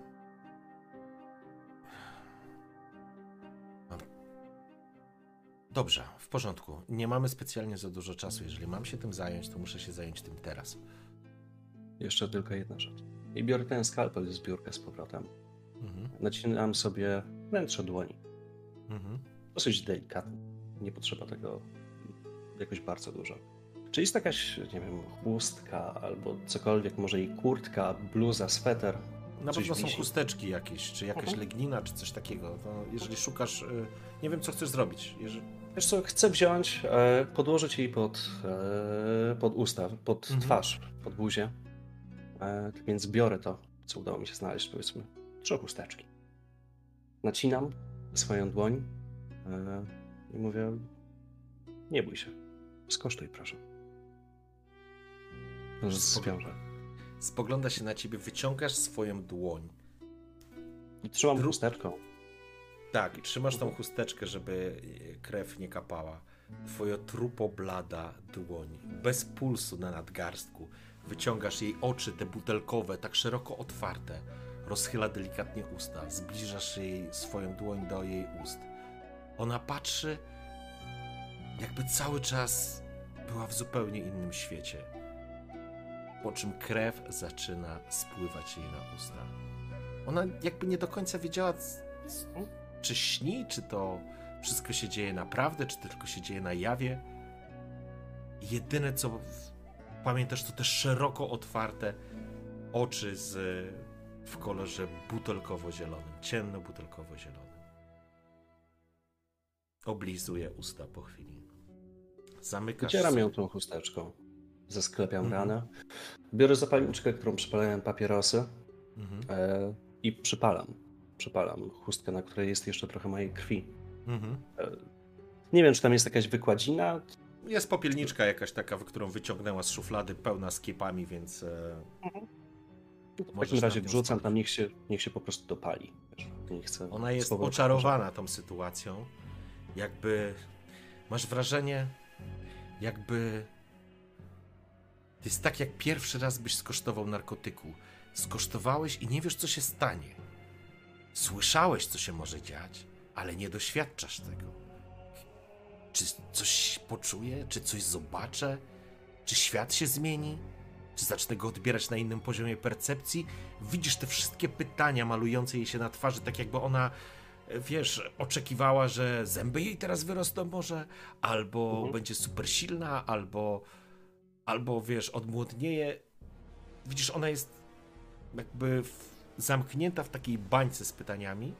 Mam- Dobrze, w porządku. Nie mamy specjalnie za dużo czasu. Jeżeli mam się tym zająć, to muszę się zająć tym teraz. Jeszcze tylko jedna rzecz. I biorę ten skalpel z biurka z powrotem. Mhm. Nacinam sobie wnętrze dłoni. Mhm. Dosyć delikatnie. Nie potrzeba tego jakoś bardzo dużo. Czy jest jakaś, nie wiem, chustka albo cokolwiek, może i kurtka, bluza, sweter? Na Coś pewno są wisi? chusteczki jakieś, czy jakaś Mhm. legnina, czy coś takiego. To jeżeli szukasz, y, nie wiem co chcesz zrobić. Jeżeli... Wiesz co, chcę wziąć, e, podłożyć jej pod, e, pod usta, pod Mhm. twarz, pod buzię. E, tak więc biorę to, co udało mi się znaleźć, powiedzmy, trzy chusteczki. Nacinam swoją dłoń e, i mówię, nie bój się, skosztuj proszę. Może zwiążę. Spogląda się na ciebie, wyciągasz swoją dłoń. I trzymam Dru- chusteczką. Tak, i trzymasz tą chusteczkę, żeby krew nie kapała. Twoja trupoblada dłoń, bez pulsu na nadgarstku. Wyciągasz jej oczy, te butelkowe, tak szeroko otwarte. Rozchyla delikatnie usta. Zbliżasz jej swoją dłoń do jej ust. Ona patrzy, jakby cały czas była w zupełnie innym świecie. Po czym krew zaczyna spływać jej na usta. Ona jakby nie do końca wiedziała, c- c- czy śni, czy to wszystko się dzieje naprawdę, czy to tylko się dzieje na jawie. Jedyne co w- pamiętasz, to te szeroko otwarte oczy z, w kolorze butelkowo-zielonym, ciemno-butelkowo-zielonym. Oblizuje usta po chwili. Zamykasz... Wycieram sobie- ją tą chusteczką. Zasklepiam Mhm. ranę. Biorę zapalniczkę, którą przypalałem papierosy Mhm. e, i przypalam. Przypalam chustkę, na której jest jeszcze trochę mojej krwi. Mhm. Nie wiem, czy tam jest jakaś wykładzina. Jest popielniczka jakaś taka, którą wyciągnęła z szuflady, pełna z kiepami, więc e, W Możesz takim razie nad nią wrzucam spalić. tam, niech się, niech się po prostu dopali. Wiesz, nie chcę ona jest słowo oczarowana tą sytuacją. Jakby masz wrażenie, jakby to jest tak, jak pierwszy raz byś skosztował narkotyku. Skosztowałeś i nie wiesz, co się stanie. Słyszałeś, co się może dziać, ale nie doświadczasz tego. Czy coś poczuję? Czy coś zobaczę? Czy świat się zmieni? Czy zacznę go odbierać na innym poziomie percepcji? Widzisz te wszystkie pytania malujące jej się na twarzy, tak jakby ona, wiesz, oczekiwała, że zęby jej teraz wyrosną może, albo Mhm. będzie super silna, albo, albo wiesz, odmłodnieje. Widzisz, ona jest jakby w, zamknięta w takiej bańce z pytaniami,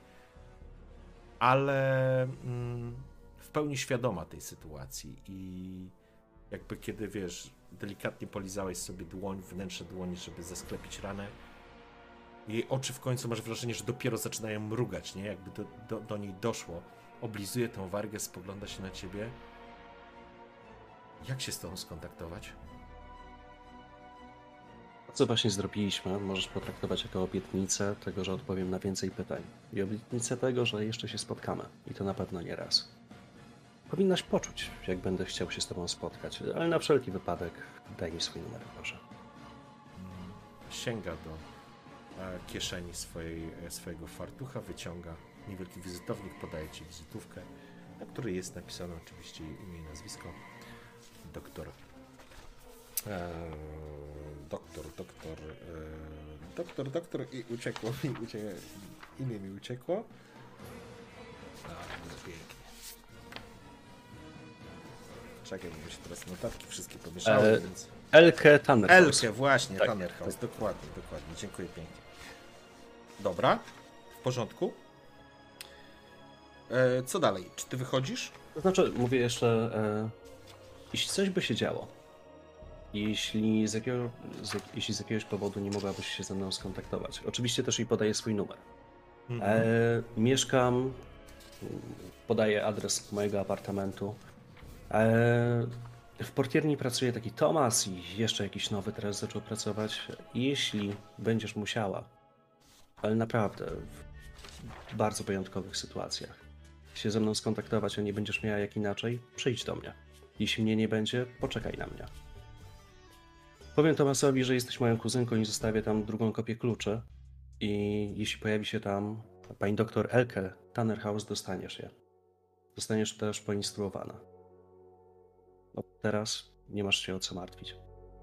ale mm, w pełni świadoma tej sytuacji i jakby kiedy, wiesz, delikatnie polizałeś sobie dłoń, wnętrze dłoni, żeby zasklepić ranę, jej oczy w końcu masz wrażenie, że dopiero zaczynają mrugać, nie? Jakby do, do, do niej doszło. Oblizuje tę wargę, spogląda się na ciebie. Jak się z tobą skontaktować? To, co właśnie zrobiliśmy, możesz potraktować jako obietnicę tego, że odpowiem na więcej pytań. I obietnicę tego, że jeszcze się spotkamy. I to na pewno nie raz. Powinnaś poczuć, jak będę chciał się z tobą spotkać, ale na wszelki wypadek daj mi swój numer, proszę. Sięga do e, kieszeni swojej, e, swojego fartucha, wyciąga niewielki wizytownik, podaje ci wizytówkę, na której jest napisane oczywiście imię i nazwisko. Doktor. E, doktor, doktor. E, doktor, doktor i uciekło mi, ucie, imię mi uciekło. A, no pięknie. Czekaj, bo mi się teraz notatki wszystkie pomieszały, E, więc... Elke Tanner. Elkę, właśnie, Tak, Tanner House, dokładnie, dokładnie. Dziękuję pięknie. Dobra, w porządku. E, co dalej? Czy ty wychodzisz? To znaczy, mówię jeszcze, e, jeśli coś by się działo, jeśli z, jakiego, z, jeśli z jakiegoś powodu nie mogłabyś się ze mną skontaktować, oczywiście też jej podaję swój numer. E, mieszkam, podaję adres mojego apartamentu. E, w portierni pracuje taki Tomas i jeszcze jakiś nowy teraz zaczął pracować. Jeśli będziesz musiała, ale naprawdę w bardzo wyjątkowych sytuacjach, się ze mną skontaktować, a nie będziesz miała jak inaczej, przyjdź do mnie. Jeśli mnie nie będzie, poczekaj na mnie. Powiem Tomasowi, że jesteś moją kuzynką i zostawię tam drugą kopię kluczy. I jeśli pojawi się tam pani doktor Elke Tanner House, dostaniesz je. Zostaniesz też poinstruowana. No teraz nie masz się o co martwić.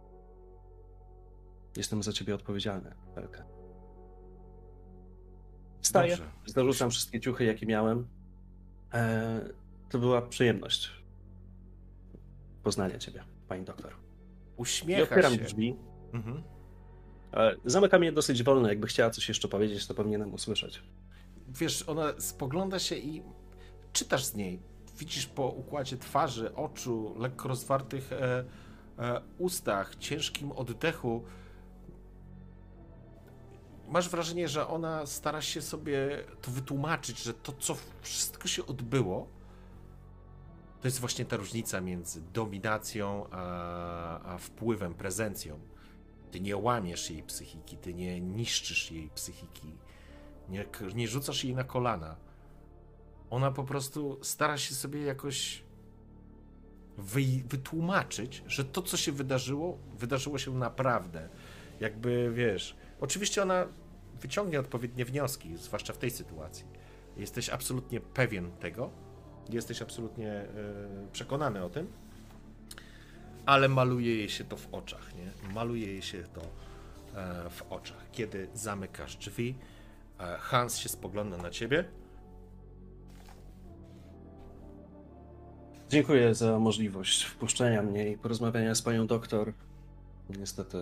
Jestem za ciebie odpowiedzialny, Elke. Wstaję, Dobrze. zarzucam wszystkie ciuchy, jakie miałem. Eee, to była przyjemność poznania ciebie, pani doktor. I Uśmiecha otwieram się. drzwi. Mhm. E, zamykam je dosyć wolno. Jakby chciała coś jeszcze powiedzieć, to powinienem usłyszeć. Wiesz, ona spogląda się i czytasz z niej. Widzisz po układzie twarzy, oczu, lekko rozwartych e, e, ustach, ciężkim oddechu. Masz wrażenie, że ona stara się sobie to wytłumaczyć, że to, co wszystko się odbyło, to jest właśnie ta różnica między dominacją a, a wpływem, prezencją. Ty nie łamiesz jej psychiki, ty nie niszczysz jej psychiki, nie, nie rzucasz jej na kolana. Ona po prostu stara się sobie jakoś wy, wytłumaczyć, że to, co się wydarzyło, wydarzyło się naprawdę. Jakby, wiesz, oczywiście ona wyciągnie odpowiednie wnioski, zwłaszcza w tej sytuacji. Jesteś absolutnie pewien tego, jesteś absolutnie e, przekonany o tym, ale maluje jej się to w oczach, nie? Maluje jej się to e, w oczach. Kiedy zamykasz drzwi, e, Hans się spogląda na ciebie. Dziękuję za możliwość wpuszczenia mnie i porozmawiania z panią doktor. Niestety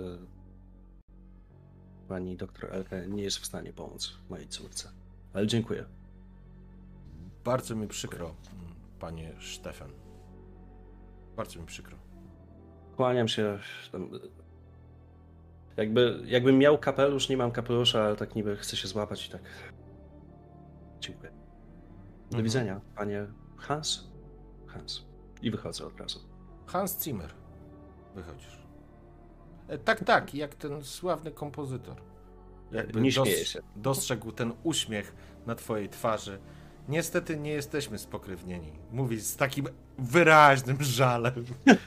pani doktor Elke nie jest w stanie pomóc mojej córce. Ale dziękuję. Bardzo mi przykro, panie Stefan. Bardzo mi przykro. Kłaniam się. Tam, jakby, jakbym miał kapelusz, nie mam kapelusza, ale tak niby chcę się złapać i tak. Dziękuję. Do Mhm. widzenia, panie Hans. Hans. I wychodzę od razu. Hans Zimmer. Wychodzisz. E, tak, tak, jak ten sławny kompozytor. Jakby Nie dos- śmieję się. Dostrzegł ten uśmiech na twojej twarzy. Niestety nie jesteśmy spokrewnieni. Mówi z takim wyraźnym żalem.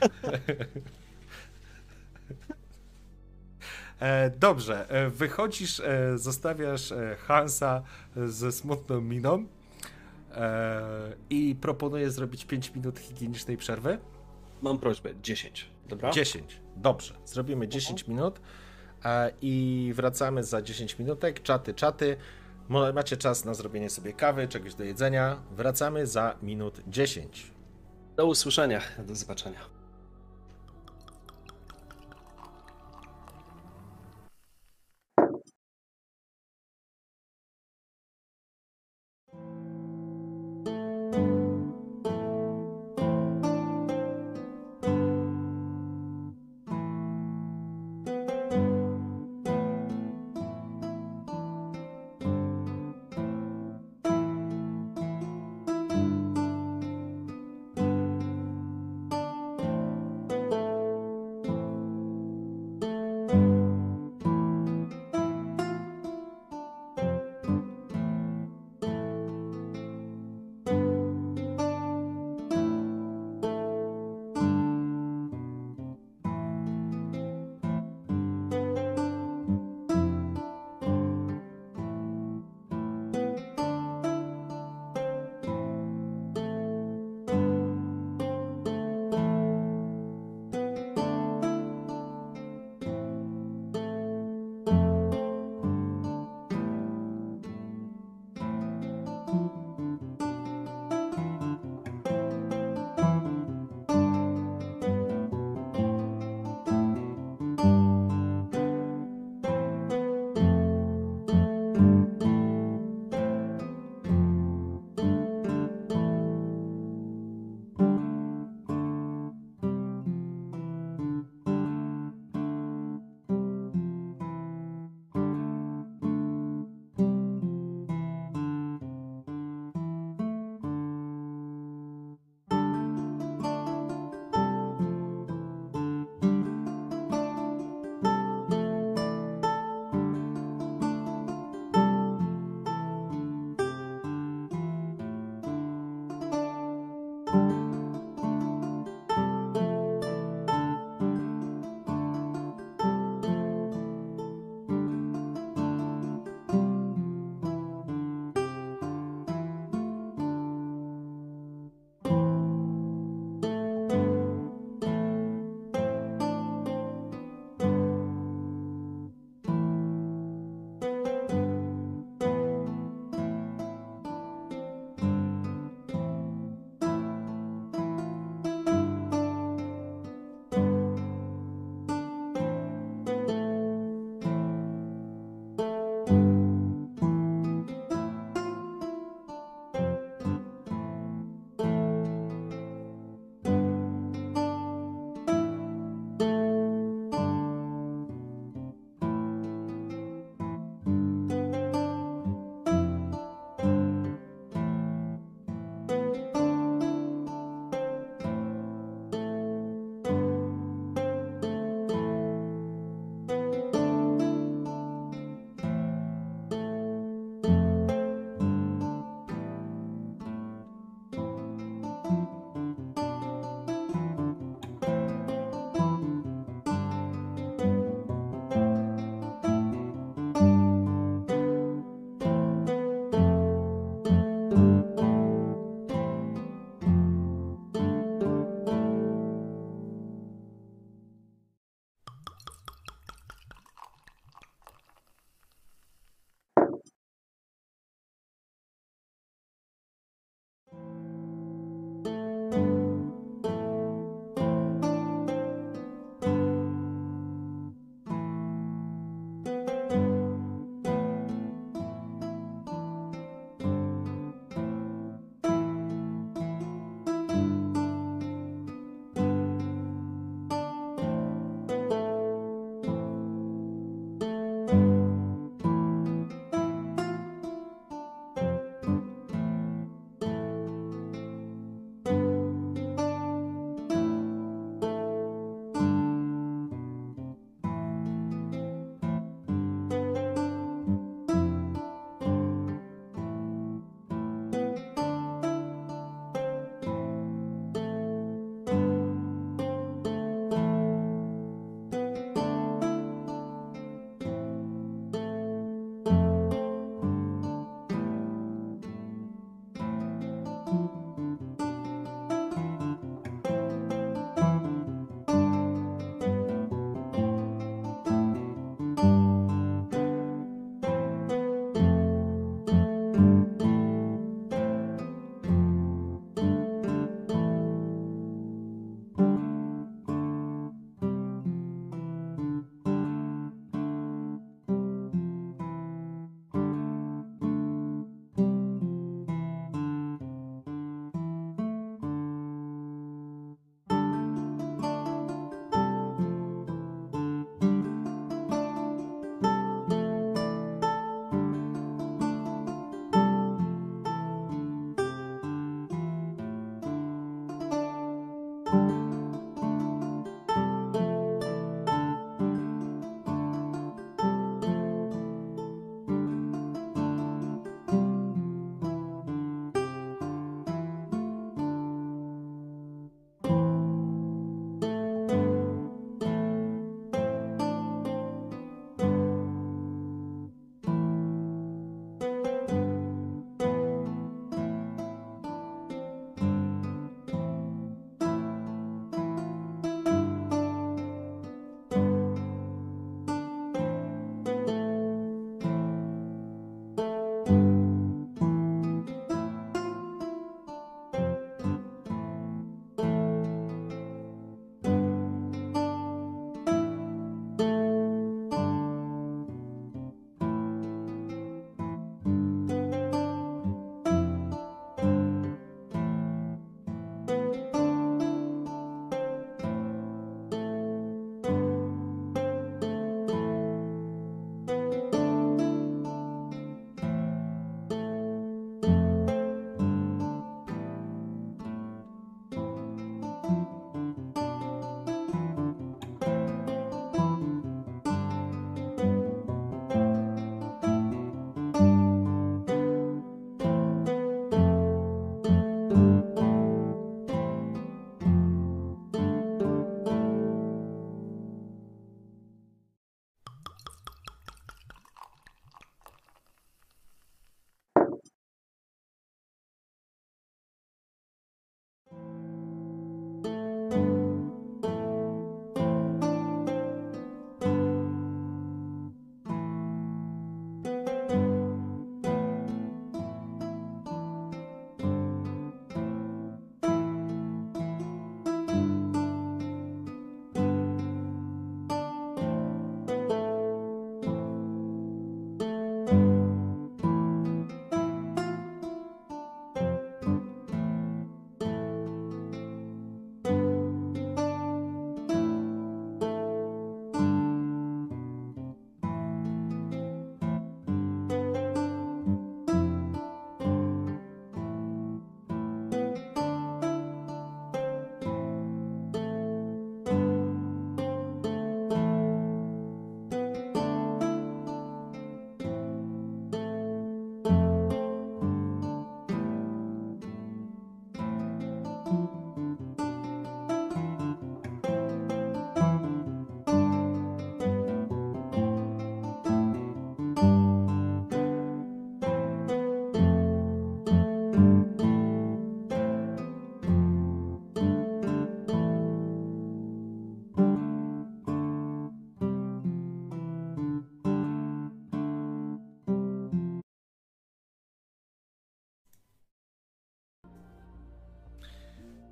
E, dobrze, e, wychodzisz, e, zostawiasz e, Hansa ze smutną miną e, i proponuję zrobić pięć minut higienicznej przerwy. Mam prośbę, dziesięć. Dobra? dziesięć. Dobrze, zrobimy dziesięć minut e, i wracamy za dziesięć minutek. Czaty, czaty. Mo- Macie czas na zrobienie sobie kawy, czegoś do jedzenia. Wracamy za minut dziesięć. Do usłyszenia. Do zobaczenia.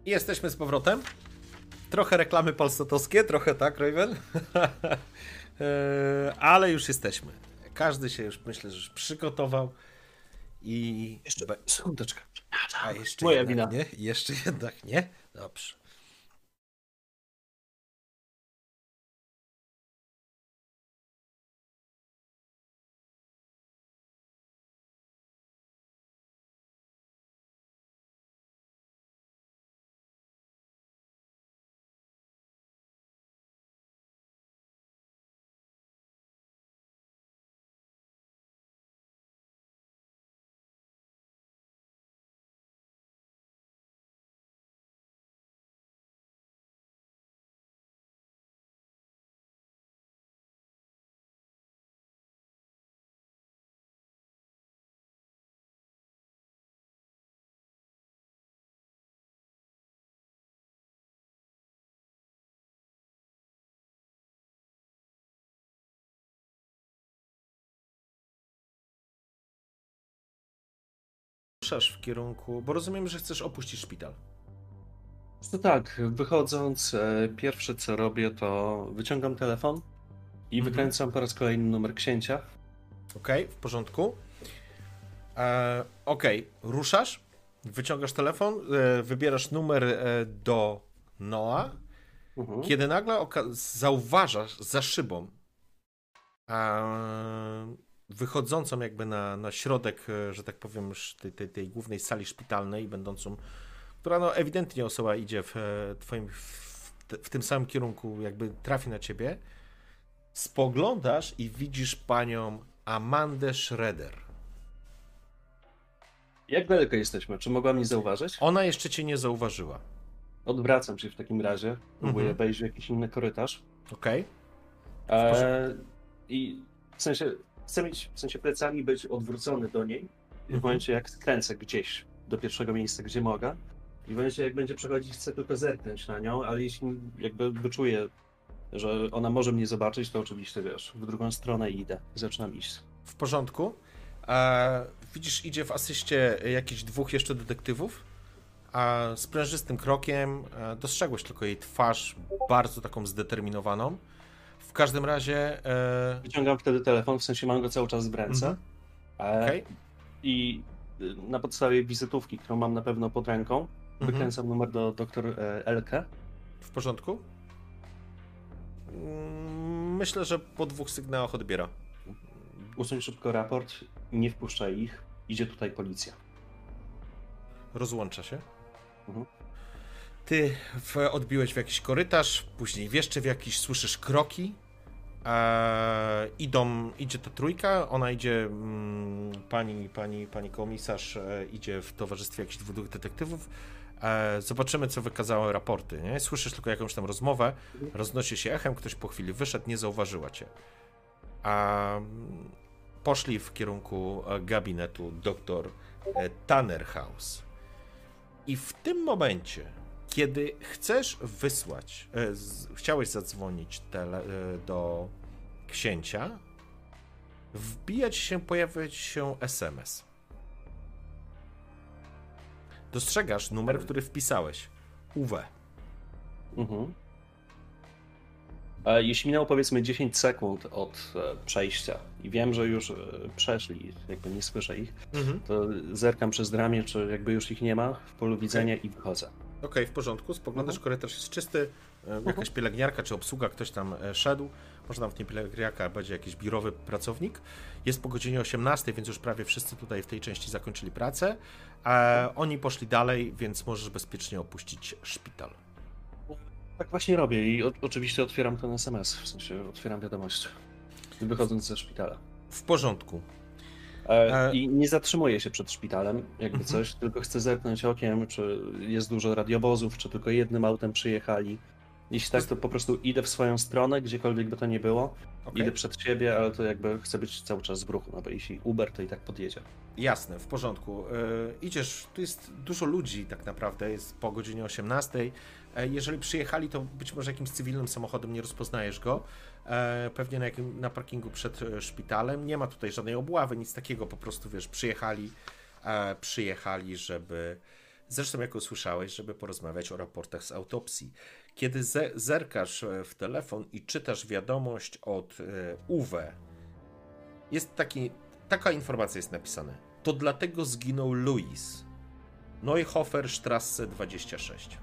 Jesteśmy z powrotem. Trochę reklamy polsatowskie, trochę tak, Raven. Ale już jesteśmy. Każdy się już, myślę, że już przygotował. I... Jeszcze Be... sekundeczkę. A jeszcze Moja jednak wina. nie? Jeszcze jednak nie? Dobrze. Ruszasz w kierunku, bo rozumiem, że chcesz opuścić szpital. No tak, wychodząc, e, pierwsze co robię, to wyciągam telefon i Mhm. wykręcam po raz kolejny numer księcia. Okej, okay, w porządku. E, Okej, okay. Ruszasz, wyciągasz telefon, e, wybierasz numer e, do Noa, Mhm. kiedy nagle oka- zauważasz za szybą e, wychodzącą jakby na, na środek, e, że tak powiem, sz- tej, tej, tej głównej sali szpitalnej, będącą, która no ewidentnie osoba idzie w, e, twoim, w, w tym samym kierunku, jakby trafi na ciebie. Spoglądasz i widzisz panią Amandę Schroeder. Jak daleko jesteśmy? Czy mogła mnie zauważyć? Ona jeszcze cię nie zauważyła. Odwracam się w takim razie. Próbuję Mhm. wejść w jakiś inny korytarz. Okej? E, I w sensie chcę mieć, w sensie plecami być odwrócony do niej. I w Mhm. momencie jak skręcę gdzieś do pierwszego miejsca, gdzie mogę. I w momencie jak będzie przechodzić, chcę tylko zerknąć na nią, ale jeśli jakby wyczuję, że ona może mnie zobaczyć, to oczywiście wiesz, w drugą stronę idę. Zaczynam iść. W porządku. E, widzisz, idzie w asyście jakichś dwóch jeszcze detektywów. A sprężystym krokiem e, dostrzegłeś tylko jej twarz bardzo taką zdeterminowaną. W każdym razie... E, Wyciągam wtedy telefon, w sensie mam go cały czas w ręce. Mhm. E, Okej. I y, na podstawie wizytówki, którą mam na pewno pod ręką, Mhm. wykręcam numer do doktor e, Elke. W porządku? Mm, Myślę, że po dwóch sygnałach odbiera. Usuń szybko raport, nie wpuszczaj ich, idzie tutaj policja. Rozłącza się. Mhm. Ty w, odbiłeś w jakiś korytarz, później jeszcze w jakiś słyszysz kroki. E, idą, idzie ta trójka, ona idzie, mm, pani, pani, pani komisarz e, idzie w towarzystwie jakichś dwóch detektywów. E, zobaczymy, co wykazały raporty. Nie? Słyszysz tylko jakąś tam rozmowę, roznosi się echem, ktoś po chwili wyszedł, nie zauważyła cię. A mm, poszli w kierunku e, gabinetu doktor e, Tannerhaus. I w tym momencie, kiedy chcesz wysłać, e, z, chciałeś zadzwonić tele, e, do księcia, wbijać się, pojawiać się es em es. Dostrzegasz numer, który wpisałeś. Uwe. Mhm. E, Jeśli minęło powiedzmy dziesięć sekund od e, przejścia i wiem, że już e, przeszli, jakby nie słyszę ich, Mhm. to zerkam przez ramię, czy jakby już ich nie ma w polu widzenia i wychodzę. Okej, okay, w porządku. Spoglądasz, Mhm. korytarz jest czysty. E, Jakaś pielęgniarka czy obsługa, ktoś tam e, szedł. Może tam w nie pielęgniarka będzie jakiś biurowy pracownik. Jest po godzinie osiemnastej, więc już prawie wszyscy tutaj w tej części zakończyli pracę. E, oni poszli dalej, więc możesz bezpiecznie opuścić szpital. Tak właśnie robię i o, oczywiście otwieram ten es em es, w sensie otwieram wiadomość, wychodząc ze szpitala. W porządku. E, E- I nie zatrzymuję się przed szpitalem, jakby Mhm. coś, tylko chcę zerknąć okiem, czy jest dużo radiowozów, czy tylko jednym autem przyjechali. Jeśli tak, to po prostu idę w swoją stronę, gdziekolwiek by to nie było. Okay. Idę przed siebie, ale to jakby chcę być cały czas w ruchu, no bo jeśli Uber, to i tak podjedzie. Jasne, w porządku. E, idziesz, tu jest dużo ludzi tak naprawdę, jest po godzinie osiemnastej. E, jeżeli przyjechali, to być może jakimś cywilnym samochodem, nie rozpoznajesz go. E, pewnie na, jakim, na parkingu przed e, szpitalem. Nie ma tutaj żadnej obławy, nic takiego, po prostu wiesz, przyjechali, e, przyjechali, żeby, Zresztą, jak usłyszałeś, żeby porozmawiać o raportach z autopsji. Kiedy ze zerkasz w telefon i czytasz wiadomość od e, Uwe, jest taki, taka informacja jest napisana. To dlatego zginął Luis. Neuhofer-Strasse dwadzieścia sześć.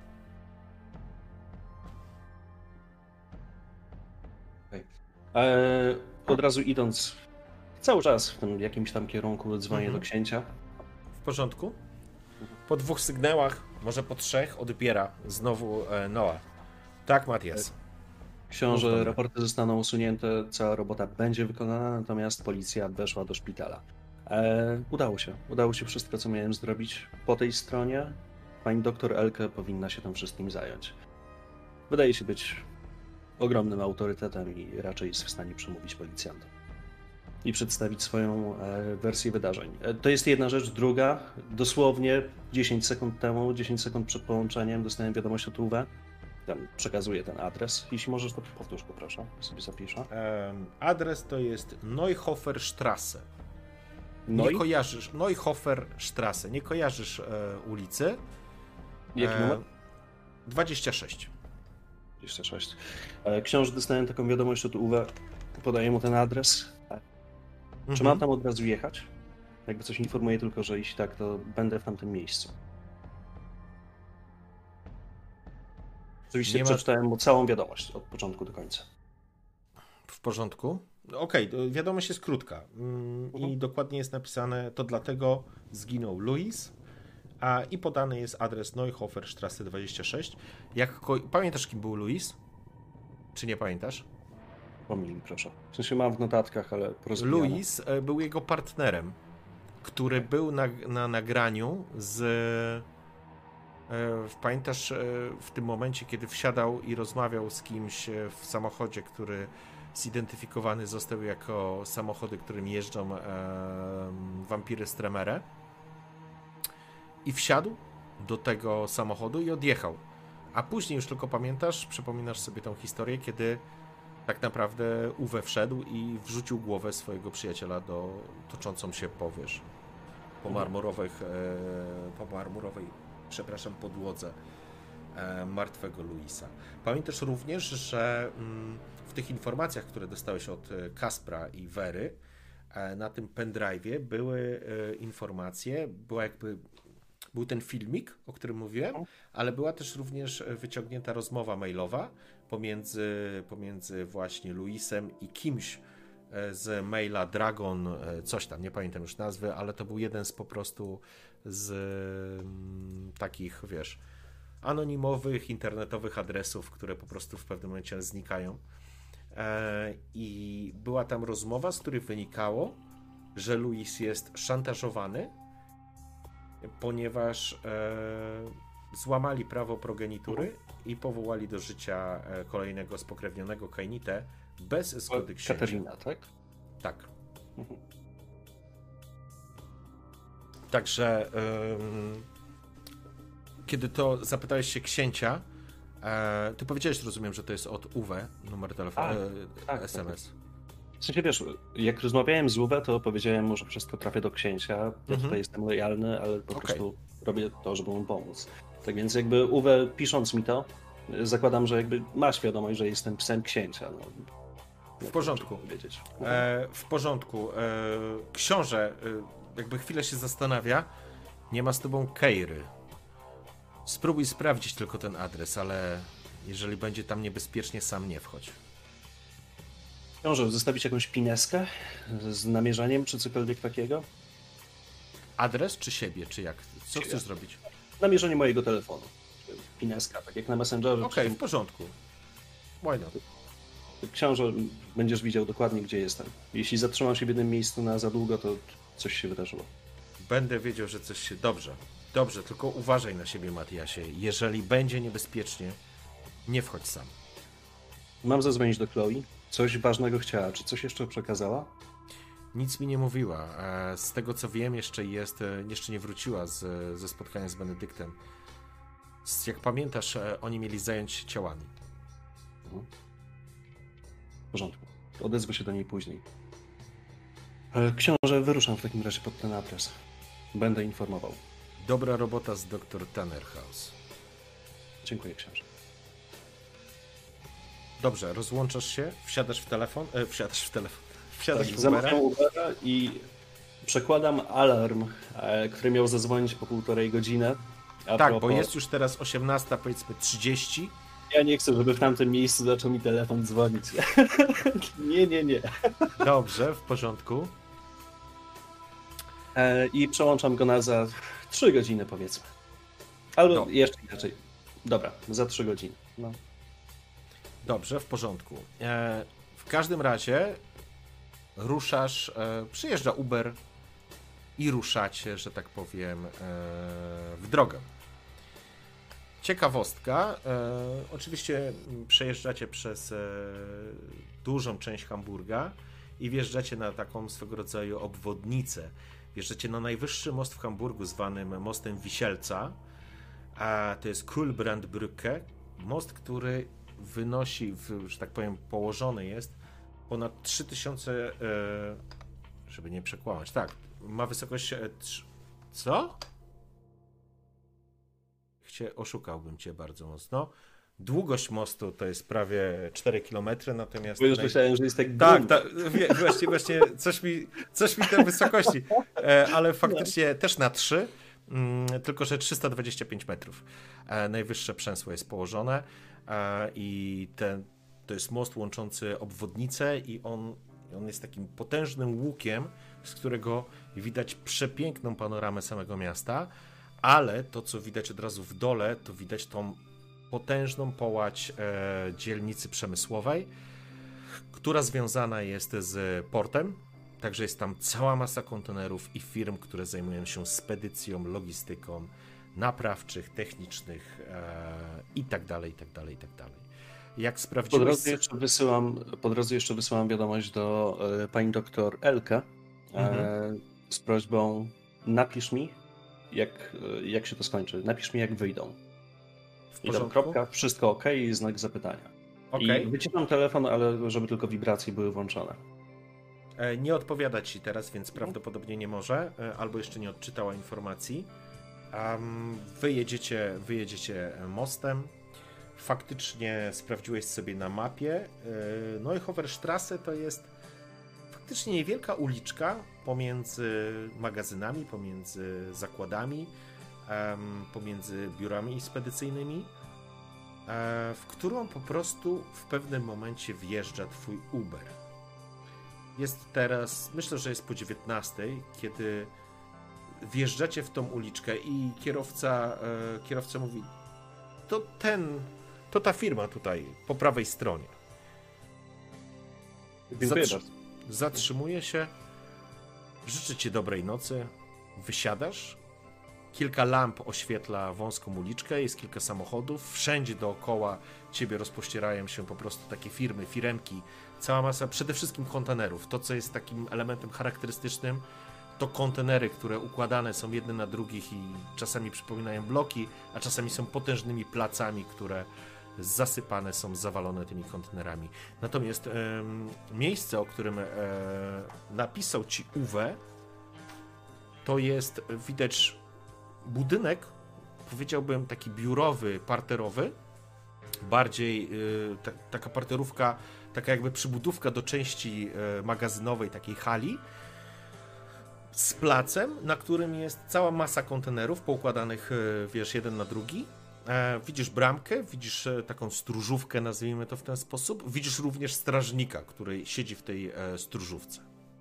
Okay. Eee, od razu idąc cały czas w tym jakimś tam kierunku dzwonię Mhm. do księcia. W porządku? Po dwóch sygnałach, może po trzech, odbiera znowu e, Noah. Tak, Matias. Książę, Mów do mnie. raporty zostaną usunięte, cała robota będzie wykonana, natomiast policja weszła do szpitala. E, udało się. Udało się wszystko, co miałem zrobić po tej stronie. Pani doktor Elke powinna się tym wszystkim zająć. Wydaje się być ogromnym autorytetem i raczej jest w stanie przemówić policjantom i przedstawić swoją e, wersję wydarzeń. E, to jest jedna rzecz. Druga, dosłownie dziesięć sekund temu, dziesięć sekund przed połączeniem dostałem wiadomość od Uwe. Tam przekazuję ten adres. Jeśli możesz, to powtórz go, proszę. sobie zapiszę. Em, adres to jest Neuhofer-Strasse. No Nie i kojarzysz, Neuhofer-Strasse, nie kojarzysz e, ulicy. jaki E, numer? dwadzieścia sześć. dwadzieścia sześć. E, Książę, dostałem taką wiadomość od Uwe. Podaję mu ten adres. E, Czy Mhm. mam tam od razu jechać? Jakby coś informuję tylko, że jeśli tak, to będę w tamtym miejscu. Oczywiście Nie ma- przeczytałem mu całą wiadomość od początku do końca. W porządku. Okej, to wiadomość jest krótka. Mm, Mhm. I dokładnie jest napisane, to dlatego zginął Luis. A i podany jest adres Neuhofer-Strasse dwadzieścia sześć. Jak ko- pamiętasz, kim był Luis? Czy nie pamiętasz? Pomyśl mi, proszę. W sensie mam w notatkach, ale porozwijane. Luis e, był jego partnerem, który był na, na nagraniu z... e, Pamiętasz e, w tym momencie, kiedy wsiadał i rozmawiał z kimś e, w samochodzie, który zidentyfikowany został jako samochody, którym jeżdżą e, wampiry z Tremere. I wsiadł do tego samochodu i odjechał. A później już tylko pamiętasz, przypominasz sobie tą historię, kiedy tak naprawdę Uwe wszedł i wrzucił głowę swojego przyjaciela do toczącą się po, wiesz, po marmurowych, e, po marmurowej, przepraszam, podłodze e, martwego Luisa. Pamiętasz również, że mm, w tych informacjach, które dostałeś od e, Kaspra i Wery, e, na tym pendrive'ie były e, informacje, była jakby był ten filmik, o którym mówiłem, ale była też również wyciągnięta rozmowa mailowa pomiędzy, pomiędzy właśnie Luisem i kimś z maila Dragon, coś tam, nie pamiętam już nazwy, ale to był jeden z po prostu z mm, takich, wiesz, anonimowych, internetowych adresów, które po prostu w pewnym momencie znikają. E, I była tam rozmowa, z której wynikało, że Luis jest szantażowany, ponieważ e, złamali prawo progenitury i powołali do życia e, kolejnego spokrewnionego Kainite bez zgody księcia. Katarina, tak? Tak. Mhm. Także ym, kiedy to zapytałeś się księcia, e, ty powiedziałeś, rozumiem, że to jest od Uwe, numer telefonu, Tak, e, tak, S M S. W sensie, wiesz, jak rozmawiałem z Uwe, to powiedziałem mu, że wszystko trafię do księcia. Ja Mhm. tutaj jestem lojalny, ale po Okej. prostu robię to, żeby mu pomóc. Tak więc jakby Uwe, pisząc mi to, zakładam, że jakby ma świadomość, że jestem psem księcia. No, W porządku. Powiedzieć. E, w porządku. E, książę e, jakby chwilę się zastanawia. Nie ma z tobą Keiry. Spróbuj sprawdzić tylko ten adres, ale jeżeli będzie tam niebezpiecznie, sam nie wchodź. Książę, zostawić jakąś pineskę z namierzaniem, czy cokolwiek takiego? Adres czy siebie, czy jak? Co Siebie. chcesz zrobić? Namierzenie mojego telefonu. Pineska, tak jak na Messengerze. Okej, w porządku. Why not? Książę, będziesz widział dokładnie, gdzie jestem. Jeśli zatrzymam się w jednym miejscu na za długo, to coś się wydarzyło. Będę wiedział, że coś się... Dobrze, dobrze, tylko uważaj na siebie, Matiasie. Jeżeli będzie niebezpiecznie, nie wchodź sam. Mam zadzwonić do Chloe. Coś ważnego chciała. Czy coś jeszcze przekazała? Nic mi nie mówiła. E, Z tego co wiem, jeszcze jest, e, jeszcze nie wróciła z, ze spotkania z Benedyktem. Z- Jak pamiętasz, e, oni mieli zająć się ciałami. W porządku. Odezwę się do niej później. E, Książę, wyruszam w takim razie pod ten adres. Będę informował. Dobra robota z doktor Tannerhaus. Dziękuję, książę. Dobrze, rozłączasz się, wsiadasz w telefon, e, wsiadasz w telefon, wsiadasz Tak, w Ubera. zamawiam Ubera i przekładam alarm, e, który miał zadzwonić po półtorej godziny. A Tak, propos, bo jest już teraz osiemnasta, powiedzmy trzydzieści. Ja nie chcę, żeby w tamtym miejscu zaczął mi telefon dzwonić. nie, nie, nie. Dobrze, w porządku. E, I przełączam go na za trzy godziny, powiedzmy. Albo No. jeszcze inaczej. Dobra, za trzy godziny. No. Dobrze, w porządku. E, w każdym razie ruszasz, e, przyjeżdża Uber i ruszacie, że tak powiem, e, w drogę. Ciekawostka, e, oczywiście przejeżdżacie przez e, dużą część Hamburga i wjeżdżacie na taką swego rodzaju obwodnicę. Wjeżdżacie na najwyższy most w Hamburgu, zwanym mostem Wisielca, a to jest Kulbrandbrücke, most, który wynosi, w, że tak powiem, położony jest ponad trzy tysiące, e, żeby nie przekłamać, tak, ma wysokość, e, trz, co? Chcie, oszukałbym cię bardzo mocno. Długość mostu to jest prawie cztery kilometry, natomiast... Bo już naj- myślałem, że jest tak tak, grunt. tak, wie- właśnie, właśnie coś mi, coś mi te wysokości, e, ale faktycznie też na trzy, mm, tylko że trzysta dwadzieścia pięć metrów. E, najwyższe przęsło jest położone e, i ten, to jest most łączący obwodnicę i on, on jest takim potężnym łukiem, z którego widać przepiękną panoramę samego miasta, ale to, co widać od razu w dole, to widać tą potężną połać e, dzielnicy przemysłowej, która związana jest z portem, także jest tam cała masa kontenerów i firm, które zajmują się spedycją, logistyką, naprawczych, technicznych e, i tak dalej, i tak dalej, i tak dalej. Jak Po sprawdziłeś... drodze jeszcze wysyłam, po drodze jeszcze wysyłam wiadomość do e, pani doktor Elke e, Mhm. z prośbą napisz mi, jak, e, jak się to skończy. Napisz mi, jak wyjdą. W I tam porządku? kropka, wszystko ok i znak zapytania. Okej. I wyciszam telefon, ale żeby tylko wibracje były włączone. E, Nie odpowiada ci teraz, więc prawdopodobnie nie może, e, albo jeszcze nie odczytała informacji. Um, wyjedziecie, wyjedziecie mostem. Faktycznie sprawdziłeś sobie na mapie. e, Neuhoferstrasse to jest faktycznie niewielka uliczka pomiędzy magazynami, pomiędzy zakładami, em, pomiędzy biurami spedycyjnymi, e, w którą po prostu w pewnym momencie wjeżdża twój Uber. Jest teraz, myślę, że jest po dziewiętnastej, kiedy wjeżdżacie w tą uliczkę i kierowca, e, kierowca mówi, to ten, to ta firma tutaj, po prawej stronie. Dziękuję Zatrzy- bardzo. Zatrzymuje się, życzę ci dobrej nocy, wysiadasz, kilka lamp oświetla wąską uliczkę, jest kilka samochodów, wszędzie dookoła ciebie rozpościerają się po prostu takie firmy, firemki, cała masa przede wszystkim kontenerów. To, co jest takim elementem charakterystycznym, to kontenery, które układane są jedne na drugich i czasami przypominają bloki, a czasami są potężnymi placami, które zasypane są, zawalone tymi kontenerami. Natomiast em, miejsce, o którym e, napisał ci Uwe, to jest, widać, budynek, powiedziałbym taki biurowy, parterowy, bardziej y, ta, taka parterówka, taka jakby przybudówka do części y, magazynowej, takiej hali, z placem, na którym jest cała masa kontenerów poukładanych, y, wiesz, jeden na drugi. E, widzisz bramkę, widzisz e, taką stróżówkę, nazwijmy to w ten sposób. Widzisz również strażnika, który siedzi w tej e, stróżówce.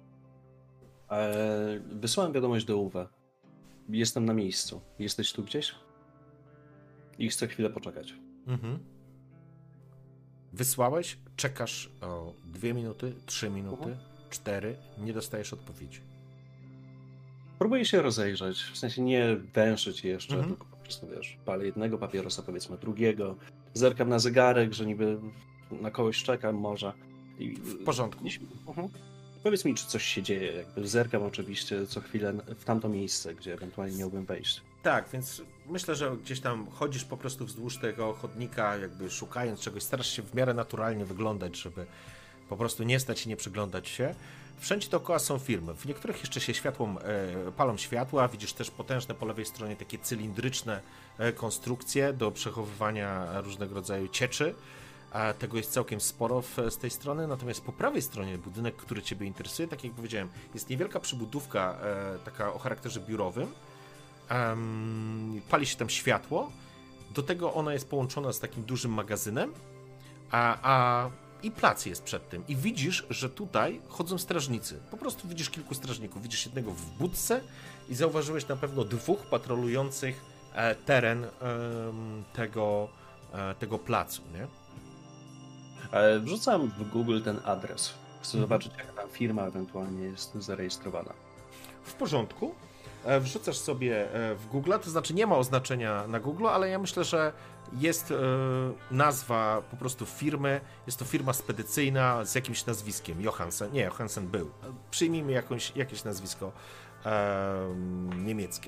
E, wysłałem wiadomość do Uwe. Jestem na miejscu. Jesteś tu gdzieś? I chcę chwilę poczekać. Mhm. Wysłałeś, czekasz o dwie minuty, trzy minuty, Mhm. cztery, nie dostajesz odpowiedzi. Próbuję się rozejrzeć, w sensie nie węszyć jeszcze, Mhm. tylko po prostu, wiesz, palę jednego papierosa, powiedzmy drugiego, zerkam na zegarek, że niby na kogoś czekam może. I, W porządku. Mhm. Powiedz mi, czy coś się dzieje, jakby zerkam oczywiście co chwilę w tamto miejsce, gdzie ewentualnie miałbym wejść. Tak, więc myślę, że gdzieś tam chodzisz po prostu wzdłuż tego chodnika, jakby szukając czegoś, starasz się w miarę naturalnie wyglądać, żeby po prostu nie stać i nie przyglądać się. Wszędzie dookoła są firmy. W niektórych jeszcze się światłom, e, palą światła. Widzisz też potężne po lewej stronie takie cylindryczne e, konstrukcje do przechowywania różnego rodzaju cieczy. A tego jest całkiem sporo w, z tej strony. Natomiast po prawej stronie budynek, który Ciebie interesuje, tak jak powiedziałem, jest niewielka przybudówka e, taka o charakterze biurowym. Um, pali się tam światło. Do tego ona jest połączona z takim dużym magazynem. A, a i plac jest przed tym. I widzisz, że tutaj chodzą strażnicy. Po prostu widzisz kilku strażników. Widzisz jednego w budce i zauważyłeś na pewno dwóch patrolujących e, teren e, tego, e, tego placu, nie? E, Wrzucam w Google ten adres. Chcę Mhm. zobaczyć, jak ta firma ewentualnie jest zarejestrowana. W porządku. E, Wrzucasz sobie e, w Google, to znaczy nie ma oznaczenia na Google, ale ja myślę, że jest e, nazwa po prostu firmy. Jest to firma spedycyjna z jakimś nazwiskiem. Johansen. Nie, Johansen był. Przyjmijmy jakąś, jakieś nazwisko e, niemieckie.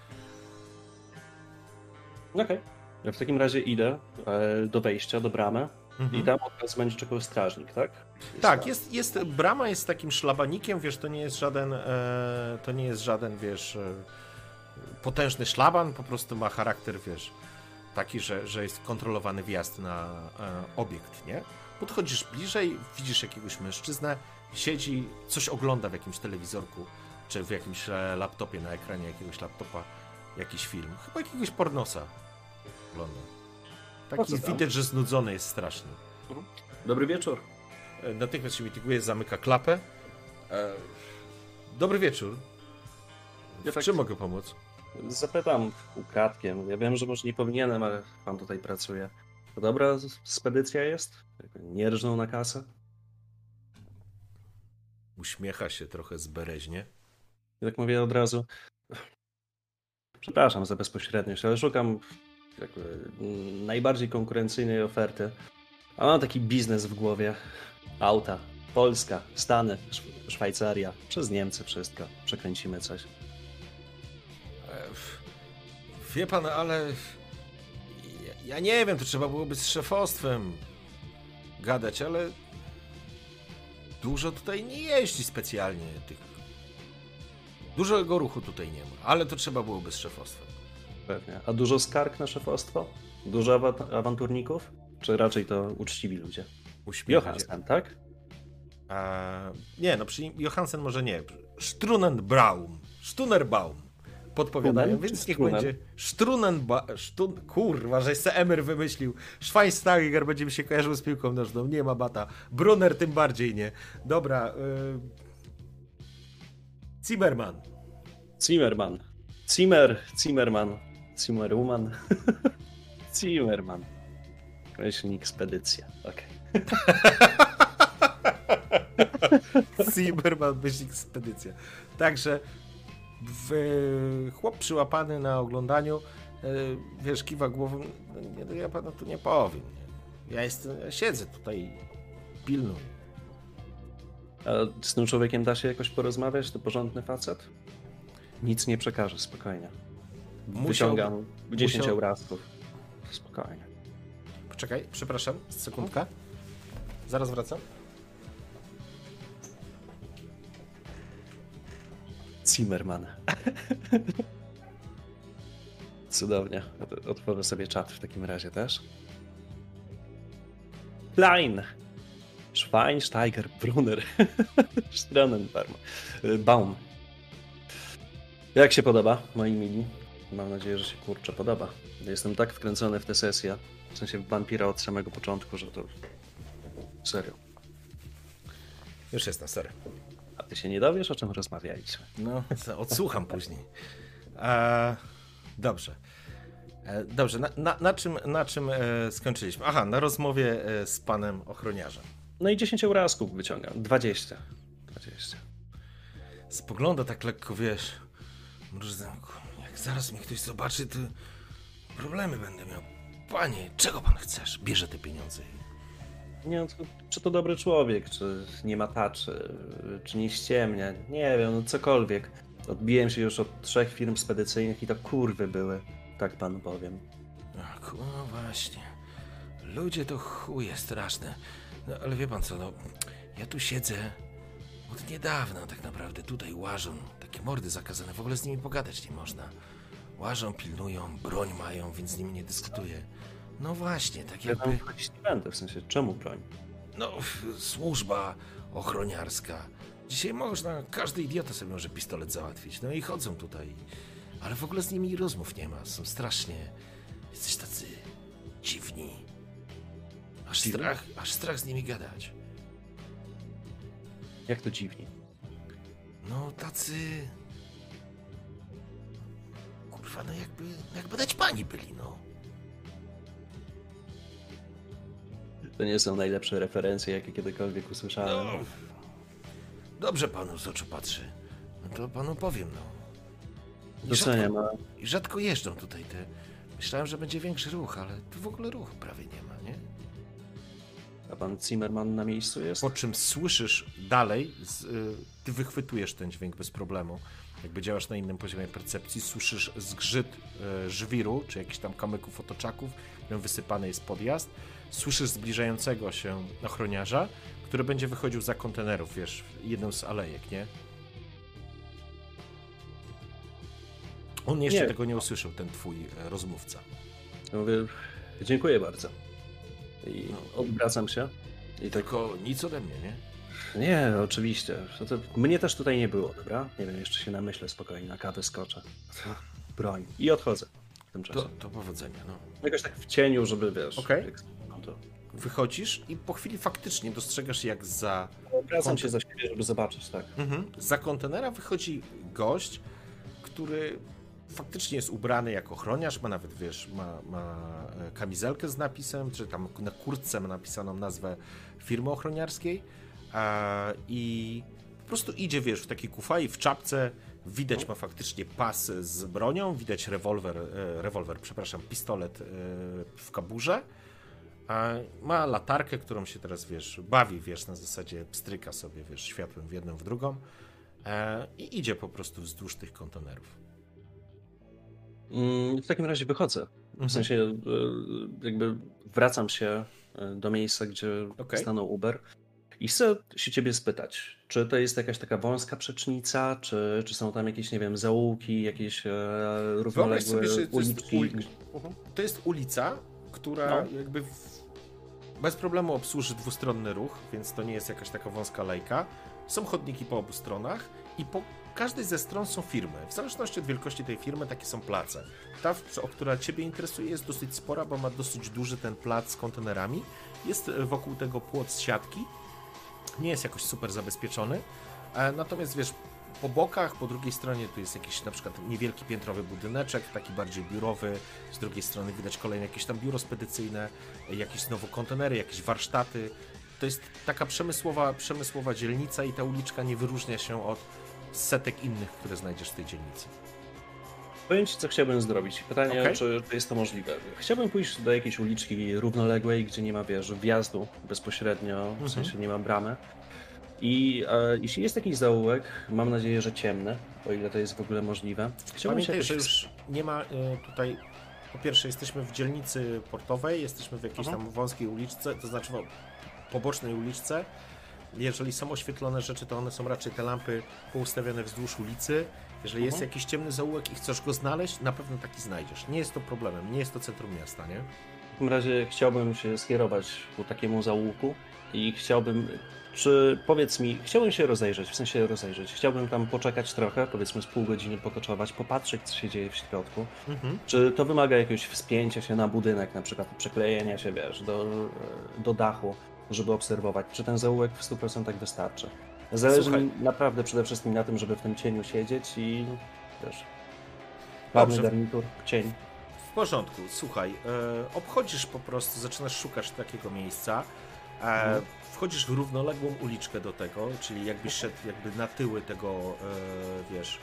Okej. Ja w takim razie idę e, do wejścia, do bramy Mhm. i tam od razu będzie czekał strażnik, tak? Jest Tak, tam. jest, jest, brama jest takim szlabanikiem, wiesz, to nie jest żaden, e, to nie jest żaden, wiesz, e, potężny szlaban, po prostu ma charakter, wiesz, taki, że, że jest kontrolowany wjazd na e, obiekt, nie? Podchodzisz bliżej, widzisz jakiegoś mężczyznę, siedzi, coś ogląda w jakimś telewizorku, czy w jakimś e, laptopie, na ekranie jakiegoś laptopa, jakiś film, chyba jakiegoś pornosa ogląda. Po Taki co tam? widać, że znudzony jest strasznie. Dobry wieczór. E, Natychmiast się mityguje, zamyka klapę. E, Dobry wieczór. W tak- czym mogę pomóc? Zapytam ukradkiem. Ja wiem, że może nie powinienem, ale pan tutaj pracuje. To dobra spedycja jest? Nie rżną na kasę? Uśmiecha się trochę zbereźnie. I tak mówię od razu. Przepraszam za bezpośredniość, ale szukam jakby najbardziej konkurencyjnej oferty. A mam taki biznes w głowie. Auta. Polska, Stany, Szw- Szwajcaria. Przez Niemcy wszystko. Przekręcimy coś. E, Wie pan, ale ja, ja nie wiem, to trzeba byłoby z szefostwem gadać, ale dużo tutaj nie jeździ specjalnie tych. Dużego ruchu tutaj nie ma, ale to trzeba byłoby z szefostwem. Pewnie. A dużo skarg na szefostwo? Dużo awa- awanturników? Czy raczej to uczciwi ludzie? Uśmiecha się. Johansen, tak? E, nie, no przy Johansen może nie. Strunenbaum. Stunnerbaum. Podpowiadają, Strunen więc czy niech Strunen? będzie Strunenbaum. Stun... Kurwa, żeś se Emer wymyślił. Schweinsteiger będzie mi się kojarzył z piłką nożną. Nie ma bata. Brunner tym bardziej nie. Dobra. Y... Zimmerman. Zimmerman. Zimmer, Zimmerman. Zimmerwoman. Zimmerman. Myślnik spedycja. Okej. Zimmerman, myślnik spedycja. Także w... chłop przyłapany na oglądaniu, y, wiesz, kiwa głową. No, nie, no ja panu tu nie powiem. Nie. Ja jestem, ja siedzę tutaj, pilnuję. A z tym człowiekiem da się jakoś porozmawiać? To porządny facet? Nic nie przekaże, spokojnie. Musiał- Wyciągam dziesięć musiał- eurasków. Spokojnie. Poczekaj, przepraszam, sekundka. Zaraz wracam. Zimmerman. Cudownie. Ot- Otworzę sobie czat w takim razie też. Klein. Schweinsteiger, Brunner. Stronnenbaum. Baum. Jak się podoba, moi mili? Mam nadzieję, że się kurczę podoba. Jestem tak wkręcony w tę sesję, w sensie w wampira od samego początku, że to... Serio. Już jestem, sorry. A ty się nie dowiesz, o czym rozmawialiśmy? No, co, odsłucham później. E, dobrze. E, dobrze, na, na, na czym, na czym e, skończyliśmy? Aha, na rozmowie e, z panem ochroniarzem. No i dziesięć eurasków wyciągam. dwadzieścia. dwadzieścia. Spogląda tak lekko, wiesz, mrużdzenku. Jak zaraz mnie ktoś zobaczy, to problemy będę miał. Panie, czego pan chcesz? Bierze te pieniądze. Nie wiem, czy to dobry człowiek, czy nie mataczy, czy nie ściemnia. Nie wiem, no cokolwiek. Odbiłem się już od trzech firm spedycyjnych i to kurwy były. Tak panu powiem. Ach, no właśnie. Ludzie to chuje straszne. No ale wie pan co, no, ja tu siedzę Od niedawna tak naprawdę tutaj łażą, takie mordy zakazane, w ogóle z nimi pogadać nie można. Łażą, pilnują, broń mają, więc z nimi nie dyskutuję. No właśnie, tak Ja tam jakby, wchodzić nie będę, w sensie, czemu broń? no, służba ochroniarska. Dzisiaj można, każdy idiota sobie może pistolet załatwić, no i chodzą tutaj. Ale w ogóle z nimi rozmów nie ma, są strasznie, jesteś tacy dziwni. Aż Dziwni? strach, aż strach z nimi gadać. Jak to dziwni? No tacy... Kurwa, no jakby, jakby dać pani byli, no. To nie są najlepsze referencje, jakie kiedykolwiek usłyszałem. No, dobrze panu z oczu patrzy. No to panu powiem, no. I Doceniam, rzadko, a I rzadko jeżdżą tutaj te... Myślałem, że będzie większy ruch, ale tu w ogóle ruchu prawie nie ma, nie? a pan Zimmerman na miejscu jest? Po czym słyszysz dalej, z, y, ty wychwytujesz ten dźwięk bez problemu. Jakby działasz na innym poziomie percepcji, słyszysz zgrzyt y, żwiru, czy jakichś tam kamyków, otoczaków, którym wysypany jest podjazd. Słyszysz zbliżającego się ochroniarza, który będzie wychodził za kontenerów, wiesz, jedną z alejek, nie? On jeszcze Nie. tego nie usłyszał, ten twój e, rozmówca. Ja mówię, dziękuję bardzo. I odwracam się. I tak, Tylko nic ode mnie, nie? nie, oczywiście. To, to, mnie też tutaj nie było, dobra? Nie wiem, jeszcze się namyślę spokojnie, na kawę skoczę. Broń. I odchodzę w tym czasie. To, to powodzenia, no. Jakoś tak w cieniu, żeby wiesz. Okej. jak- no to Wychodzisz i po chwili faktycznie dostrzegasz, jak za Odwracam się za siebie, żeby zobaczyć, tak. Mhm. Za kontenera wychodzi gość, który faktycznie jest ubrany jako ochroniarz, ma nawet, wiesz, ma, ma e, kamizelkę z napisem, czy tam na kurtce ma napisaną nazwę firmy ochroniarskiej a, i po prostu idzie, wiesz, w takiej kufai, w czapce, widać ma faktycznie pas z bronią, widać rewolwer, e, rewolwer, przepraszam, pistolet e, w kaburze. A ma latarkę, którą się teraz, wiesz, bawi, wiesz, na zasadzie pstryka sobie, wiesz, światłem w jedną, w drugą e, i idzie po prostu wzdłuż tych kontenerów. Mm, W takim razie wychodzę. W Mhm. sensie y, jakby wracam się y, do miejsca, gdzie Okej. stanął Uber i chcę się ciebie spytać, czy to jest jakaś taka wąska przecznica, czy, czy są tam jakieś, nie wiem, zaułki, jakieś e, Wyobraź równoległe sobie, że to jest, uliczki? uli... to jest ulica, która No. jakby w... bez problemu obsłuży dwustronny ruch, więc to nie jest jakaś taka wąska lejka. Są chodniki po obu stronach i po każdej ze stron są firmy. W zależności od wielkości tej firmy takie są place. Ta, w- o która ciebie interesuje, jest dosyć spora, bo ma dosyć duży ten plac z kontenerami. Jest wokół tego płot z siatki. Nie jest jakoś super zabezpieczony. E, Natomiast wiesz, po bokach, po drugiej stronie tu jest jakiś na przykład niewielki piętrowy budyneczek, taki bardziej biurowy. Z drugiej strony widać kolejne jakieś tam biuro spedycyjne, jakieś znowu kontenery, jakieś warsztaty. To jest taka przemysłowa, przemysłowa dzielnica i ta uliczka nie wyróżnia się od setek innych, które znajdziesz w tej dzielnicy. Powiem ci, co chciałbym zrobić. Pytanie, Okej. czy, czy jest to możliwe. Chciałbym pójść do jakiejś uliczki równoległej, gdzie nie ma, wiesz, wjazdu bezpośrednio, w Mhm. sensie nie ma bramy. I e, jeśli jest jakiś zaułek, mam nadzieję, że ciemny, o ile to jest w ogóle możliwe. Chciałbym się Pamiętaj, jakoś... że już nie ma y, tutaj. Po pierwsze, jesteśmy w dzielnicy portowej, jesteśmy w jakiejś Mhm. tam wąskiej uliczce, to znaczy w pobocznej uliczce. Jeżeli są oświetlone rzeczy, to one są raczej te lampy poustawione wzdłuż ulicy. Jeżeli jest Mhm. jakiś ciemny zaułek i chcesz go znaleźć, na pewno taki znajdziesz. Nie jest to problemem, nie jest to centrum miasta, nie? W takim razie chciałbym się skierować ku takiemu zaułku i chciałbym, czy powiedz mi, chciałbym się rozejrzeć, w sensie rozejrzeć, chciałbym tam poczekać trochę, powiedzmy z pół godziny pokoczować, popatrzeć, co się dzieje w środku. Mhm. Czy to wymaga jakiegoś wspięcia się na budynek, na przykład przyklejenia się, wiesz, do, do dachu, żeby obserwować, czy ten zaułek w stu procentach wystarczy. Zależy Słuchaj. mi naprawdę przede wszystkim na tym, żeby w tym cieniu siedzieć i, wiesz, ładny Dobrze. garnitur, cień. W porządku, słuchaj, e, obchodzisz po prostu, zaczynasz szukać takiego miejsca, e, Mhm. wchodzisz w równoległą uliczkę do tego, czyli jakbyś szedł jakby na tyły tego, e, wiesz,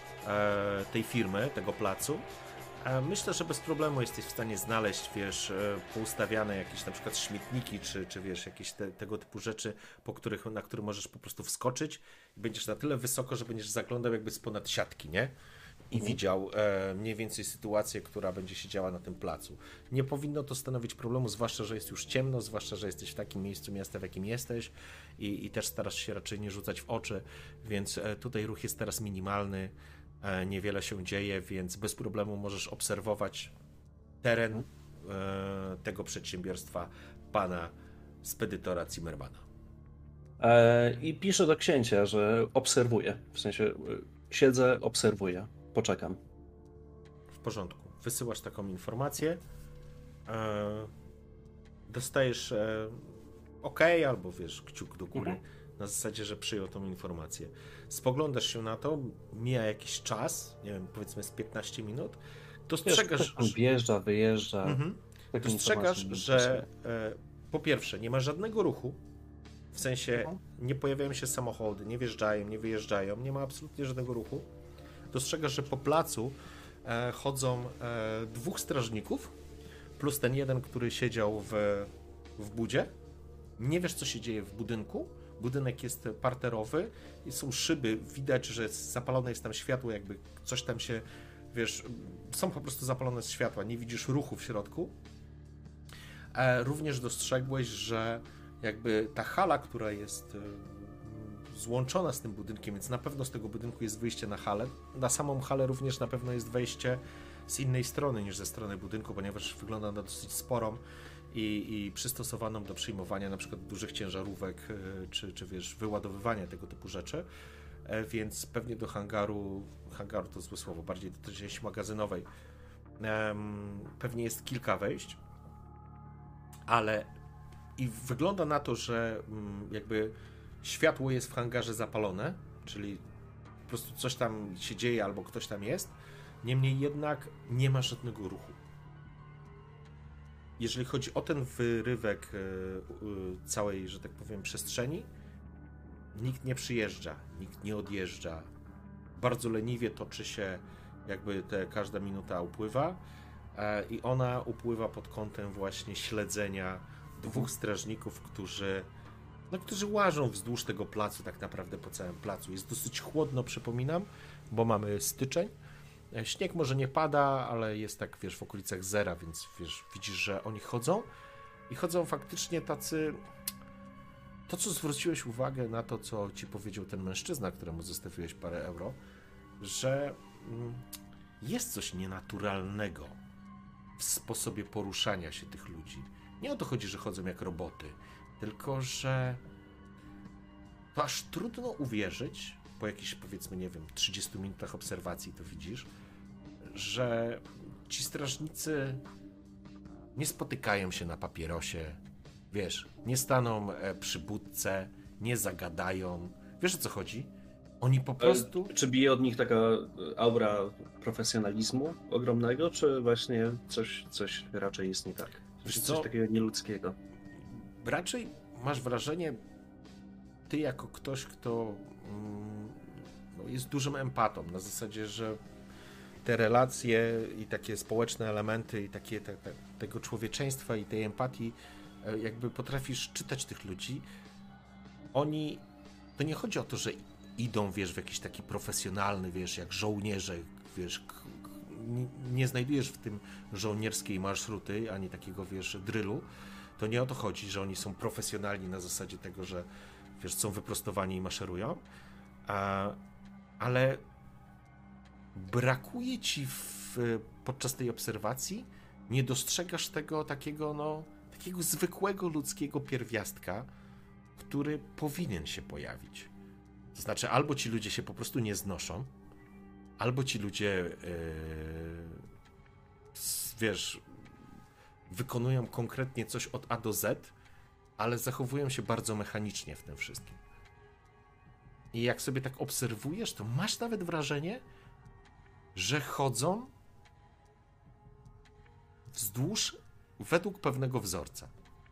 e, tej firmy, tego placu. E, myślę, że bez problemu jesteś w stanie znaleźć, wiesz, e, poustawiane jakieś na przykład śmietniki, czy, czy wiesz, jakieś te, tego typu rzeczy, po których, na które możesz po prostu wskoczyć i będziesz na tyle wysoko, że będziesz zaglądał jakby z ponad siatki, nie? i widział e, mniej więcej sytuację, która będzie się działa na tym placu. Nie powinno to stanowić problemu, zwłaszcza, że jest już ciemno, zwłaszcza, że jesteś w takim miejscu miasta, w jakim jesteś i, i też starasz się raczej nie rzucać w oczy, więc e, tutaj ruch jest teraz minimalny, e, niewiele się dzieje, więc bez problemu możesz obserwować teren e, tego przedsiębiorstwa pana spedytora Zimmermana. E, I piszę do księcia, że obserwuję, w sensie e, siedzę, obserwuję, poczekam. W porządku. Wysyłasz taką informację, e, dostajesz e, OK albo wiesz, kciuk do góry, mhm. na zasadzie, że przyjął tą informację. Spoglądasz się na to, mija jakiś czas, nie wiem, powiedzmy z piętnaście minut, dostrzegasz... Wiesz, wjeżdża, wyjeżdża. Mhm. Dostrzegasz, że e, po pierwsze nie ma żadnego ruchu, w sensie mhm. nie pojawiają się samochody, nie wjeżdżają, nie wyjeżdżają, nie ma absolutnie żadnego ruchu. Dostrzegasz, że po placu e, chodzą e, dwóch strażników, plus ten jeden, który siedział w, w budzie. Nie wiesz, co się dzieje w budynku. Budynek jest parterowy i są szyby. Widać, że zapalone jest tam światło, jakby coś tam się, wiesz, są po prostu zapalone z światła. Nie widzisz ruchu w środku. E, również dostrzegłeś, że jakby ta hala, która jest złączona z tym budynkiem, więc na pewno z tego budynku jest wyjście na halę. Na samą halę również na pewno jest wejście z innej strony niż ze strony budynku, ponieważ wygląda na dosyć sporą i, i przystosowaną do przyjmowania na przykład dużych ciężarówek, czy, czy wiesz, wyładowywania tego typu rzeczy, więc pewnie do hangaru, hangaru to złe słowo, bardziej do części magazynowej, pewnie jest kilka wejść, ale i wygląda na to, że jakby światło jest w hangarze zapalone, czyli po prostu coś tam się dzieje albo ktoś tam jest, niemniej jednak nie ma żadnego ruchu. Jeżeli chodzi o ten wyrywek całej, że tak powiem, przestrzeni, nikt nie przyjeżdża, nikt nie odjeżdża. Bardzo leniwie toczy się, jakby te, każda minuta upływa i ona upływa pod kątem właśnie śledzenia dwóch strażników, którzy, no, którzy łażą wzdłuż tego placu, tak naprawdę po całym placu. Jest dosyć chłodno, przypominam, bo mamy styczeń. Śnieg może nie pada, ale jest tak, wiesz, w okolicach zera, więc wiesz, widzisz, że oni chodzą i chodzą faktycznie tacy... To, co zwróciłeś uwagę na to, co ci powiedział ten mężczyzna, któremu zostawiłeś parę euro, że jest coś nienaturalnego w sposobie poruszania się tych ludzi. Nie o to chodzi, że chodzą jak roboty, tylko że to aż trudno uwierzyć, po jakichś, powiedzmy, nie wiem, trzydziestu minutach obserwacji to widzisz, że ci strażnicy nie spotykają się na papierosie, wiesz, nie staną przy budce, nie zagadają. Wiesz, o co chodzi? Oni po prostu... Czy bije od nich taka aura profesjonalizmu ogromnego, czy właśnie coś, coś raczej jest nie tak? Coś, coś takiego nieludzkiego? Raczej masz wrażenie, ty jako ktoś, kto mm, no, jest dużym empatą, na zasadzie, że te relacje i takie społeczne elementy i takie te, te, tego człowieczeństwa i tej empatii, jakby potrafisz czytać tych ludzi. Oni, to nie chodzi o to, że idą, wiesz, w jakiś taki profesjonalny, wiesz, jak żołnierze, wiesz, k- k- nie, nie znajdujesz w tym żołnierskiej marszruty, ani takiego, wiesz, drylu. To nie o to chodzi, że oni są profesjonalni na zasadzie tego, że, wiesz, są wyprostowani i maszerują, a, ale brakuje ci w, podczas tej obserwacji, nie dostrzegasz tego takiego, no, takiego zwykłego ludzkiego pierwiastka, który powinien się pojawić. To znaczy, albo ci ludzie się po prostu nie znoszą, albo ci ludzie, yy, wiesz, wykonują konkretnie coś od A do Z, ale zachowują się bardzo mechanicznie w tym wszystkim. I jak sobie tak obserwujesz, to masz nawet wrażenie, że chodzą wzdłuż według pewnego wzorca.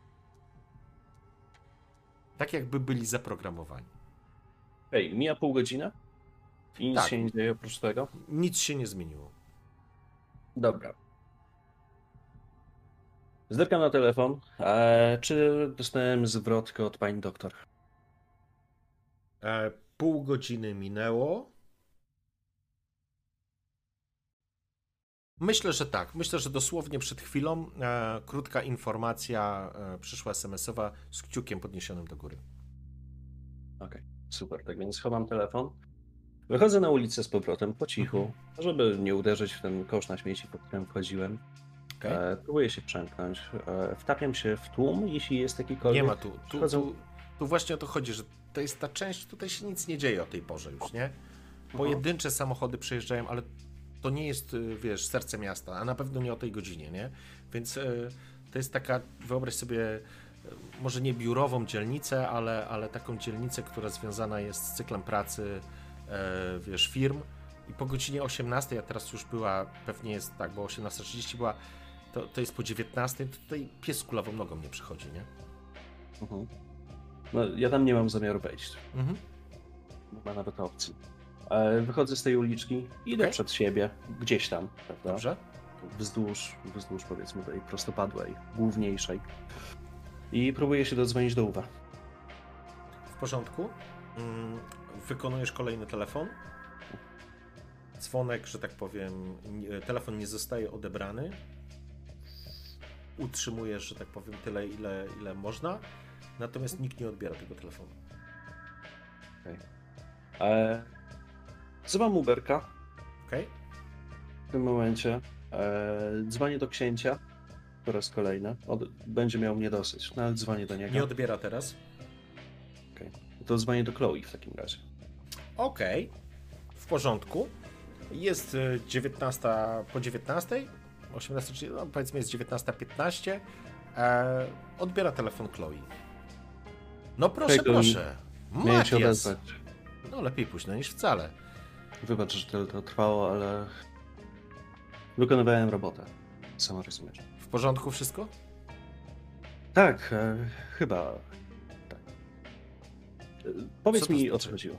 Tak jakby byli zaprogramowani. Ej, mija pół godziny i nic tak. się nie dzieje oprócz tego? Nic się nie zmieniło. Dobra. Zerkam na telefon. Eee, czy dostałem zwrotkę od pani doktor? E, pół godziny minęło. Myślę, że tak. Myślę, że dosłownie przed chwilą e, krótka informacja e, przyszła es em esowa z kciukiem podniesionym do góry. Okej, super. Tak więc chowam telefon. Wychodzę na ulicę z powrotem po cichu, żeby nie uderzyć w ten kosz na śmieci, po którym wchodziłem. Okay. E, próbuję się przemknąć. E, wtapiam się w tłum, jeśli jest jakikolwiek. Nie ma tu. Tu, Przychodzą... tu. tu właśnie o to chodzi, że to jest ta część, tutaj się nic nie dzieje o tej porze już, nie? Pojedyncze Aha. samochody przejeżdżają, ale to nie jest, wiesz, serce miasta, a na pewno nie o tej godzinie, nie? Więc y, to jest taka, wyobraź sobie, może nie biurową dzielnicę, ale, ale taką dzielnicę, która związana jest z cyklem pracy, y, wiesz, firm i po godzinie osiemnastej, a teraz już była, pewnie jest tak, bo osiemnasta trzydzieści była, to, to jest po dziewiętnastej, to tutaj pies z kulawą nogą nie przychodzi, nie? Mhm. No, ja tam nie mam zamiaru wejść. Mhm. Nie ma nawet opcji. Wychodzę z tej uliczki, idę okay. przed siebie, gdzieś tam, prawda? Dobrze. Wzdłuż, wzdłuż powiedzmy tej prostopadłej, główniejszej. I próbuję się dodzwonić do Uwe. W porządku. Wykonujesz kolejny telefon. Dzwonek, że tak powiem, telefon nie zostaje odebrany. Utrzymujesz, że tak powiem, tyle, ile, ile można. Natomiast nikt nie odbiera tego telefonu. Okej. Okay. Wzywam Uberka. Okej. Okay. W tym momencie e, dzwonię do księcia po raz kolejny. Od, będzie miał mnie dosyć, no ale dzwonię do niego. Nie odbiera teraz. Okej. Okay. To dzwonię do Chloe w takim razie. Okej. Okay. W porządku. Jest dziewiętnasta po dziewiętnastej. osiemnasta, czyli no, powiedzmy jest dziewiętnasta piętnaście. E, odbiera telefon Chloe. No proszę, okay, proszę. Miałem się odezwać. No lepiej późno niż wcale. Wybacz, że tyle to trwało, ale wykonywałem robotę. Sama rozumiesz. W porządku wszystko? Tak, e, chyba tak. E, powiedz mi, znaczy? O co chodziło.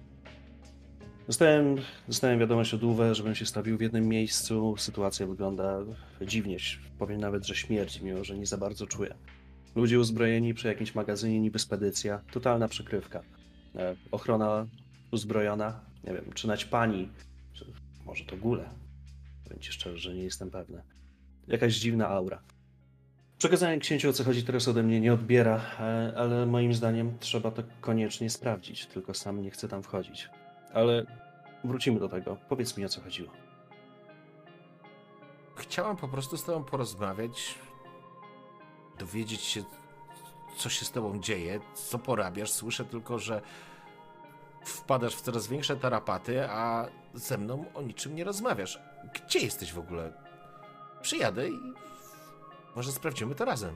Dostałem, dostałem wiadomość od Uwe, żebym się stawił w jednym miejscu. Sytuacja wygląda dziwnie. Powiem nawet, że śmierdzi, mimo że nie za bardzo czuję. Ludzie uzbrojeni przy jakimś magazynie, niby spedycja. Totalna przykrywka. E, ochrona uzbrojona. Nie wiem, czy naćpani, czy może to góle. Powiem ci szczerze, że nie jestem pewny. Jakaś dziwna aura. Przekazałem księciu, o co chodzi, teraz ode mnie nie odbiera, ale moim zdaniem trzeba to koniecznie sprawdzić, tylko sam nie chcę tam wchodzić. Ale wrócimy do tego. Powiedz mi, o co chodziło. Chciałem po prostu z tobą porozmawiać, dowiedzieć się, co się z tobą dzieje, co porabiasz. Słyszę tylko, że wpadasz w coraz większe tarapaty, a ze mną o niczym nie rozmawiasz. Gdzie jesteś w ogóle? Przyjadę i może sprawdzimy to razem.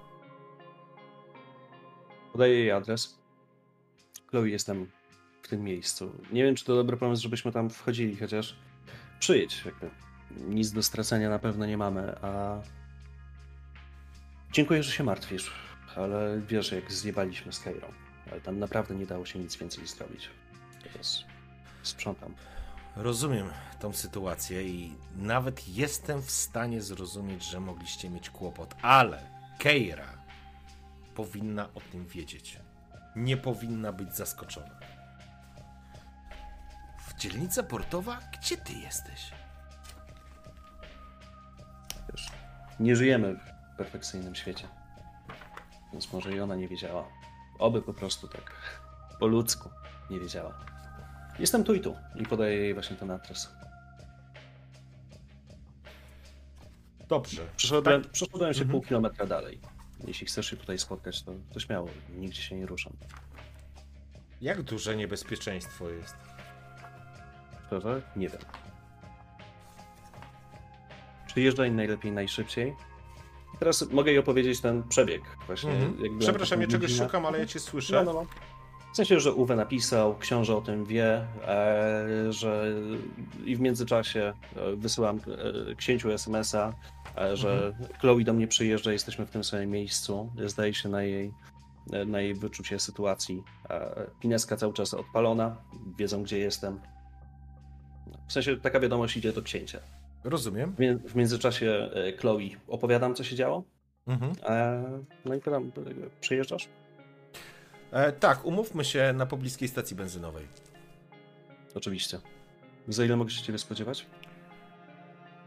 Podaję jej adres. Chloe, jestem w tym miejscu. Nie wiem, czy to dobry pomysł, żebyśmy tam wchodzili, chociaż przyjedź. Jakby. Nic do stracenia na pewno nie mamy, a dziękuję, że się martwisz, ale wiesz, jak zjebaliśmy z Keirą. Ale tam naprawdę nie dało się nic więcej zrobić. Teraz sprzątam. Rozumiem tą sytuację i nawet jestem w stanie zrozumieć, że mogliście mieć kłopot, ale Keira powinna o tym wiedzieć. Nie powinna być zaskoczona. W dzielnica portowa? Gdzie ty jesteś? Wiesz, nie żyjemy w perfekcyjnym świecie. Więc może i ona nie wiedziała. Oby po prostu tak po ludzku nie wiedziała. Jestem tu i tu i podaję jej właśnie ten adres. Dobrze. Przeszedłem, tak? przeszedłem się mhm. pół kilometra dalej. Jeśli chcesz się tutaj spotkać, to, to śmiało. Nigdzie się nie ruszam. Jak duże niebezpieczeństwo jest? Szczerze? Nie wiem. Przyjeżdżaj najlepiej, najszybciej. Teraz mogę jej opowiedzieć ten przebieg. Właśnie. Mhm. Jak Przepraszam, ja czegoś szukam, ale ja cię słyszę. No, no, no. W sensie, że Uwe napisał, książę o tym wie, e, że i w międzyczasie wysyłam e, księciu es em es a, e, że mhm. Chloe do mnie przyjeżdża, jesteśmy w tym samym miejscu. Zdaje się na jej, na jej wyczucie sytuacji. E, Pineska cały czas odpalona, wiedzą, gdzie jestem. W sensie taka wiadomość idzie do księcia. Rozumiem. W, w międzyczasie e, Chloe opowiadam, co się działo. Mhm. E, no i pytam, przyjeżdżasz? E, tak, umówmy się na pobliskiej stacji benzynowej. Oczywiście. Za ile mogę się ciebie spodziewać?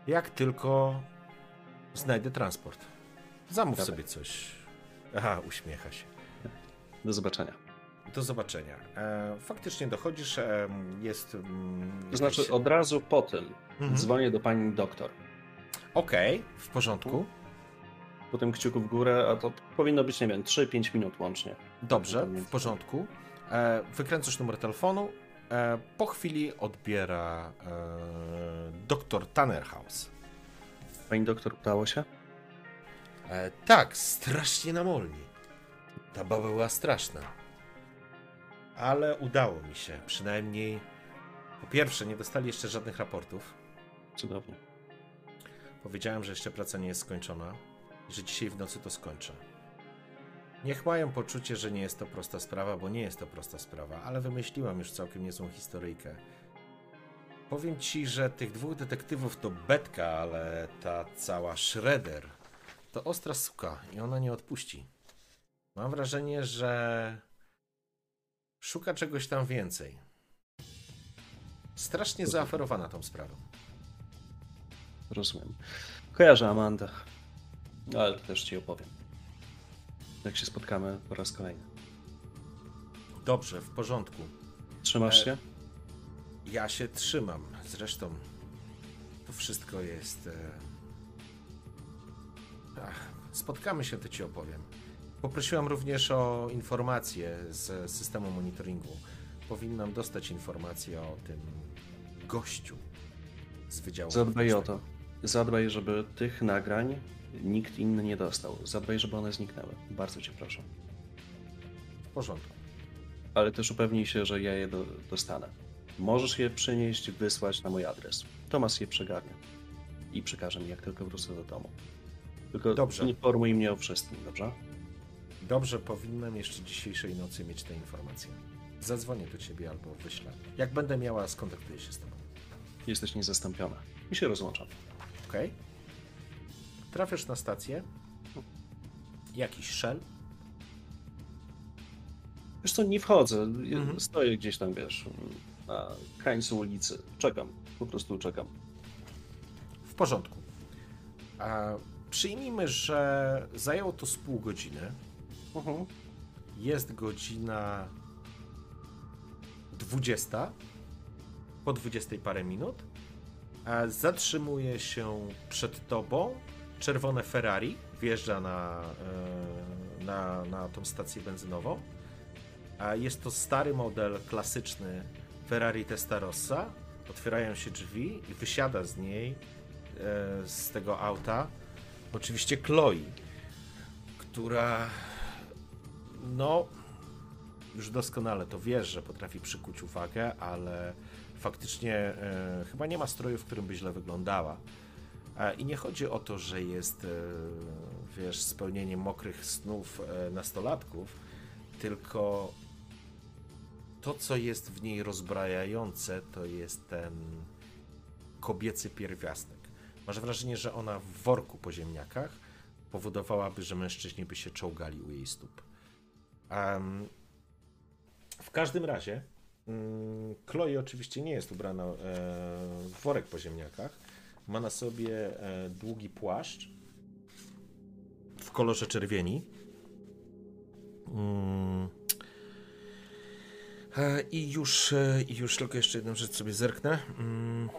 jak tylko znajdę transport. Zamów Dobra. sobie coś. Aha, uśmiecha się. Do zobaczenia. Do zobaczenia. E, faktycznie dochodzisz, e, jest... Mm, To znaczy jakieś- od razu po tym Mhm. dzwonię do pani doktor. Okej, w porządku. Potem kciuku w górę, a to powinno być, nie wiem, trzy pięć minut łącznie. Dobrze, Tam w jest- porządku. E, wykręcasz numer telefonu. E, po chwili odbiera e, doktor Tannerhaus. Pani doktor, udało się? E, tak, strasznie namolni. Ta baba była straszna. Ale udało mi się. Przynajmniej po pierwsze nie dostali jeszcze żadnych raportów. Cudownie. Powiedziałem, że jeszcze praca nie jest skończona i że dzisiaj w nocy to skończę. Niech mają poczucie, że nie jest to prosta sprawa, bo nie jest to prosta sprawa, ale wymyśliłam już całkiem niezłą historyjkę. Powiem ci, że tych dwóch detektywów to betka, ale ta cała Shredder to ostra suka i ona nie odpuści. Mam wrażenie, że szuka czegoś tam więcej. Strasznie zaaferowana tą sprawą. Rozumiem. Kojarzę Amandę. Ale też ci opowiem. Jak się spotkamy po raz kolejny. Dobrze, w porządku. Trzymasz E, się? Ja się trzymam. Zresztą to wszystko jest... E... Ach, spotkamy się, to ci opowiem. Poprosiłam również o informacje z systemu monitoringu. Powinnam dostać informacje o tym gościu z Wydziału Zadbaj o Wewnętrznego. to. Zadbaj, żeby tych nagrań nikt inny nie dostał. Zadbaj, żeby one zniknęły. Bardzo cię proszę. W porządku. Ale też upewnij się, że ja je do, dostanę. Możesz je przynieść, wysłać na mój adres. Tomasz je przegarnie. I przekaże mi, jak tylko wrócę do domu. Tylko Dobrze. informuj mnie o wszystkim, dobrze? Dobrze, powinnam jeszcze dzisiejszej nocy mieć te informacje. Zadzwonię do ciebie albo wyślę. Jak będę miała, skontaktuję się z tobą. Jesteś niezastąpiona. I się rozłączam. Okej? Trafiasz na stację. Jakiś szel. Wiesz co, nie wchodzę. Ja Mhm. Stoję gdzieś tam, wiesz, na krańcu ulicy. Czekam. Po prostu czekam. W porządku. A przyjmijmy, że zajęło to z pół godziny. Mhm. Jest godzina dwudziesta. Po dwudziestej parę minut. A zatrzymuje się przed tobą czerwone Ferrari. Wjeżdża na, e, na, na tą stację benzynową. A jest to stary model klasyczny Ferrari Testarossa. Otwierają się drzwi i wysiada z niej, e, z tego auta, oczywiście Chloe, która no już doskonale to wiesz, że potrafi przykuć uwagę, ale faktycznie e, chyba nie ma stroju, w którym by źle wyglądała. E, I nie chodzi o to, że jest, e, wiesz, spełnieniem mokrych snów e, nastolatków, tylko to, co jest w niej rozbrajające, to jest ten kobiecy pierwiastek. Masz wrażenie, że ona w worku po ziemniakach powodowałaby, że mężczyźni by się czołgali u jej stóp. Um, w każdym razie um, Chloe oczywiście nie jest ubrana e, w worek po ziemniakach. Ma na sobie e, długi płaszcz w kolorze czerwieni. Um, e, I już, e, i już tylko jeszcze jedną rzecz sobie zerknę. Um,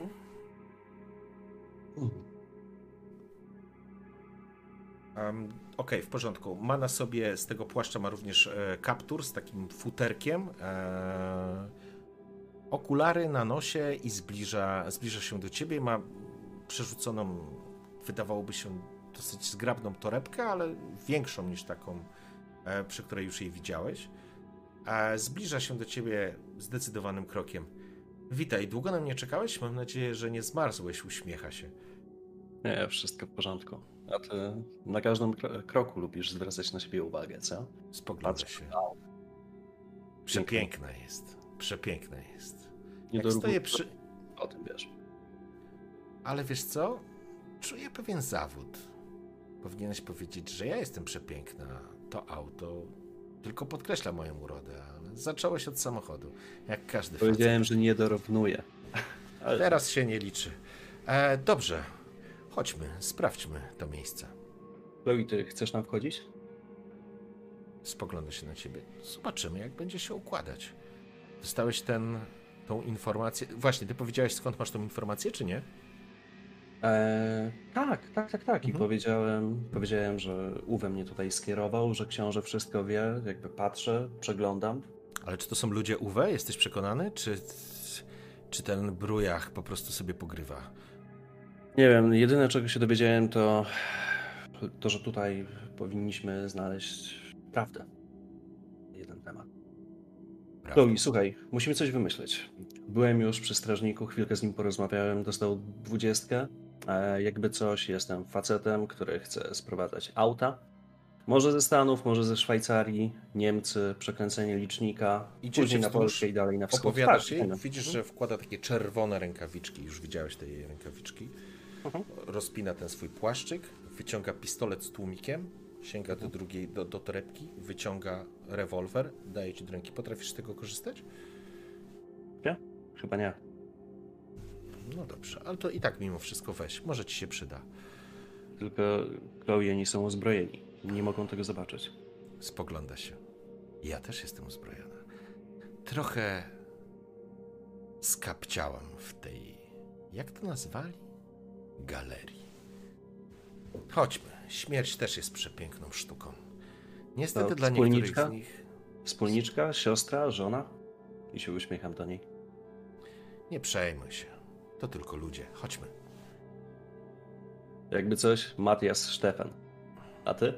Um, Okej, w porządku. Ma na sobie, z tego płaszcza ma również e, kaptur z takim futerkiem, e, okulary na nosie i zbliża, zbliża się do ciebie. Ma przerzuconą, wydawałoby się, dosyć zgrabną torebkę, ale większą niż taką, e, przy której już jej widziałeś. E, zbliża się do ciebie zdecydowanym krokiem. Witaj, długo na mnie czekałeś? Mam nadzieję, że nie zmarzłeś, uśmiecha się. Nie, wszystko w porządku. A ty na każdym kro- kroku lubisz zwracać na siebie uwagę, co? Spogląda Patrz. się. Przepiękna jest. Przepiękna jest. Nie Jak do stoję przy... O tym wiesz. Ale wiesz co? Czuję pewien zawód. Powinieneś powiedzieć, że ja jestem przepiękna. To auto tylko podkreśla moją urodę, ale zacząłeś od samochodu. Jak każdy Powiedziałem, facet. że nie dorównuję. Ale Teraz się nie liczy. E, dobrze. chodźmy, sprawdźmy to miejsce. Chloe, ty chcesz tam wchodzić? Spogląda się na ciebie. Zobaczymy, jak będzie się układać. Dostałeś ten, tą informację. Właśnie, ty powiedziałeś, skąd masz tą informację, czy nie? Eee, tak, tak, tak, tak. I Mhm. powiedziałem, powiedziałem, że Uwe mnie tutaj skierował, że książę wszystko wie, jakby patrzę, przeglądam. Ale czy to są ludzie U W? Jesteś przekonany? Czy, czy ten brujach po prostu sobie pogrywa? Nie wiem, jedyne czego się dowiedziałem to to, że tutaj powinniśmy znaleźć prawdę. Jeden temat. Prawda? Chloe, słuchaj, musimy coś wymyśleć. Byłem już przy strażniku, chwilkę z nim porozmawiałem, dostał dwudziestkę. E, jakby coś, jestem facetem, który chce sprowadzać auta. Może ze Stanów, może ze Szwajcarii, Niemcy, przekręcenie licznika, Idziecie później na wzdłuż, Polskę i dalej na wschód. Opowiadasz Tak, jej, fajne. widzisz, Mhm. że wkłada takie czerwone rękawiczki. Już widziałeś te jej rękawiczki. Mhm. Rozpina ten swój płaszczyk, wyciąga pistolet z tłumikiem, sięga do drugiej, do, do torebki, wyciąga rewolwer, daje ci do ręki. Potrafisz z tego korzystać? Nie? Chyba nie. No dobrze, ale to i tak mimo wszystko weź, może ci się przyda. Tylko Chloe, oni są uzbrojeni. Nie mogą tego zobaczyć. Spogląda się. Ja też jestem uzbrojona. Trochę skapciałam w tej, jak to nazwali? Galerii. Chodźmy. Śmierć też jest przepiękną sztuką. Niestety To dla niektórych wspólniczka? z nich... Wspólniczka, siostra, żona? I się uśmiecham do niej. Nie przejmuj się. To tylko ludzie. Chodźmy. Jakby coś, Matias Stefan. A ty?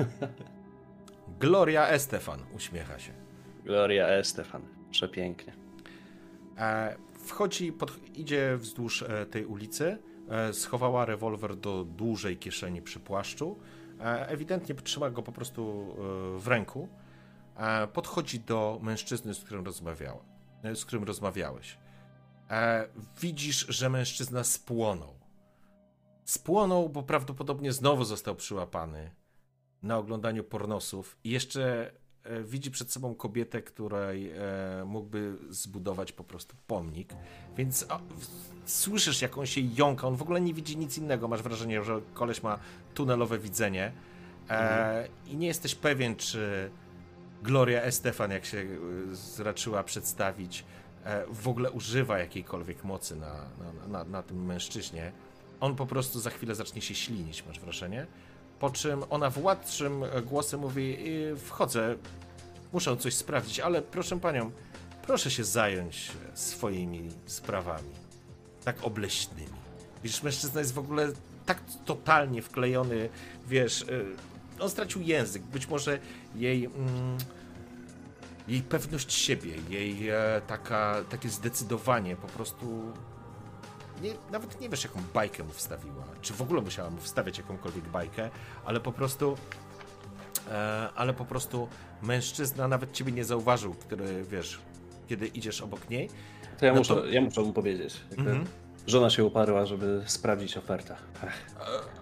Gloria Estefan uśmiecha się. Gloria Estefan. Przepięknie. E, wchodzi, pod, idzie wzdłuż e, tej ulicy, e, schowała rewolwer do dużej kieszeni przy płaszczu, e, ewidentnie trzyma go po prostu e, w ręku, e, podchodzi do mężczyzny, z którym rozmawiała, e, z którym rozmawiałeś. E, widzisz, że mężczyzna spłonął. Spłonął, bo prawdopodobnie znowu został przyłapany na oglądaniu pornosów i jeszcze e, widzi przed sobą kobietę, której e, mógłby zbudować po prostu pomnik, więc o, w, słyszysz, jak on się jąka, on w ogóle nie widzi nic innego, masz wrażenie, że koleś ma tunelowe widzenie e, Mhm. i nie jesteś pewien, czy Gloria Estefan, jak się e, zraczyła przedstawić, e, w ogóle używa jakiejkolwiek mocy na, na, na, na tym mężczyźnie. On po prostu za chwilę zacznie się ślinić, masz wrażenie. Po czym ona władczym głosem mówi: wchodzę, muszę coś sprawdzić, ale proszę panią, proszę się zająć swoimi sprawami, tak obleśnymi. Widzisz, mężczyzna jest w ogóle tak totalnie wklejony, wiesz, on stracił język, być może jej, mm, jej pewność siebie, jej e, taka, takie zdecydowanie po prostu... Nie, nawet nie wiesz, jaką bajkę mu wstawiła, czy w ogóle musiała mu wstawiać jakąkolwiek bajkę, ale po prostu e, ale po prostu mężczyzna nawet ciebie nie zauważył, który, wiesz, kiedy idziesz obok niej. To ja, No muszę, to- ja muszę mu powiedzieć. Jakby Mhm. Żona się uparła, żeby sprawdzić ofertę. Ech.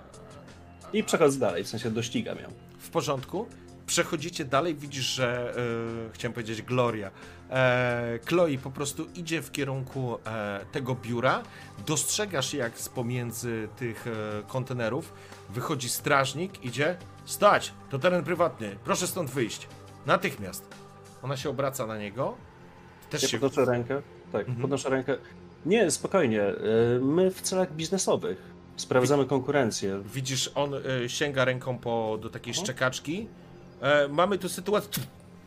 I przechodzę dalej, w sensie dościgam ją. W porządku. Przechodzicie dalej, widzisz, że e, chciałem powiedzieć Gloria. E, Chloe po prostu idzie w kierunku e, tego biura. Dostrzegasz, jak z pomiędzy tych e, kontenerów wychodzi strażnik, idzie. Stać! To teren prywatny. Proszę stąd wyjść. Natychmiast. Ona się obraca na niego. Ty też Ja się... podnoszę rękę. Tak, Mhm. podnoszę rękę. Nie, spokojnie. y, My w celach biznesowych sprawdzamy konkurencję. Widzisz, on e, sięga ręką po, do takiej Mhm. szczekaczki. E, mamy tu sytuację...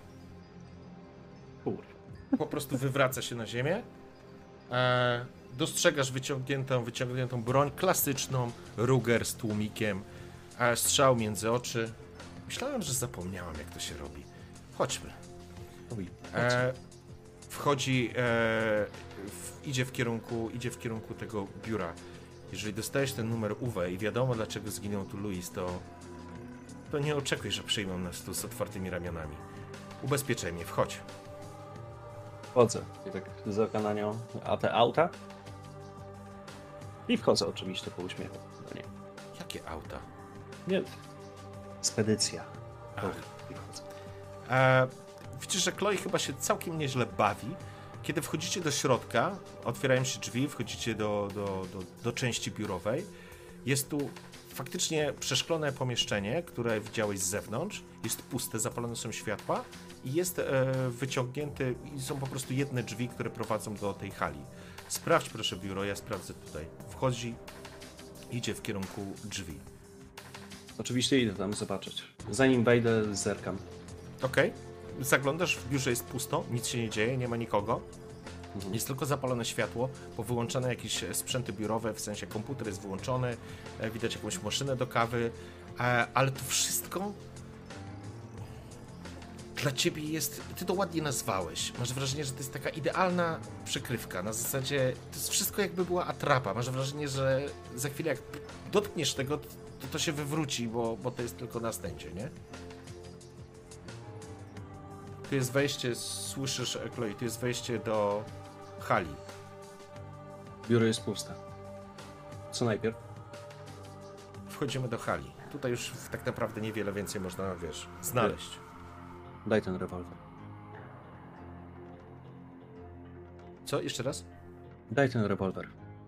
Kur. Po prostu wywraca się na ziemię. E, dostrzegasz wyciągniętą, wyciągniętą broń, klasyczną, Ruger z tłumikiem, e, strzał między oczy. Myślałem, że zapomniałam, jak to się robi. Chodźmy. E, wchodzi, e, w, idzie, w kierunku, idzie w kierunku tego biura. Jeżeli dostajesz ten numer U W i wiadomo, dlaczego zginął tu Louis, to, to nie oczekuj, że przyjmą nas tu z otwartymi ramionami. Ubezpieczaj mnie, wchodź. Wchodzę. I tak z oka na nią. A te auta? I wchodzę oczywiście po uśmiechu do niej. Jakie auta? Nie. Spedycja. Ach. I wchodzę. E, widzisz, że Chloe chyba się całkiem nieźle bawi. Kiedy wchodzicie do środka, otwierają się drzwi, wchodzicie do, do, do, do części biurowej. Jest tu faktycznie przeszklone pomieszczenie, które widziałeś z zewnątrz. Jest puste, zapalone są światła i jest e, wyciągnięty, i są po prostu jedne drzwi, które prowadzą do tej hali. Sprawdź proszę biuro, ja sprawdzę tutaj. Wchodzi, idzie w kierunku drzwi. Oczywiście idę tam zobaczyć. Zanim wejdę, zerkam. Okej, okay. Zaglądasz, w biurze jest pusto, nic się nie dzieje, nie ma nikogo. Mhm. Jest tylko zapalone światło, powyłączone jakieś sprzęty biurowe, w sensie komputer jest wyłączony, widać jakąś maszynę do kawy, ale to wszystko dla ciebie jest, ty to ładnie nazwałeś, masz wrażenie, że to jest taka idealna przykrywka, na zasadzie to jest wszystko jakby była atrapa, masz wrażenie, że za chwilę jak dotkniesz tego, to to się wywróci, bo, bo to jest tylko na stędzie, nie? Tu jest wejście, słyszysz, Chloe, tu jest wejście do hali. Biuro jest puste. Co najpierw? Wchodzimy do hali. Tutaj już tak naprawdę niewiele więcej można, wiesz, znaleźć. Daj ten rewolwer. Co? Jeszcze raz? Daj ten rewolwer.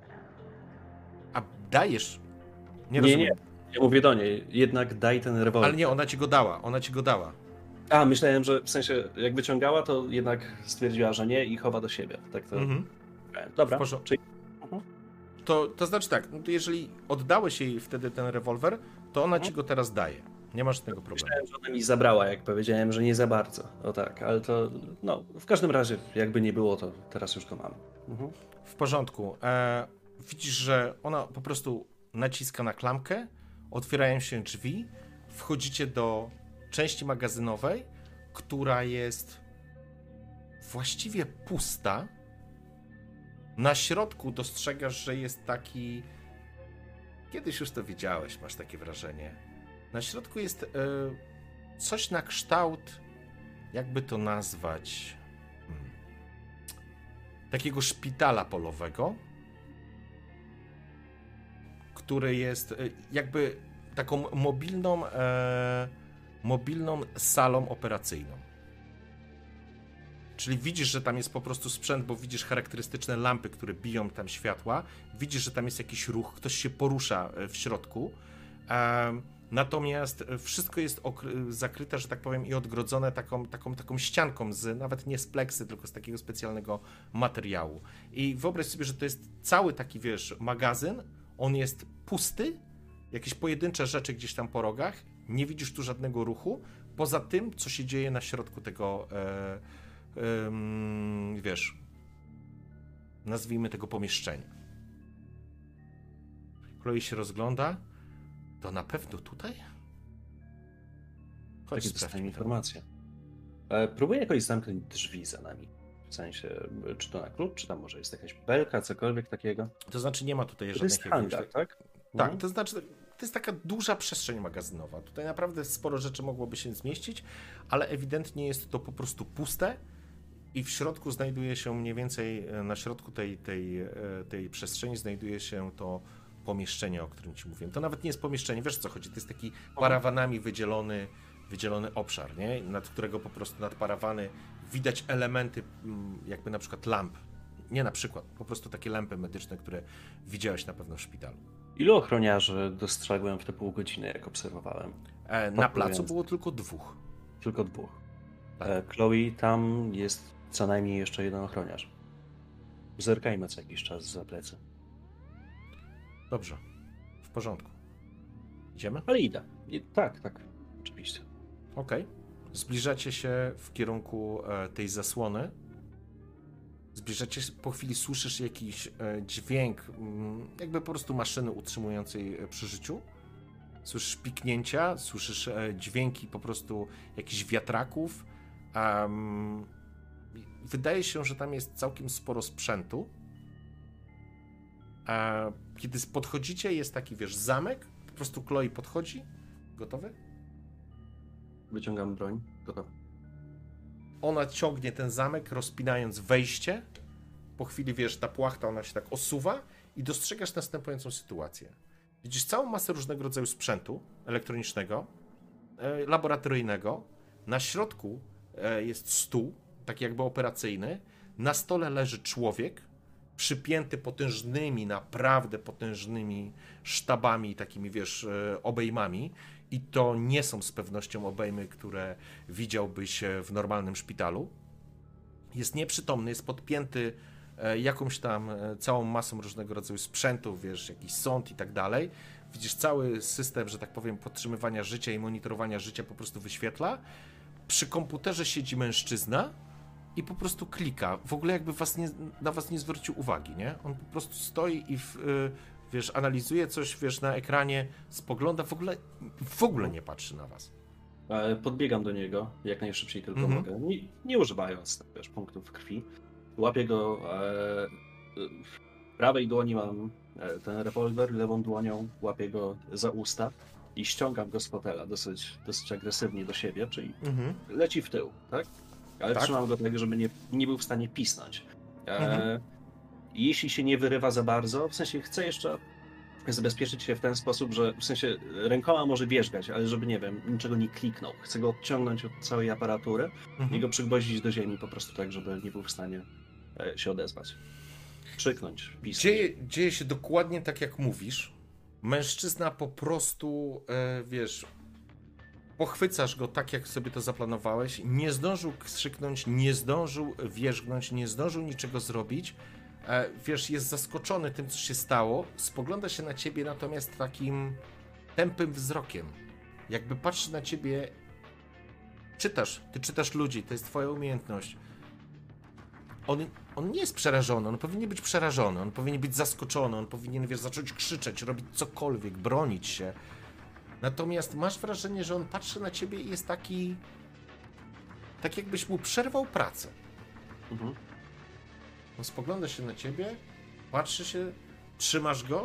A dajesz? Nie, Nie, rozumiem. nie. Ja mówię do niej, jednak daj ten rewolwer. Ale nie, ona ci go dała, ona ci go dała. A, myślałem, że w sensie jak wyciągała, to jednak stwierdziła, że nie i chowa do siebie. Tak to... Mhm. Dobra, W porządku. czyli... Mhm. To, to znaczy tak, no to jeżeli oddałeś jej wtedy ten rewolwer, to ona ci go teraz daje. Nie masz żadnego problemu. Myślałem, że ona mi zabrała, jak powiedziałem, że nie za bardzo. O tak, ale to, no, w każdym razie, jakby nie było, to teraz już go mam. Mhm. W porządku. E, widzisz, że ona po prostu naciska na klamkę, otwierają się drzwi, wchodzicie do części magazynowej, która jest właściwie pusta. Na środku dostrzegasz, że jest taki... Kiedyś już to widziałeś, masz takie wrażenie. Na środku jest e, coś na kształt, jakby to nazwać, hmm, takiego szpitala polowego, który jest e, jakby taką mobilną, e, mobilną salą operacyjną. Czyli widzisz, że tam jest po prostu sprzęt, bo widzisz charakterystyczne lampy, które biją tam światła. Widzisz, że tam jest jakiś ruch, ktoś się porusza w środku. E, natomiast wszystko jest zakryte, że tak powiem, i odgrodzone taką, taką, taką ścianką, z, nawet nie z pleksy, tylko z takiego specjalnego materiału. I wyobraź sobie, że to jest cały taki, wiesz, magazyn. On jest pusty, jakieś pojedyncze rzeczy gdzieś tam po rogach. Nie widzisz tu żadnego ruchu, poza tym, co się dzieje na środku tego... E, Ym, wiesz, nazwijmy tego pomieszczenia. Chloe się rozgląda. To na pewno tutaj? Chodź, Takie dostałem informację. E, próbuję jakoś zamknąć drzwi za nami. W sensie, czy to na klucz, czy tam może jest jakaś belka, cokolwiek takiego. To znaczy nie ma tutaj To żadnych... jest hangar, jakiegoś... tak? Tak, Mhm. to znaczy to jest taka duża przestrzeń magazynowa. Tutaj naprawdę sporo rzeczy mogłoby się zmieścić, ale ewidentnie jest to po prostu puste. I w środku znajduje się mniej więcej, na środku tej, tej, tej przestrzeni znajduje się to pomieszczenie, o którym ci mówiłem. To nawet nie jest pomieszczenie, wiesz co chodzi, to jest taki parawanami wydzielony, wydzielony obszar, nie? Nad którego po prostu nad parawany widać elementy jakby na przykład lamp. Nie na przykład, po prostu takie lampy medyczne, które widziałeś na pewno w szpitalu. Ilu ochroniarzy dostrzegłem w te pół godziny, jak obserwowałem? E, na placu było tylko dwóch. Tylko dwóch. Tak. E, Chloe, tam jest co najmniej jeszcze jeden ochroniarz. Zerkajmy co jakiś czas za plecy. Dobrze, w porządku. Idziemy? Ale idę. I, tak, tak, oczywiście. Okej. Okay. Zbliżacie się w kierunku e, tej zasłony. Zbliżacie się, po chwili słyszysz jakiś e, dźwięk, m, jakby po prostu maszyny utrzymującej e, przy życiu. Słyszysz piknięcia, słyszysz e, dźwięki po prostu jakichś wiatraków. Um, wydaje się, że tam jest całkiem sporo sprzętu. E, kiedy podchodzicie, jest taki, wiesz, zamek. Po prostu Chloe podchodzi. Gotowy? Wyciągam broń. Gotowy. Ona ciągnie ten zamek, rozpinając wejście. Po chwili, wiesz, ta płachta, ona się tak osuwa i dostrzegasz następującą sytuację. Widzisz całą masę różnego rodzaju sprzętu elektronicznego, e, laboratoryjnego. Na środku e, jest stół, taki jakby operacyjny. Na stole leży człowiek. przypięty potężnymi, naprawdę potężnymi sztabami, takimi, wiesz, obejmami. I to nie są z pewnością obejmy, które widziałbyś w normalnym szpitalu. Jest nieprzytomny, jest podpięty jakąś tam całą masą różnego rodzaju sprzętów, wiesz, jakiś sąd i tak dalej. Widzisz, cały system, że tak powiem, podtrzymywania życia i monitorowania życia po prostu wyświetla. Przy komputerze siedzi mężczyzna i po prostu klika. W ogóle jakby was nie, na was nie zwrócił uwagi, nie? On po prostu stoi i w, wiesz, analizuje coś, wiesz, na ekranie, spogląda, w ogóle, w ogóle nie patrzy na was. Podbiegam do niego jak najszybciej tylko Mhm. mogę, nie, nie używając, wiesz, punktów krwi. Łapię go, e, w prawej dłoni mam e, ten rewolwer, lewą dłonią łapię go za usta i ściągam go z fotela dosyć, dosyć agresywnie do siebie, czyli Mhm. leci w tył, tak? Ale Tak. trzymam go tak, żeby nie, nie był w stanie pisnąć. E, Mhm. Jeśli się nie wyrywa za bardzo, w sensie chcę jeszcze zabezpieczyć się w ten sposób, że w sensie rękoma może wierzgać, ale żeby, nie wiem, niczego nie kliknął. Chcę go odciągnąć od całej aparatury Mhm. i go przygwoździć do ziemi po prostu tak, żeby nie był w stanie e, się odezwać. Krzyknąć, pisać. Dzieje, dzieje się dokładnie tak, jak mówisz. Mężczyzna po prostu, e, wiesz, pochwycasz go tak, jak sobie to zaplanowałeś. Nie zdążył krzyknąć, nie zdążył wierzgnąć, nie zdążył niczego zrobić. E, wiesz, jest zaskoczony tym, co się stało. Spogląda się na ciebie natomiast takim tępym wzrokiem. Jakby patrzy na ciebie. Czytasz, ty czytasz ludzi, to jest twoja umiejętność. On, on nie jest przerażony, on powinien być przerażony, on powinien być zaskoczony, on powinien, wiesz, zacząć krzyczeć, robić cokolwiek, bronić się. Natomiast masz wrażenie, że on patrzy na ciebie i jest taki... tak jakbyś mu przerwał pracę. Mhm. On spogląda się na ciebie, patrzy się, trzymasz go.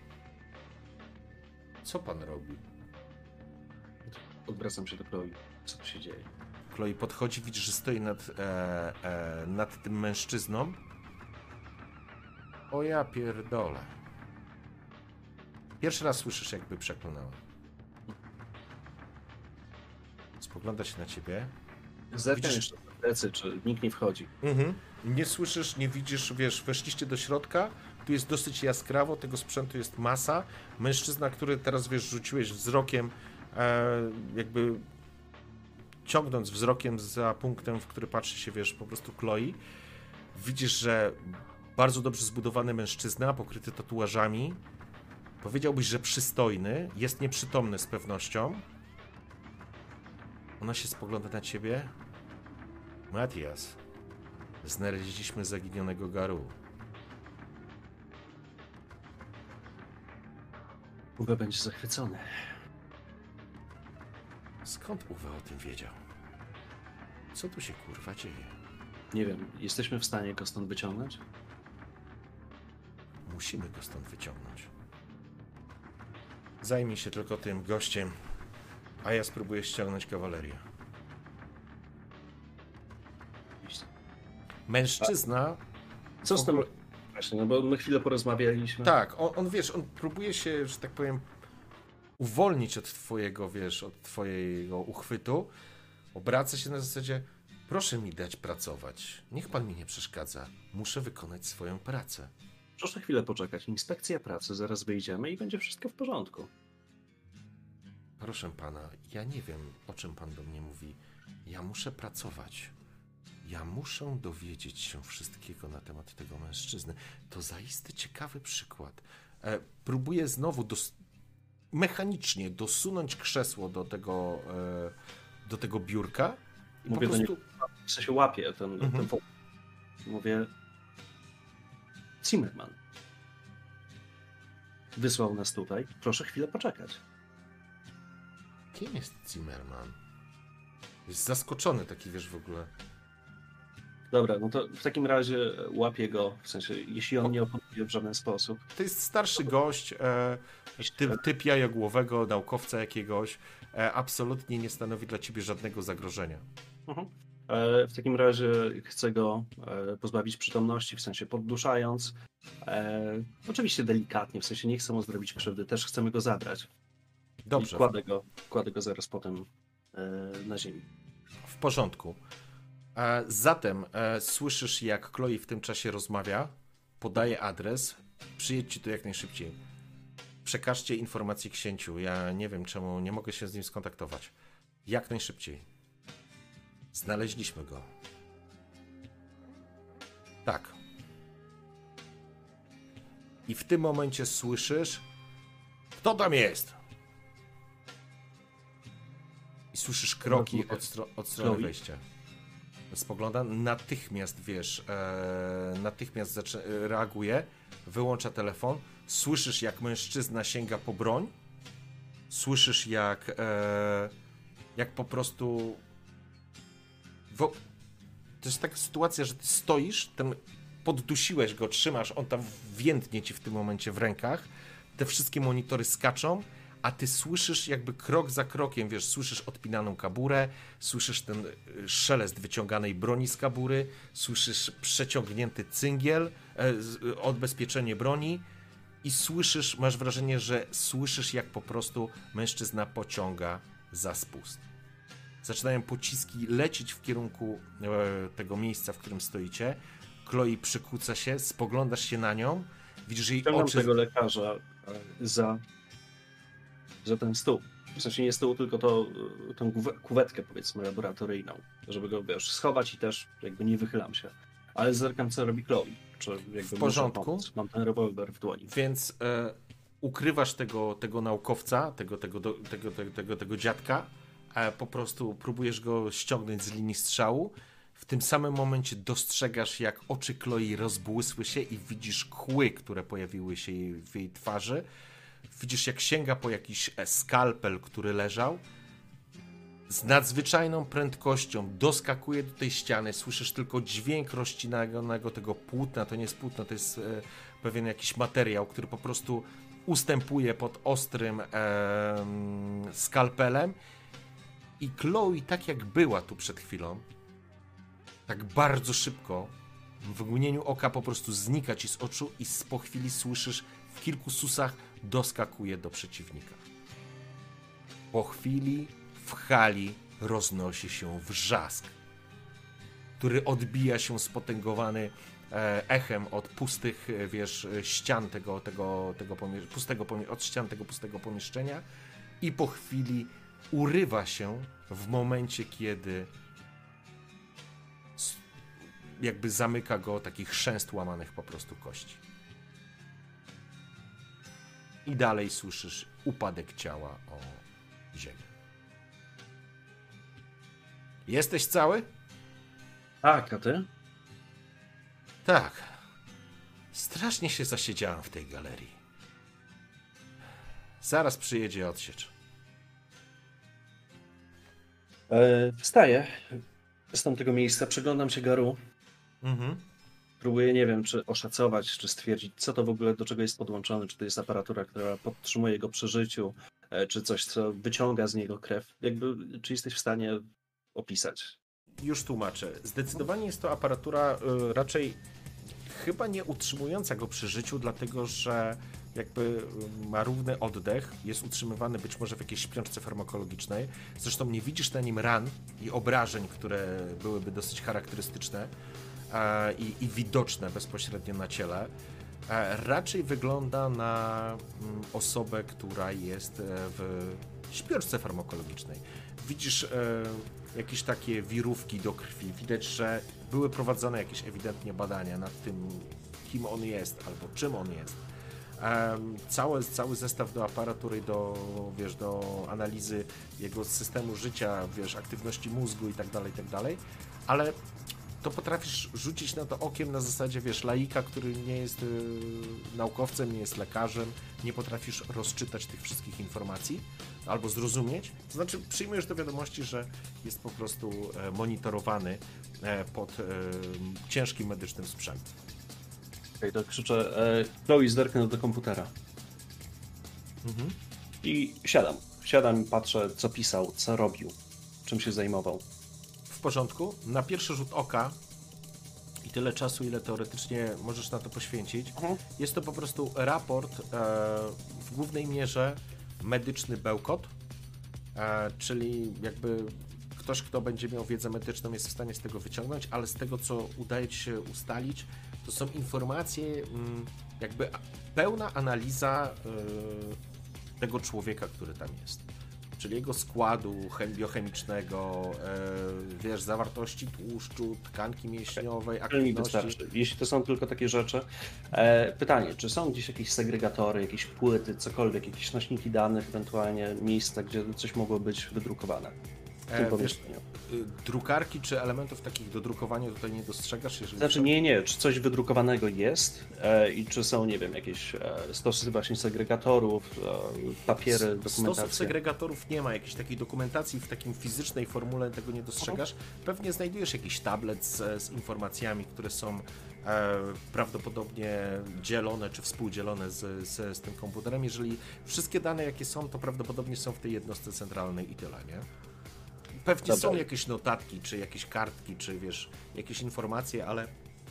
Co pan robi? Odwracam się do Chloe. Co tu się dzieje? Chloe podchodzi, widzisz, że stoi nad, e, e, nad tym mężczyzną. O ja pierdolę. Pierwszy raz słyszysz, jakby przeklnęła. Spogląda się na ciebie. Zerkam Widzisz- jeszcze na plecy, czy nikt nie wchodzi. Mhm. Nie słyszysz, nie widzisz, wiesz, weszliście do środka, tu jest dosyć jaskrawo, tego sprzętu jest masa. Mężczyzna, który teraz, wiesz, rzuciłeś wzrokiem, e, jakby ciągnąc wzrokiem za punktem, w który patrzy się, wiesz, po prostu Chloe. Widzisz, że bardzo dobrze zbudowany mężczyzna, pokryty tatuażami. Powiedziałbyś, że przystojny, jest nieprzytomny z pewnością. Ona się spogląda na ciebie. Matias, znaleźliśmy zaginionego Garu. Uwe będzie zachwycony. Skąd Uwe o tym wiedział? Co tu się kurwa dzieje? Nie wiem, jesteśmy w stanie go stąd wyciągnąć? Musimy go stąd wyciągnąć. Zajmij się tylko tym gościem, a ja spróbuję ściągnąć kawalerię. Iść. Mężczyzna... Co z w tym? ogóle- Właśnie, no bo my chwilę porozmawialiśmy. Tak, on, on, wiesz, on próbuje się, że tak powiem, uwolnić od twojego, wiesz, od twojego uchwytu. Obraca się na zasadzie, proszę mi dać pracować. Niech pan mi nie przeszkadza. Muszę wykonać swoją pracę. Proszę chwilę poczekać. Inspekcja pracy, zaraz wyjdziemy i będzie wszystko w porządku. Proszę pana, ja nie wiem, o czym pan do mnie mówi. Ja muszę pracować. Ja muszę dowiedzieć się wszystkiego na temat tego mężczyzny. To zaiste ciekawy przykład. E, próbuję znowu dos- mechanicznie dosunąć krzesło do tego, e, do tego biurka i Mówię po do prostu... W sensie łapię ten, Mhm. ten fotel. Mówię... Zimmerman. Wysłał nas tutaj. Proszę chwilę poczekać. Kim jest Zimmerman? Jest zaskoczony taki, wiesz, w ogóle. Dobra, no to w takim razie łapię go, w sensie, jeśli on nie oponuje w żaden sposób. To jest starszy gość, e, typ, typ jajogłowego, naukowca jakiegoś. E, absolutnie nie stanowi dla ciebie żadnego zagrożenia. Mhm. E, w takim razie chcę go e, pozbawić przytomności, w sensie podduszając. E, oczywiście delikatnie, w sensie nie chcę mu zrobić krzywdy, też chcemy go zabrać. Dobrze, I kładę go, kładę go zaraz potem e, na ziemi. w porządku. E, zatem e, słyszysz, jak Chloe w tym czasie rozmawia. podaję adres, przyjedźcie tu jak najszybciej. Przekażcie informację księciu, ja nie wiem czemu, nie mogę się z nim skontaktować. Jak najszybciej. Znaleźliśmy go. Tak. I w tym momencie słyszysz, kto tam jest? I słyszysz kroki od, stro od strony Chloe. wejścia. Spogląda, natychmiast wiesz, e, natychmiast reaguje, wyłącza telefon, słyszysz jak mężczyzna sięga po broń, słyszysz jak, e, jak po prostu... Wo to jest taka sytuacja, że ty stoisz, ten, poddusiłeś go, trzymasz, on tam więdnie ci w tym momencie w rękach, te wszystkie monitory skaczą, a ty słyszysz jakby krok za krokiem, wiesz, słyszysz odpinaną kaburę, słyszysz ten szelest wyciąganej broni z kabury, słyszysz przeciągnięty cyngiel, e, odbezpieczenie broni i słyszysz, masz wrażenie, że słyszysz jak po prostu mężczyzna pociąga za spust. Zaczynają pociski lecieć w kierunku e, tego miejsca, w którym stoicie. Chloe przykłóca się, spoglądasz się na nią, widzisz jej Ciągam oczy... tego lekarza e, za, za ten stół. W sensie nie stół, tylko to, e, tą kuwe- kuwetkę, powiedzmy, laboratoryjną, żeby go, wiesz, schować i też jakby nie wychylam się. Ale zerkam, co robi Chloe. Czy jakby W porządku. Mam ten rewolwer w dłoni. Więc e, ukrywasz tego, tego naukowca, tego, tego, do, tego, tego, tego, tego dziadka, a po prostu próbujesz go ściągnąć z linii strzału. W tym samym momencie dostrzegasz, jak oczy Chloe rozbłysły się i widzisz kły, które pojawiły się jej, w jej twarzy. Widzisz, jak sięga po jakiś skalpel, który leżał. Z nadzwyczajną prędkością doskakuje do tej ściany. Słyszysz tylko dźwięk rozcinanego tego płótna. To nie jest płótno, to jest e, pewien jakiś materiał, który po prostu ustępuje pod ostrym e, skalpelem. I Chloe, tak jak była tu przed chwilą, tak bardzo szybko, w mgnieniu oka po prostu znika ci z oczu i po chwili słyszysz w kilku susach doskakuje do przeciwnika. Po chwili w hali roznosi się wrzask, który odbija się spotęgowany e, echem od pustych, e, wiesz, ścian tego, tego, tego pomie- pustego pomie- od ścian tego pustego pomieszczenia i po chwili urywa się w momencie, kiedy jakby zamyka go taki chrzęst łamanych po prostu kości. I dalej słyszysz upadek ciała o ziemię. Jesteś cały? Tak, a ty? Tak. Strasznie się zasiedziałem w tej galerii. Zaraz przyjedzie odsiecz. E, wstaję z tamtego miejsca, przyglądam się Garu. Mhm. Próbuję, nie wiem, czy oszacować, czy stwierdzić, co to w ogóle, do czego jest podłączony, czy to jest aparatura, która podtrzymuje go przy życiu, e, czy coś, co wyciąga z niego krew. Jakby, czy jesteś w stanie opisać? Już tłumaczę. Zdecydowanie jest to aparatura y, raczej chyba nie utrzymująca go przy życiu, dlatego że jakby y, ma równy oddech, jest utrzymywany być może w jakiejś śpiączce farmakologicznej. Zresztą nie widzisz na nim ran i obrażeń, które byłyby dosyć charakterystyczne e, i, i widoczne bezpośrednio na ciele. E, raczej wygląda na mm, osobę, która jest e, w śpiączce farmakologicznej. Widzisz e, jakieś takie wirówki do krwi. Widać, że były prowadzone jakieś ewidentnie badania nad tym, kim on jest albo czym on jest. Um, cały, cały zestaw do aparatury, do, wiesz, do analizy jego systemu życia, wiesz, aktywności mózgu i tak dalej, i tak dalej, ale to potrafisz rzucić na to okiem na zasadzie, wiesz, laika, który nie jest y, naukowcem, nie jest lekarzem, nie potrafisz rozczytać tych wszystkich informacji albo zrozumieć. To znaczy przyjmujesz do wiadomości, że jest po prostu e, monitorowany e, pod e, ciężkim medycznym sprzętem. Okej, to krzyczę, e, Chloe, zerknę do komputera. Mhm. I siadam. Siadam i patrzę, co pisał, co robił, czym się zajmował. W porządku. Na pierwszy rzut oka i tyle czasu, ile teoretycznie możesz na to poświęcić, Mhm. jest to po prostu raport e, w głównej mierze medyczny bełkot, e, czyli jakby ktoś, kto będzie miał wiedzę medyczną, jest w stanie z tego wyciągnąć, ale z tego, co udaje ci się ustalić, to są informacje, mm, jakby pełna analiza y, tego człowieka, który tam jest. Czyli jego składu chem- biochemicznego, y, wiesz, zawartości tłuszczu, tkanki mięśniowej, Tyle mi aktywności. wystarczy. Jeśli to są tylko takie rzeczy. E, pytanie, czy są gdzieś jakieś segregatory, jakieś płyty, cokolwiek, jakieś nośniki danych, ewentualnie miejsca, gdzie coś mogło być wydrukowane? W tym E, wiesz, pomieszczeniu. y, drukarki czy elementów takich do drukowania tutaj nie dostrzegasz? Jeżeli Znaczy nie, nie, czy coś wydrukowanego jest e, i czy są, nie wiem, jakieś e, stosy właśnie segregatorów, e, papiery, Stosów dokumentacje. segregatorów nie ma, jakiejś takiej dokumentacji w takim fizycznej formule tego nie dostrzegasz. Pewnie znajdujesz jakiś tablet z, z informacjami, które są e, prawdopodobnie dzielone czy współdzielone z, z, z tym komputerem. Jeżeli wszystkie dane jakie są, to prawdopodobnie są w tej jednostce centralnej i tyle, nie? Pewnie Dobra. są jakieś notatki, czy jakieś kartki, czy wiesz, jakieś informacje, ale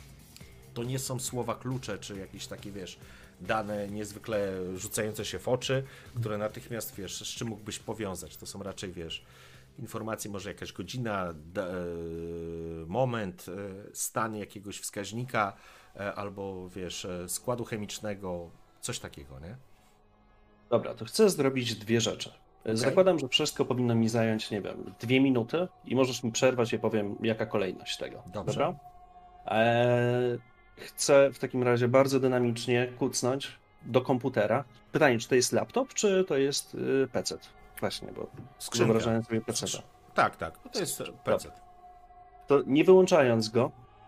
to nie są słowa klucze, czy jakieś takie, wiesz, dane niezwykle rzucające się w oczy, które natychmiast, wiesz, z czym mógłbyś powiązać. To są raczej, wiesz, informacje, może jakaś godzina, d- e, moment, e, stan jakiegoś wskaźnika, e, albo, wiesz, e, składu chemicznego, coś takiego, nie? Dobra, to chcę zrobić dwie rzeczy. Zakładam, że wszystko powinno mi zająć, nie wiem, dwie minuty i możesz mi przerwać, ja powiem, jaka kolejność tego. Dobrze. Dobra? Eee, chcę w takim razie bardzo dynamicznie kucnąć do komputera. Pytanie, czy to jest laptop, czy to jest y, P C? Właśnie, bo Skrzynka. wyobrażałem sobie P C. Tak, tak, to jest P C. To nie wyłączając go,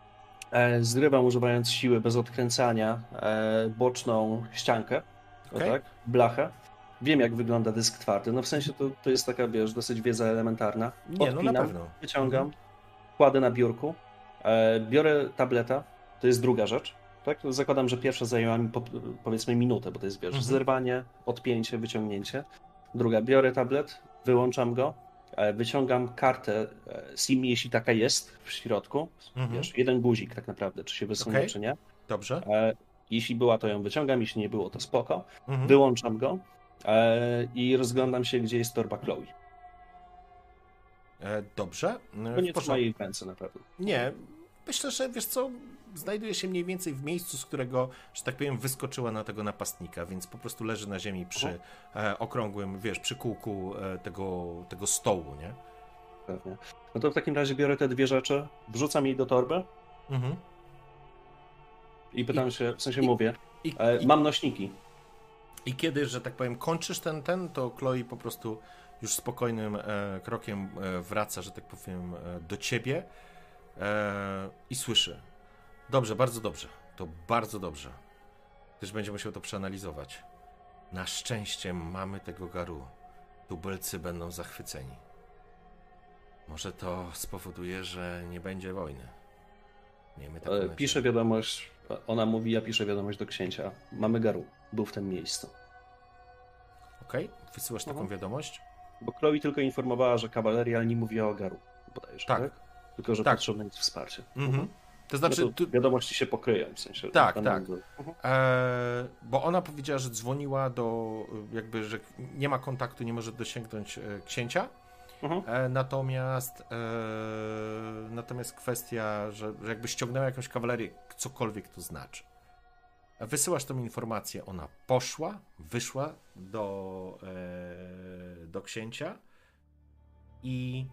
e, zrywam używając siły bez odkręcania e, boczną ściankę, o Okej. tak, blachę. Wiem, jak wygląda dysk twardy. No w sensie to, to jest taka, wiesz, dosyć wiedza elementarna. Nie, no na Odpinam, pewno. wyciągam, kładę na biurku, e, biorę tableta, to jest druga rzecz. Tak? Zakładam, że pierwsza zajęła mi po, powiedzmy minutę, bo to jest, wiesz, Mhm. zerwanie, odpięcie, wyciągnięcie. Druga, biorę tablet, wyłączam go, e, wyciągam kartę e, SIM, jeśli taka jest w środku. Mhm. Wiesz, jeden guzik tak naprawdę, czy się wysunie, Okej. czy nie. Dobrze. E, jeśli była, to ją wyciągam, jeśli nie było, to spoko. Mhm. Wyłączam go e, i rozglądam się, gdzie jest torba Chloe. E, Dobrze. E, To w nie trzyma porządku. jej w ręce na pewno. Nie, myślę, że wiesz co, znajduje się mniej więcej w miejscu, z którego, że tak powiem, wyskoczyła na tego napastnika, więc po prostu leży na ziemi przy e, okrągłym, wiesz, przy kółku e, tego, tego stołu, nie? Pewnie. No to w takim razie biorę te dwie rzeczy, wrzucam jej do torby Mhm. i pytam I- się, w sensie i- mówię, I, e, i, mam nośniki. I kiedy, że tak powiem, kończysz ten, ten, to Chloe po prostu już spokojnym e, krokiem e, wraca, że tak powiem, e, do ciebie e, i słyszy. Dobrze, bardzo dobrze. To bardzo dobrze. Też będzie musiał to przeanalizować. Na szczęście mamy tego Garu. Tubylcy będą zachwyceni. Może to spowoduje, że nie będzie wojny. Miejmy taką E, nadzieję. Piszę wiadomość, ona mówi, ja piszę wiadomość do księcia. Mamy Garu, był w tym miejscu. Okej, wysyłasz taką Mhm. wiadomość? Bo Chloe tylko informowała, że kawaleria, ale nie mówiła o Garu, bodajże, Tak. tak? Tylko, że Tak. potrzebne jest wsparcie. Mhm. To No znaczy, to tu, wiadomości się pokryją, w sensie. Tak, będą- tak. Mhm. E, bo ona powiedziała, że dzwoniła do, jakby, że nie ma kontaktu, nie może dosięgnąć e, księcia. Mhm. E, natomiast e, natomiast kwestia, że, że jakby ściągnęła jakąś kawalerię, cokolwiek to znaczy. Wysyłasz tą informację, ona poszła, wyszła do, e, do księcia i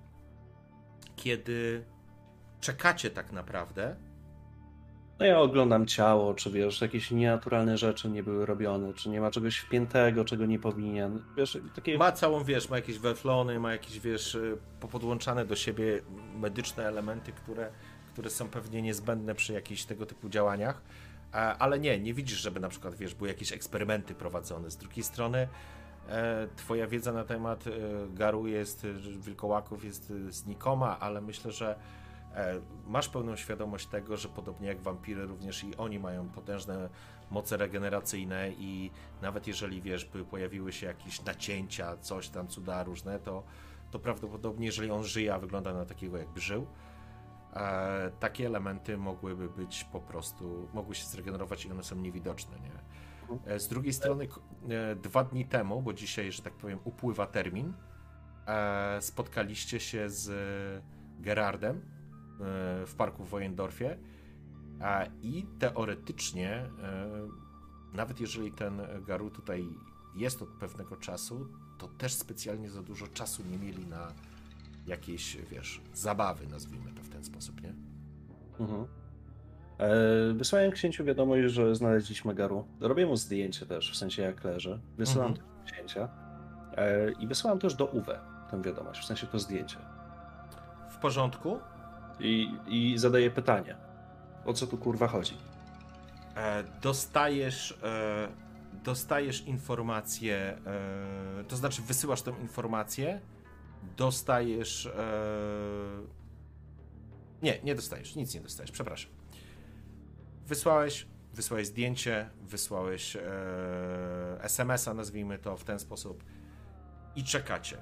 kiedy czekacie tak naprawdę, No ja oglądam ciało, czy wiesz, jakieś nienaturalne rzeczy nie były robione, czy nie ma czegoś wpiętego, czego nie powinien. Wiesz, takie... ma całą, wiesz, ma jakieś weflony, ma jakieś, wiesz, y, popodłączane do siebie medyczne elementy, które, które są pewnie niezbędne przy jakichś tego typu działaniach, e, ale nie, nie widzisz, żeby na przykład, wiesz, były jakieś eksperymenty prowadzone. Z drugiej strony e, twoja wiedza na temat e, Garu jest, e, wilkołaków jest e, znikoma, ale myślę, że e, masz pełną świadomość tego, że podobnie jak wampiry, również i oni mają potężne moce regeneracyjne i nawet jeżeli, wiesz, by pojawiły się jakieś nacięcia, coś tam, cuda różne, to, to prawdopodobnie, jeżeli on żyje, a wygląda na takiego, jakby żył, e, takie elementy mogłyby być po prostu, mogły się zregenerować i one są niewidoczne, nie? E, z drugiej strony, k- e, dwa dni temu, bo dzisiaj, że tak powiem, upływa termin, e, spotkaliście się z Gerardem e, w parku w Wojendorfie A, I teoretycznie, e, nawet jeżeli ten Garu tutaj jest od pewnego czasu, to też specjalnie za dużo czasu nie mieli na jakieś, wiesz, zabawy, nazwijmy to w ten sposób, nie? Mhm. E, wysłałem księciu wiadomość, że znaleźliśmy Garu. Robię mu zdjęcie też, w sensie jak leży. Wysyłam Mhm. to do księcia. E, I wysyłam też do Uwe tę wiadomość, w sensie to zdjęcie. W porządku. I, i zadaję pytanie. O co tu kurwa chodzi? E, dostajesz, e, dostajesz informację, e, to znaczy wysyłasz tę informację, dostajesz... E, nie, nie dostajesz, nic nie dostajesz, przepraszam. Wysłałeś, wysłałeś zdjęcie, wysłałeś e, es em es a, nazwijmy to w ten sposób, i czekacie.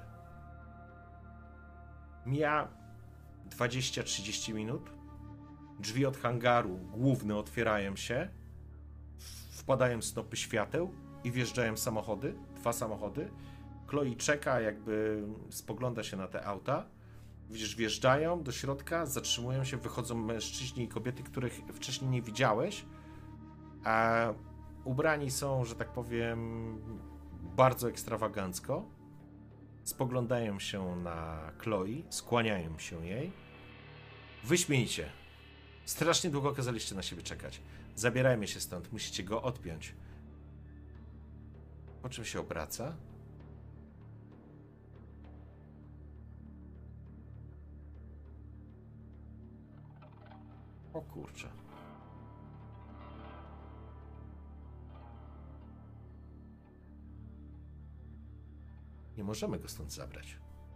Mija dwadzieścia trzydzieści minut, drzwi od hangaru główne otwierają się, wpadają snopy świateł i wjeżdżają samochody, dwa samochody. Chloe czeka, jakby spogląda się na te auta. Widzisz, wjeżdżają do środka, zatrzymują się, wychodzą mężczyźni i kobiety, których wcześniej nie widziałeś, a ubrani są, że tak powiem, bardzo ekstrawagancko. Spoglądają się na Chloe, skłaniają się jej. Wyśmienicie. Strasznie długo kazaliście na siebie czekać. Zabierajmy się stąd, musicie go odpiąć. Po czym się obraca? O kurczę. Nie możemy go stąd zabrać.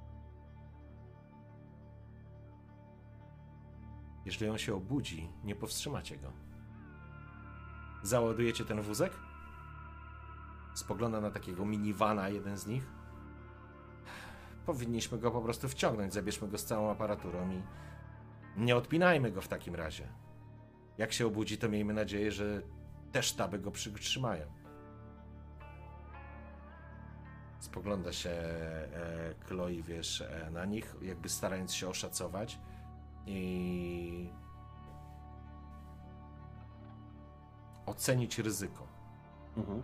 Jeżeli on się obudzi, nie powstrzymacie go. Załadujecie ten wózek? Spogląda na takiego minivana, jeden z nich. Powinniśmy go po prostu wciągnąć, zabierzmy go z całą aparaturą i nie odpinajmy go w takim razie. Jak się obudzi, to miejmy nadzieję, że te sztaby go przytrzymają. Spogląda się e, Chloe, wiesz, e, na nich, jakby starając się oszacować i ocenić ryzyko. Mhm.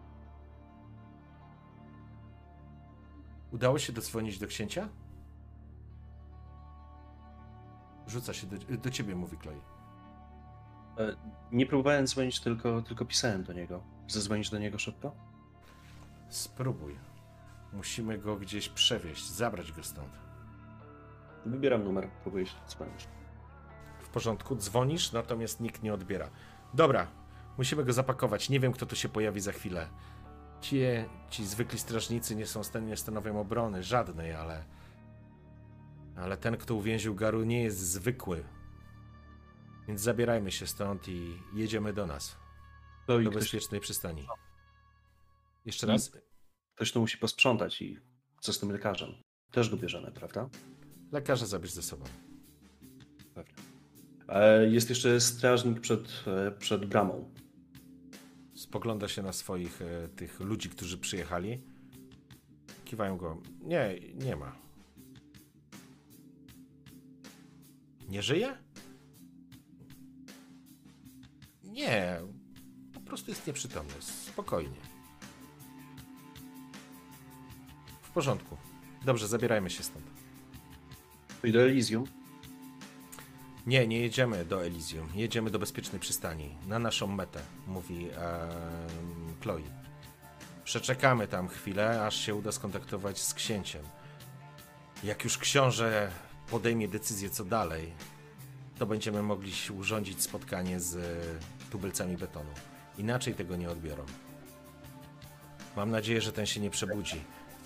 Udało się dodzwonić do księcia? Rzuca się do, do ciebie, mówi Chloe. E, nie próbowałem dzwonić, tylko, tylko pisałem do niego. Zadzwonić do niego szybko? Spróbuj. Musimy go gdzieś przewieźć, zabrać go stąd. Wybieram numer, próbuję się dzwonić. W porządku, dzwonisz, natomiast nikt nie odbiera. Dobra, musimy go zapakować. Nie wiem, kto tu się pojawi za chwilę. Ci, ci zwykli strażnicy nie są w stanie, nie stanowią obrony, żadnej, ale... Ale ten, kto uwięził Garu, nie jest zwykły. Więc zabierajmy się stąd i jedziemy do nas. To Do ktoś, bezpiecznej przystani. Jeszcze raz? ktoś tu musi posprzątać i co z tym lekarzem? Też go bierzemy, prawda? Lekarza zabierz ze sobą. Pewnie. E, jest jeszcze strażnik przed, e, przed bramą. Spogląda się na swoich, e, tych ludzi, którzy przyjechali. Kiwają go. Nie, nie ma. Nie żyje? Nie. Po prostu jest nieprzytomny. Spokojnie. W porządku. Dobrze, zabierajmy się stąd. I do Elysium. Nie, nie jedziemy do Elysium. Jedziemy do bezpiecznej przystani. Na naszą metę, mówi e, Chloe. Przeczekamy tam chwilę, aż się uda skontaktować z księciem. Jak już książę podejmie decyzję, co dalej, to będziemy mogli urządzić spotkanie z tubylcami betonu. Inaczej tego nie odbiorą. Mam nadzieję, że ten się nie przebudzi.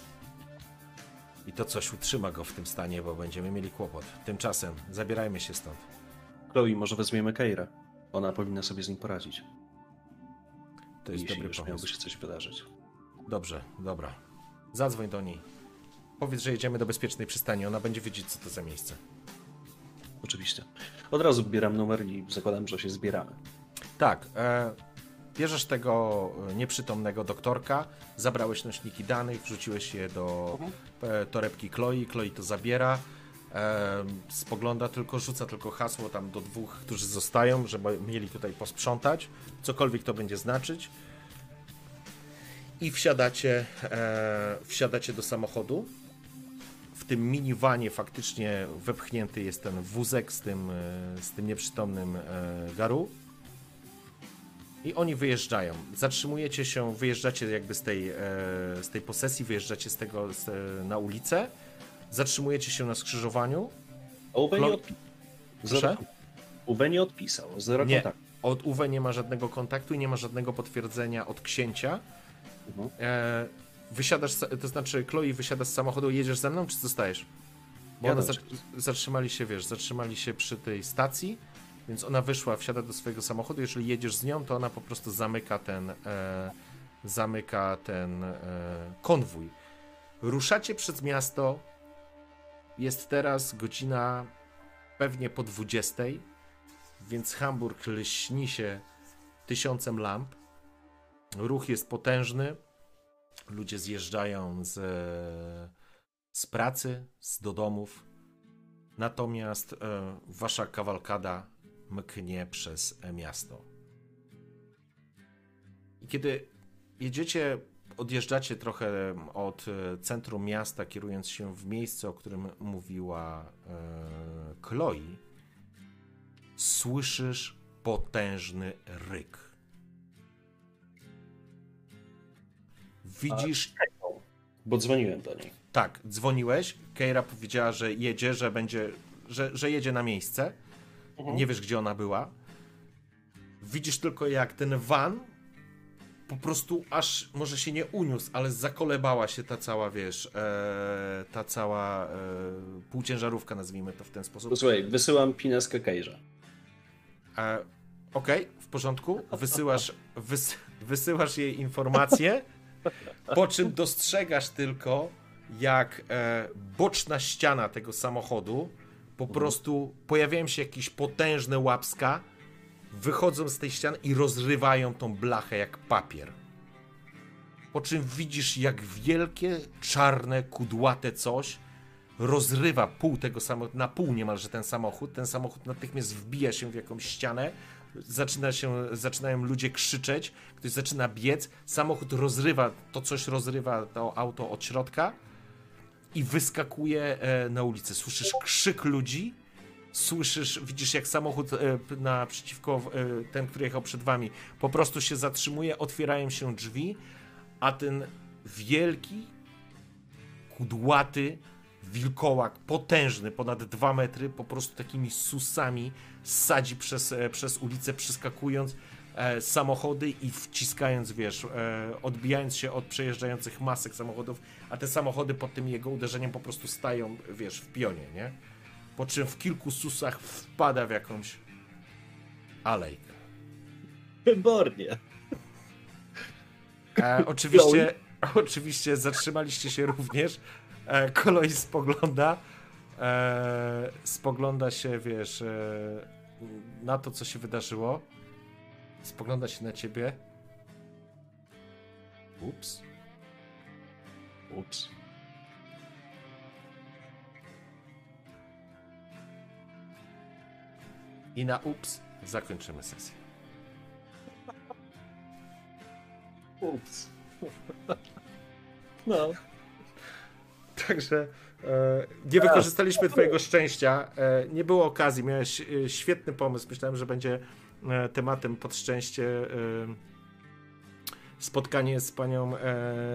I to coś utrzyma go w tym stanie, bo będziemy mieli kłopot. Tymczasem zabierajmy się stąd. Chloe, może wezmiemy Keirę. Ona powinna sobie z nim poradzić. To jest jeśli dobry już pomysł. miałoby się coś wydarzyć. Dobrze, dobra. Zadzwoń do niej. Powiedz, że jedziemy do bezpiecznej przystani. Ona będzie wiedzieć, co to za miejsce. Oczywiście. Od razu wybieram numer i zakładam, że się zbieramy. Tak. E, bierzesz tego nieprzytomnego doktorka, zabrałeś nośniki danych, wrzuciłeś je do e, torebki Chloe. Chloe to zabiera. E, spogląda tylko, rzuca tylko hasło tam do dwóch, którzy zostają, żeby mieli tutaj posprzątać, cokolwiek to będzie znaczyć. I wsiadacie, e, wsiadacie do samochodu. W tym minivanie faktycznie wepchnięty jest ten wózek z tym, z tym nieprzytomnym e, Garu. I oni wyjeżdżają. Zatrzymujecie się, wyjeżdżacie jakby z tej, e, z tej posesji, wyjeżdżacie z tego z, na ulicę. Zatrzymujecie się na skrzyżowaniu. A Uwe Klo- nie odpisał. Proszę? Uwe nie odpisał. Zero Nie, kontaktu. od Uwe nie ma żadnego kontaktu i nie ma żadnego potwierdzenia od księcia. Mhm. E, wysiadasz, to znaczy Chloe wysiada z samochodu, jedziesz ze mną, czy zostajesz? Bo Ja one dobrze. za, zatrzymali się, wiesz, zatrzymali się przy tej stacji, więc ona wyszła, wsiada do swojego samochodu. Jeżeli jedziesz z nią, to ona po prostu zamyka ten, e, zamyka ten e, konwój. Ruszacie przez miasto. Jest teraz godzina pewnie po dwudziestej, więc Hamburg lśni się tysiącem lamp. Ruch jest potężny. Ludzie zjeżdżają z, z pracy, z do domów. Natomiast e, wasza kawalkada mknie przez miasto. I kiedy jedziecie, odjeżdżacie trochę od centrum miasta, kierując się w miejsce, o którym mówiła e, Chloe, słyszysz potężny ryk. Widzisz... Bo dzwoniłem do niej. Tak, dzwoniłeś. Keira powiedziała, że jedzie, że będzie, że, że jedzie na miejsce. Mhm. Nie wiesz, gdzie ona była. Widzisz tylko, jak ten van po prostu aż może się nie uniósł, ale zakolebała się ta cała, wiesz, e, ta cała e, półciężarówka, nazwijmy to w ten sposób. Słuchaj, wysyłam pineskę Kejrza. E, Okej, okay, w porządku. Wysyłasz, wys, wysyłasz jej informacje, po czym dostrzegasz tylko, jak e, boczna ściana tego samochodu, po Mhm. prostu pojawiają się jakieś potężne łapska, wychodzą z tej ściany i rozrywają tą blachę jak papier. Po czym widzisz, jak wielkie, czarne, kudłate coś rozrywa pół tego samochodu, na pół niemalże ten samochód. Ten samochód natychmiast wbija się w jakąś ścianę, zaczyna się, zaczynają ludzie krzyczeć, ktoś zaczyna biec, samochód rozrywa, to coś rozrywa to auto od środka i wyskakuje e, na ulicę. Słyszysz krzyk ludzi, słyszysz, widzisz, jak samochód e, naprzeciwko, e, ten, który jechał przed wami, po prostu się zatrzymuje, otwierają się drzwi, a ten wielki, kudłaty wilkołak, potężny, ponad dwa metry, po prostu takimi susami sadzi przez, e, przez ulicę, przeskakując e, samochody i wciskając, wiesz, e, odbijając się od przejeżdżających masek samochodów, a te samochody pod tym jego uderzeniem po prostu stają, wiesz, w pionie, nie? Po czym w kilku susach wpada w jakąś alejkę. Wybornie. E, oczywiście, oczywiście zatrzymaliście się również. E, Koloj spogląda, e, spogląda się, wiesz, e, na to, co się wydarzyło. Spogląda się na ciebie. Ups. Ups. I na ups zakończymy sesję. Ups. No. Także e, nie wykorzystaliśmy twojego szczęścia. E, nie było okazji. Miałeś e, świetny pomysł. Myślałem, że będzie e, tematem pod szczęście e, spotkanie z panią e,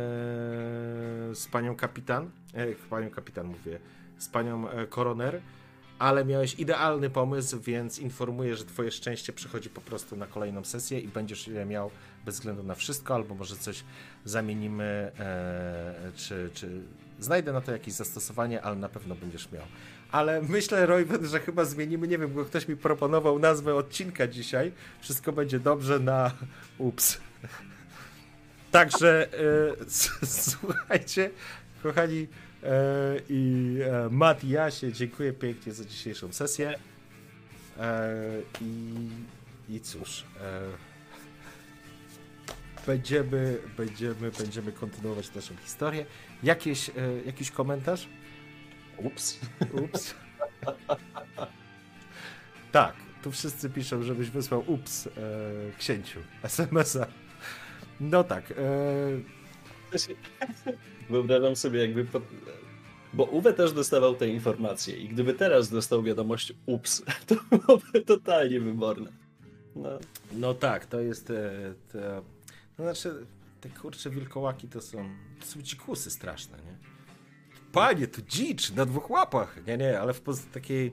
z panią kapitan. E, panią kapitan mówię. Z panią e, koroner. Ale miałeś idealny pomysł, więc informuję, że twoje szczęście przychodzi po prostu na kolejną sesję i będziesz je miał bez względu na wszystko, albo może coś zamienimy, e, czy, czy znajdę na to jakieś zastosowanie, ale na pewno będziesz miał. Ale myślę, Royven, że chyba zmienimy, nie wiem, bo ktoś mi proponował nazwę odcinka dzisiaj. Wszystko będzie dobrze na ups. Także e, słuchajcie, kochani, i Matt i Jasie, dziękuję pięknie za dzisiejszą sesję. I, i cóż, będziemy, będziemy, będziemy kontynuować naszą historię. Jakieś, jakiś komentarz? Ups. Ups. Tak, tu wszyscy piszą, żebyś wysłał ups e, księciu es em es a. No tak. E... Wyobrażam sobie jakby... Pod... Bo Uwe też dostawał te informacje i gdyby teraz dostał wiadomość ups, to byłoby totalnie wyborne. No. No tak, to jest te, te... No znaczy, te kurcze wilkołaki to są... To są dzikusy straszne, nie? Panie, tu dzicz na dwóch łapach. Nie, nie, ale w poz... takiej...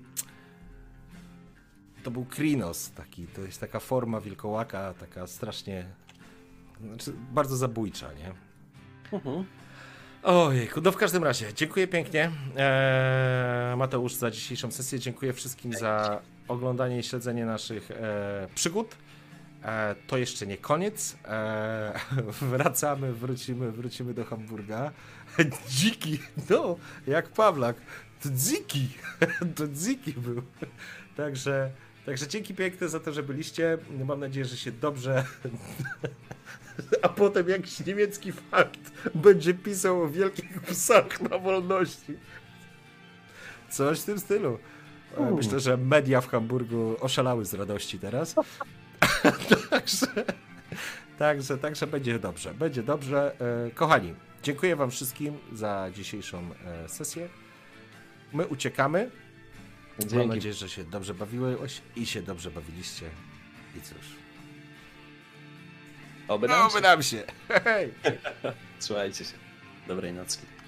To był krinos taki, to jest taka forma wilkołaka, taka strasznie... Znaczy, bardzo zabójcza, nie? Mhm. Ojejku, no w każdym razie, dziękuję pięknie eee, Mateusz za dzisiejszą sesję, dziękuję wszystkim za oglądanie i śledzenie naszych e, przygód. E, to jeszcze nie koniec, e, wracamy, wrócimy, wrócimy do Hamburga. Dziki, no, jak Pawlak, to dziki, to dziki był. Także, także dzięki piękne za to, że byliście, mam nadzieję, że się dobrze... A potem jakiś niemiecki fakt będzie pisał o wielkich psach na wolności. Coś w tym stylu. U. Myślę, że media w Hamburgu oszalały z radości teraz. także, także, także będzie dobrze. Będzie dobrze. Kochani, dziękuję wam wszystkim za dzisiejszą sesję. My uciekamy. Dzięki. Mam nadzieję, że się dobrze bawiłeś i się dobrze bawiliście. I cóż. Oby nam się. Oby nam się. Hej. Trzymajcie się. Dobrej nocki.